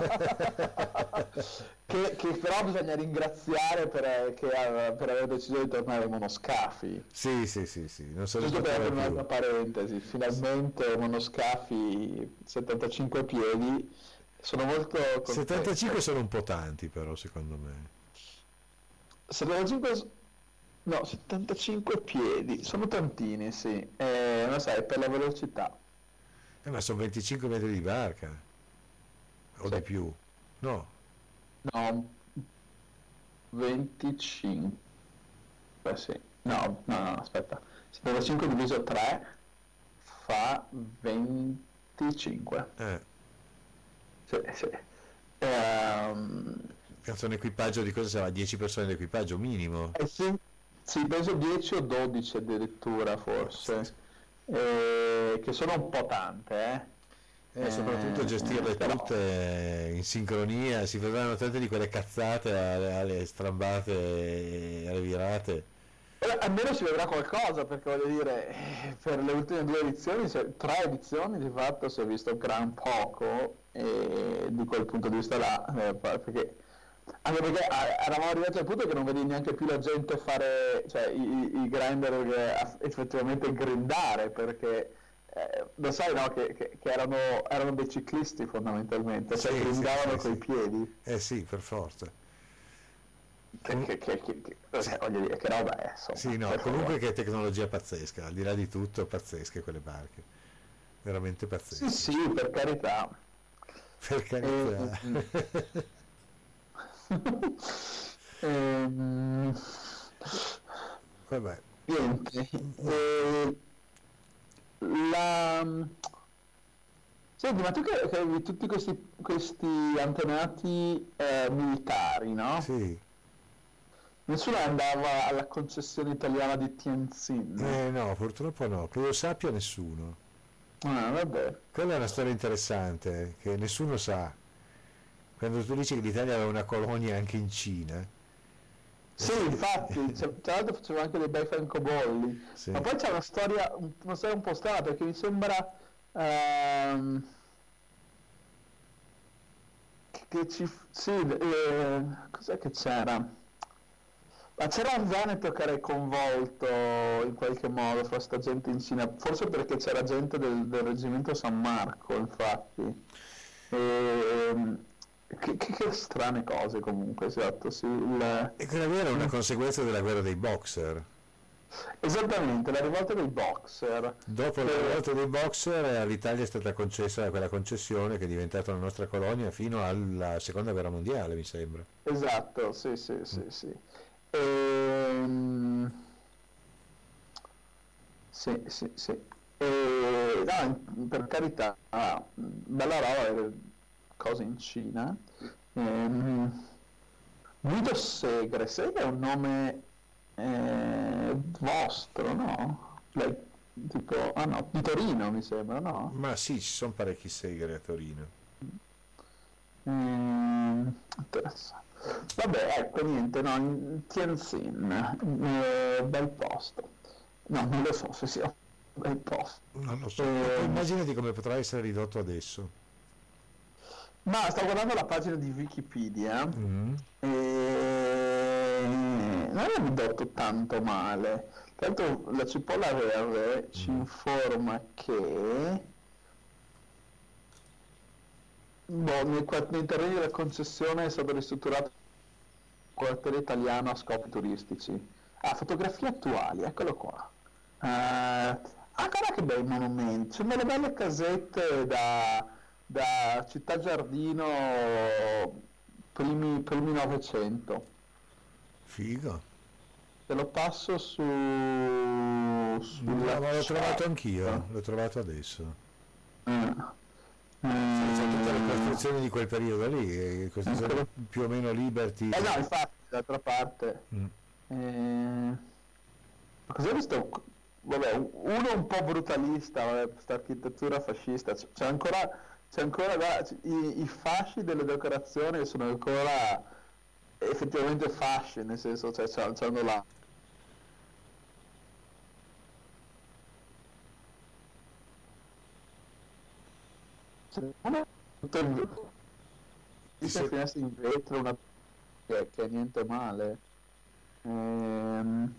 E: che, che però bisogna ringraziare per, che, per aver deciso di tornare ai monoscafi.
B: Sì, sì, sì, sì, non so
E: Giusto per aprire
B: più.
E: un'altra parentesi, finalmente monoscafi settantacinque piedi, sono molto contento.
B: settantacinque sono un po' tanti però secondo me.
E: settantacinque, no, settantacinque piedi, sono tantini, sì, eh, ma sai, per la velocità.
B: Eh, ma sono venticinque metri di barca. O
E: Sì.
B: di più. No.
E: No, venticinque, eh, sì, no, no, no, aspetta, settantacinque diviso tre fa venticinque,
B: Eh,
E: sì, sì. Ehm,
B: cazzo, un equipaggio di cosa sarà? dieci persone d'equipaggio minimo.
E: eh sì, sì, penso dieci o dodici addirittura forse, eh, che sono un po' tante, eh.
B: E soprattutto
E: Eh,
B: gestirle
E: però-
B: tutte in sincronia, si vedranno tante di quelle cazzate alle, alle strambate e alle virate.
E: Eh, almeno si vedrà qualcosa, perché voglio dire, eh, per le ultime due edizioni, se- tre edizioni di fatto si è visto gran poco, e di quel punto di vista là, eh, perché anche perché eh, eravamo arrivati al punto che non vedi neanche più la gente fare, cioè i, i- i grinder che effettivamente grindare, perché eh, lo sai, no, che, che- che erano, erano dei ciclisti fondamentalmente, cioè
B: Sì, sì,
E: grindavano
B: sì,
E: coi
B: sì.
E: piedi.
B: Eh sì, per forza.
E: Che, che, che, che, che- cioè, voglio dire, che roba è, insomma,
B: Sì, no,
E: per
B: comunque
E: favore.
B: che tecnologia pazzesca, al di là di tutto, pazzesche quelle barche. Veramente pazzesche.
E: Sì, sì, per carità.
B: Per carità.
E: Ehm,
B: Vabbè.
E: niente. Eh, la... Senti, ma tu che, che avevi tutti questi, questi antenati eh, militari, no?
B: Sì.
E: Nessuno andava alla concessione italiana di Tianjin.
B: Eh no, purtroppo no, che io sappia nessuno.
E: Ah, vabbè.
B: Quella è una storia interessante, che nessuno sa. Quando tu dici che l'Italia aveva una colonia anche in Cina.
E: Sì, infatti, cioè, tra l'altro faceva anche dei bei francobolli.
B: Sì.
E: Ma poi c'è una storia, un- una storia un po' strana, perché mi sembra ehm, che, che ci... Sì, eh, cos'è che c'era? Ma c'era un veneto che era coinvolto in qualche modo fra sta gente in Cina, forse perché c'era gente del, del reggimento San Marco, infatti. Ehm, che, che- che strane cose comunque, esatto, sì. il-
B: E quella era una conseguenza della guerra dei boxer.
E: Esattamente, la rivolta dei boxer.
B: Dopo la
E: Eh,
B: rivolta dei boxer all'Italia è stata concessa quella concessione che è diventata la nostra colonia fino alla seconda guerra mondiale, mi sembra.
E: Esatto, sì, sì, sì, sì. Ehm, sì, sì, sì. E, no, per carità, ah, bella roba avere cose in Cina. Ehm, Guido Segre, Segre è un nome eh, vostro, no? Lei, tipo, ah no, di Torino mi sembra, no?
B: Ma sì, ci sono parecchi segre a Torino.
E: Mm, interessante. Vabbè, ecco, niente, no, in Tianjin, eh, bel posto. No, non lo so se sia un bel posto.
B: Non lo so.
E: Eh,
B: Immaginati come potrà essere ridotto adesso.
E: Ma sto guardando la pagina di Wikipedia
B: Mm.
E: e non è ridotto tanto male. Tra l'altro la cipolla verde ci informa che boh, nei, qua- nei terreni della concessione è stato ristrutturato un quartiere italiano a scopi turistici. Ah, fotografie attuali, eccolo qua. Eh, Ah, guarda che bei monumenti, sono delle belle casette da, da città giardino primi, primi novecento.
B: Figo.
E: Te lo passo su...
B: Ma l'ho trovato anch'io, l'ho trovato adesso.
E: Eh.
B: C'è tutte le
E: Eh,
B: costruzioni di quel periodo lì, eh, costruzioni più o meno Liberty.
E: eh no, infatti, d'altra parte.
B: Mm.
E: Eh, ma cos'ho visto? Vabbè, uno un po' brutalista, vabbè, questa architettura fascista. C- C'è ancora, c'è ancora da- c- i, i fasci delle decorazioni sono ancora effettivamente fasci, nel senso, cioè, c'hanno c'hanno la... c'è una- tutto il...
B: Ti
E: c'è
B: sei-
E: finestre in vetro, una... che, che è niente male. Ehm,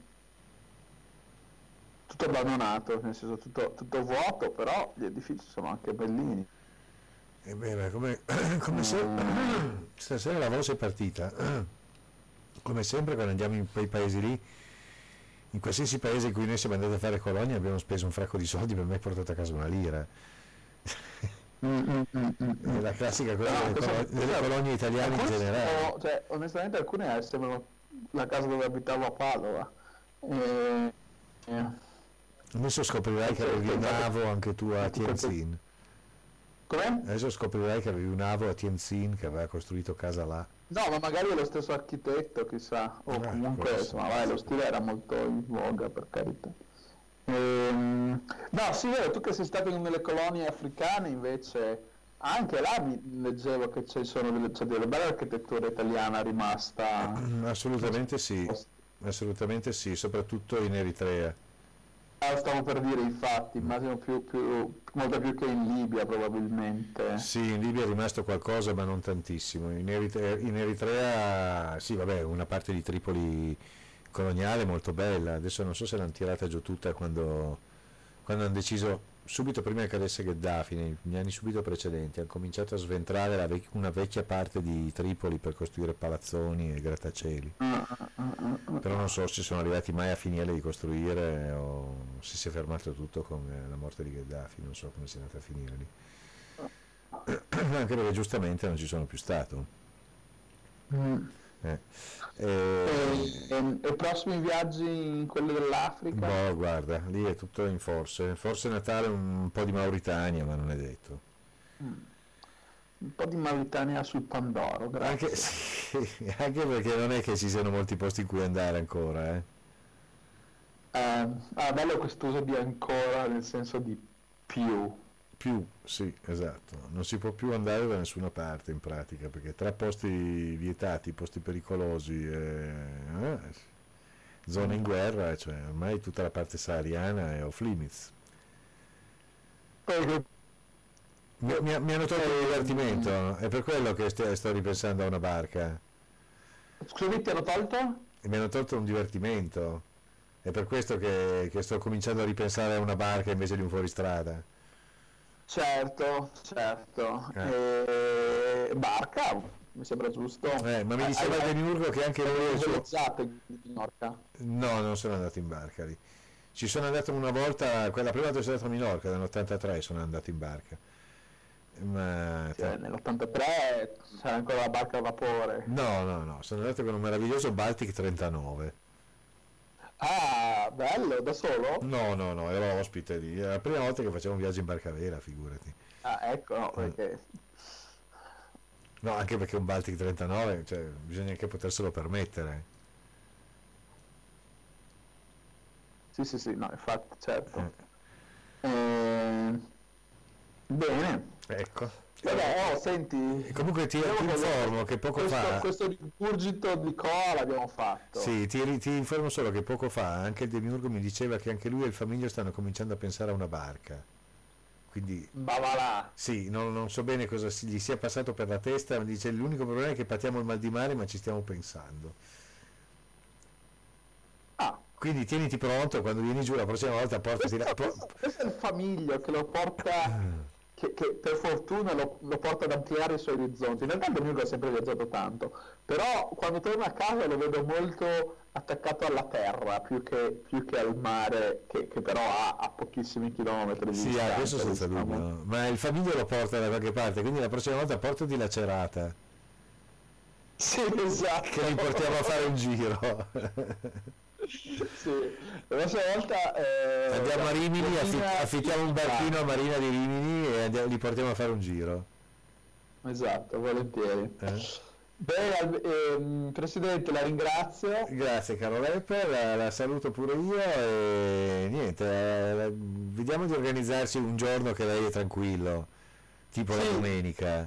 E: tutto abbandonato, nel senso tutto, tutto vuoto, però gli edifici sono anche bellini.
B: E beh, come, come se stasera la voce è partita. Come sempre quando andiamo in quei paesi lì, in qualsiasi paese in cui noi siamo andati a fare colonia abbiamo speso un fracco di soldi, per me è portato a casa una lira.
E: Mm, mm, mm, mm.
B: È la classica cosa
E: No,
B: delle,
E: questo-
B: colo- delle
E: questo-
B: colonie italiane in
E: alcune
B: generale.
E: sono- cioè, onestamente alcune eh, sembrano la casa dove abitavo a Padova. E, e-
B: Adesso scoprirai che avevi un avo anche tu a Tianjin.
E: come?
B: Adesso scoprirai che avevi un avo a Tianjin che aveva costruito casa là.
E: No, ma magari è lo stesso architetto, chissà, o
B: Eh,
E: comunque
B: può
E: insomma,
B: essere.
E: vai, lo stile era molto in voga, per carità. Ehm, no, sì, vero, tu che sei stato nelle colonie africane invece, anche là mi leggevo che ci sono delle, c'è delle belle architettura italiana rimasta.
B: Mm, Assolutamente sì, assolutamente sì, soprattutto in Eritrea.
E: Ah, stavo per dire, infatti, immagino più, più, molto più che in Libia probabilmente.
B: Sì, in Libia è rimasto qualcosa ma non tantissimo. In Eritrea, in Eritrea sì, vabbè, una parte di Tripoli coloniale molto bella. Adesso non so se l'hanno tirata giù tutta quando, quando hanno deciso, subito prima che cadesse Gheddafi, negli anni subito precedenti, hanno cominciato a sventrare la vec- una vecchia parte di Tripoli per costruire palazzoni e grattacieli. Però non so se sono arrivati mai a finire di costruire o se si è fermato tutto con eh, la morte di Gheddafi, non so come sia andata a finire lì. Anche perché giustamente non ci sono più stato.
E: Mm.
B: Eh.
E: E,
B: E-
E: e, e prossimi viaggi in quelli dell'Africa?
B: boh, guarda, lì è tutto in forse. Forse Natale un po' di Mauritania, ma non è detto.
E: Un po' di Mauritania sul Pandoro, grazie.
B: Anche, sì, anche perché non è che ci siano molti posti in cui andare ancora, eh.
E: Eh, ah, bello quest'uso di ancora nel senso di più.
B: Più, sì, esatto. Non si può più andare da nessuna parte in pratica, perché tra posti vietati, posti pericolosi, e, eh, zone in guerra, cioè ormai tutta la parte sahariana è off limits.
E: Poi,
B: Mi, mi- mi hanno tolto il divertimento, è per quello che st- sto ripensando a una barca.
E: scusami, ti hanno tolto?
B: E mi hanno tolto un divertimento. È per questo che, che sto cominciando a ripensare a una barca invece di un fuoristrada.
E: Certo, certo.
B: Eh.
E: E... Barca, mi sembra giusto.
B: Eh, ma mi diceva
E: Hai-
B: il
E: hai-
B: Demiurgo che anche lui...
E: hai
B: il suo-
E: noleggiato in Minorca?
B: No, non sono andato in barca lì. Ci sono andato una volta, quella prima volta che sono andato a Minorca, nell'ottantatré sono andato in barca. Ma...
E: Cioè, nell'ottantatré c'era ancora la barca a vapore.
B: No, no, no, sono andato con un meraviglioso Baltic trentanove.
E: Ah, bello, da solo?
B: No, no, no, ero ospite lì. Era la prima volta che facevo un viaggio in barca vera, figurati.
E: Ah, ecco, no, perché...
B: No, anche perché un Baltic trentanove, cioè, bisogna anche poterselo permettere.
E: Sì, sì, sì, no, infatti, certo.
B: Eh,
E: Eh, Bene.
B: ecco.
E: Vabbè, oh, senti...
B: E comunque ti, ti
E: Diciamo che
B: informo che poco
E: questo,
B: fa...
E: questo rigurgito di coa l'abbiamo fatto.
B: Sì, ti, ti informo solo che poco fa anche il Demiurgo mi diceva che anche lui e il famiglio stanno cominciando a pensare a una barca. Quindi
E: Ma va là.
B: sì, non, non so bene cosa si- gli sia passato per la testa, mi dice l'unico problema è che patiamo il mal di mare ma ci stiamo pensando.
E: Ah,
B: Quindi tieniti pronto, quando vieni giù la prossima volta portati
E: questo,
B: la... po-
E: questo- questo è il famiglio che lo porta... che, che per fortuna lo, lo porta ad ampliare i suoi orizzonti. In realtà il Demiurgo ha sempre viaggiato tanto, però quando torna a casa lo vedo molto attaccato alla terra più che, più che al mare, che, che però ha a pochissimi chilometri di
B: Sì,
E: distanza,
B: ah, questo senza
E: diciamo.
B: dubbio, ma il famiglio lo porta da qualche parte, quindi la prossima volta portati la cerata,
E: Sì, esatto.
B: che li portiamo a fare un giro.
E: Sì, la prossima volta eh,
B: Andiamo a Rimini, affi-
E: Marina-
B: affittiamo un barchino a Marina di Rimini e andiamo- li portiamo a fare un giro.
E: Esatto, volentieri.
B: Eh?
E: Bene, al- ehm, Presidente, la ringrazio.
B: Grazie caro Rapper, la, la saluto pure io e niente, eh, vediamo di organizzarci un giorno che lei è tranquillo, tipo la
E: Sì.
B: domenica.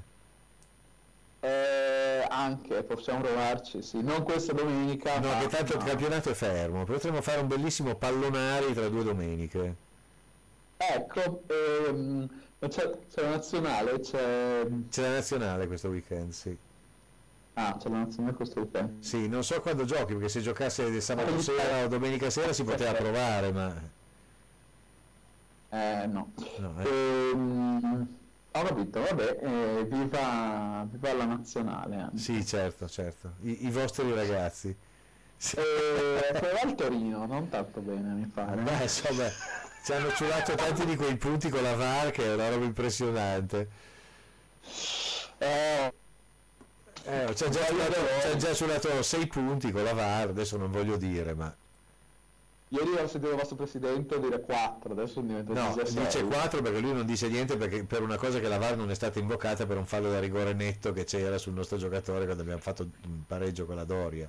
E: Eh, anche, possiamo provarci, sì. Non questa domenica.
B: No,
E: ma-
B: che tanto il
E: no.
B: campionato è fermo, potremmo fare un bellissimo pallonari tra due domeniche.
E: Ecco, ehm, c'è, c'è la nazionale, c'è...
B: C'è la nazionale questo weekend, sì.
E: Ah, c'è la nazionale questo weekend.
B: Sì, non so quando giochi, perché se giocasse sabato
E: Eh,
B: sera o domenica sera si poteva
E: perfetto.
B: provare, ma...
E: Eh, no.
B: No, eh.
E: Ehm, ho capito, vabbè, eh, viva, viva la nazionale. Anche.
B: Sì, certo, certo. I, i vostri ragazzi. Sì.
E: Eh, però al Torino, non tanto bene, mi pare.
B: Beh, insomma, ci hanno ciulato tanti di quei punti con la V A R che è una roba impressionante.
E: Eh,
B: Eh, ci ha già, ciulato- ci ha già ciulato sei punti con la V A R, adesso non voglio dire, ma...
E: ieri ho sentito il vostro presidente dire quattro, adesso sono diventato
B: No,
E: diciassei.
B: dice quattro perché lui non dice niente perché per una cosa che la V A R non è stata invocata per un fallo da rigore netto che c'era sul nostro giocatore quando abbiamo fatto un pareggio con la Doria.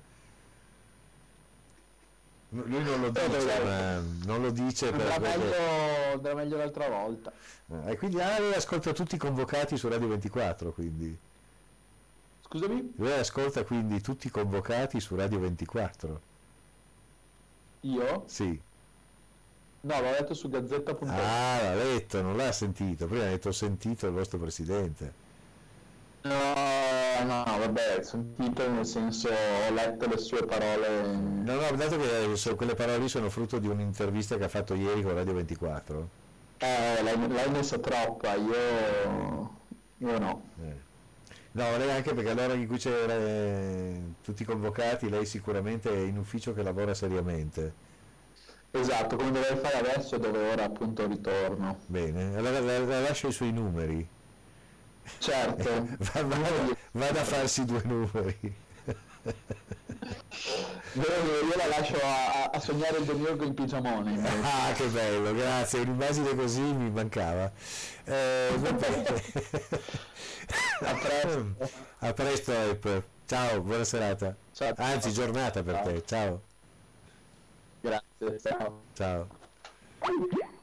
B: Lui non lo dice, ma non lo dice per
E: Andrà
B: perché...
E: meglio, andrà meglio l'altra volta.
B: Eh, E quindi ah, lui ascolta tutti i convocati su Radio ventiquattro, quindi.
E: Scusami?
B: Lui ascolta quindi tutti i convocati su Radio ventiquattro.
E: Io?
B: Sì.
E: No, l'ho letto su gazzetta punto it.
B: Ah, l'ha letto, non l'ha sentito. Prima ha detto ho sentito il vostro presidente.
E: No, no, vabbè, sentito nel senso, ho letto le sue parole.
B: No, no, dato che so- quelle parole lì sono frutto di un'intervista che ha fatto ieri con Radio ventiquattro.
E: Eh, lei, lei ne sa troppa, io, io no.
B: Eh. No, lei anche perché all'ora in cui c'era eh, tutti convocati, lei sicuramente è in ufficio che lavora seriamente.
E: Esatto, come dovrei fare adesso dove ora appunto ritorno.
B: Bene, allora la, la lascio i suoi numeri.
E: Certo.
B: Va- va- Vada a farsi due numeri.
E: Io la lascio a, a sognare il Demiurgo in pigiamone. invece.
B: Ah, che bello, grazie, un'immagine così mi mancava. Eh, va bene.
E: A presto.
B: A presto, Ep. Ciao, buona serata.
E: Ciao.
B: Anzi, giornata per te. Ciao.
E: Grazie, ciao.
B: Ciao.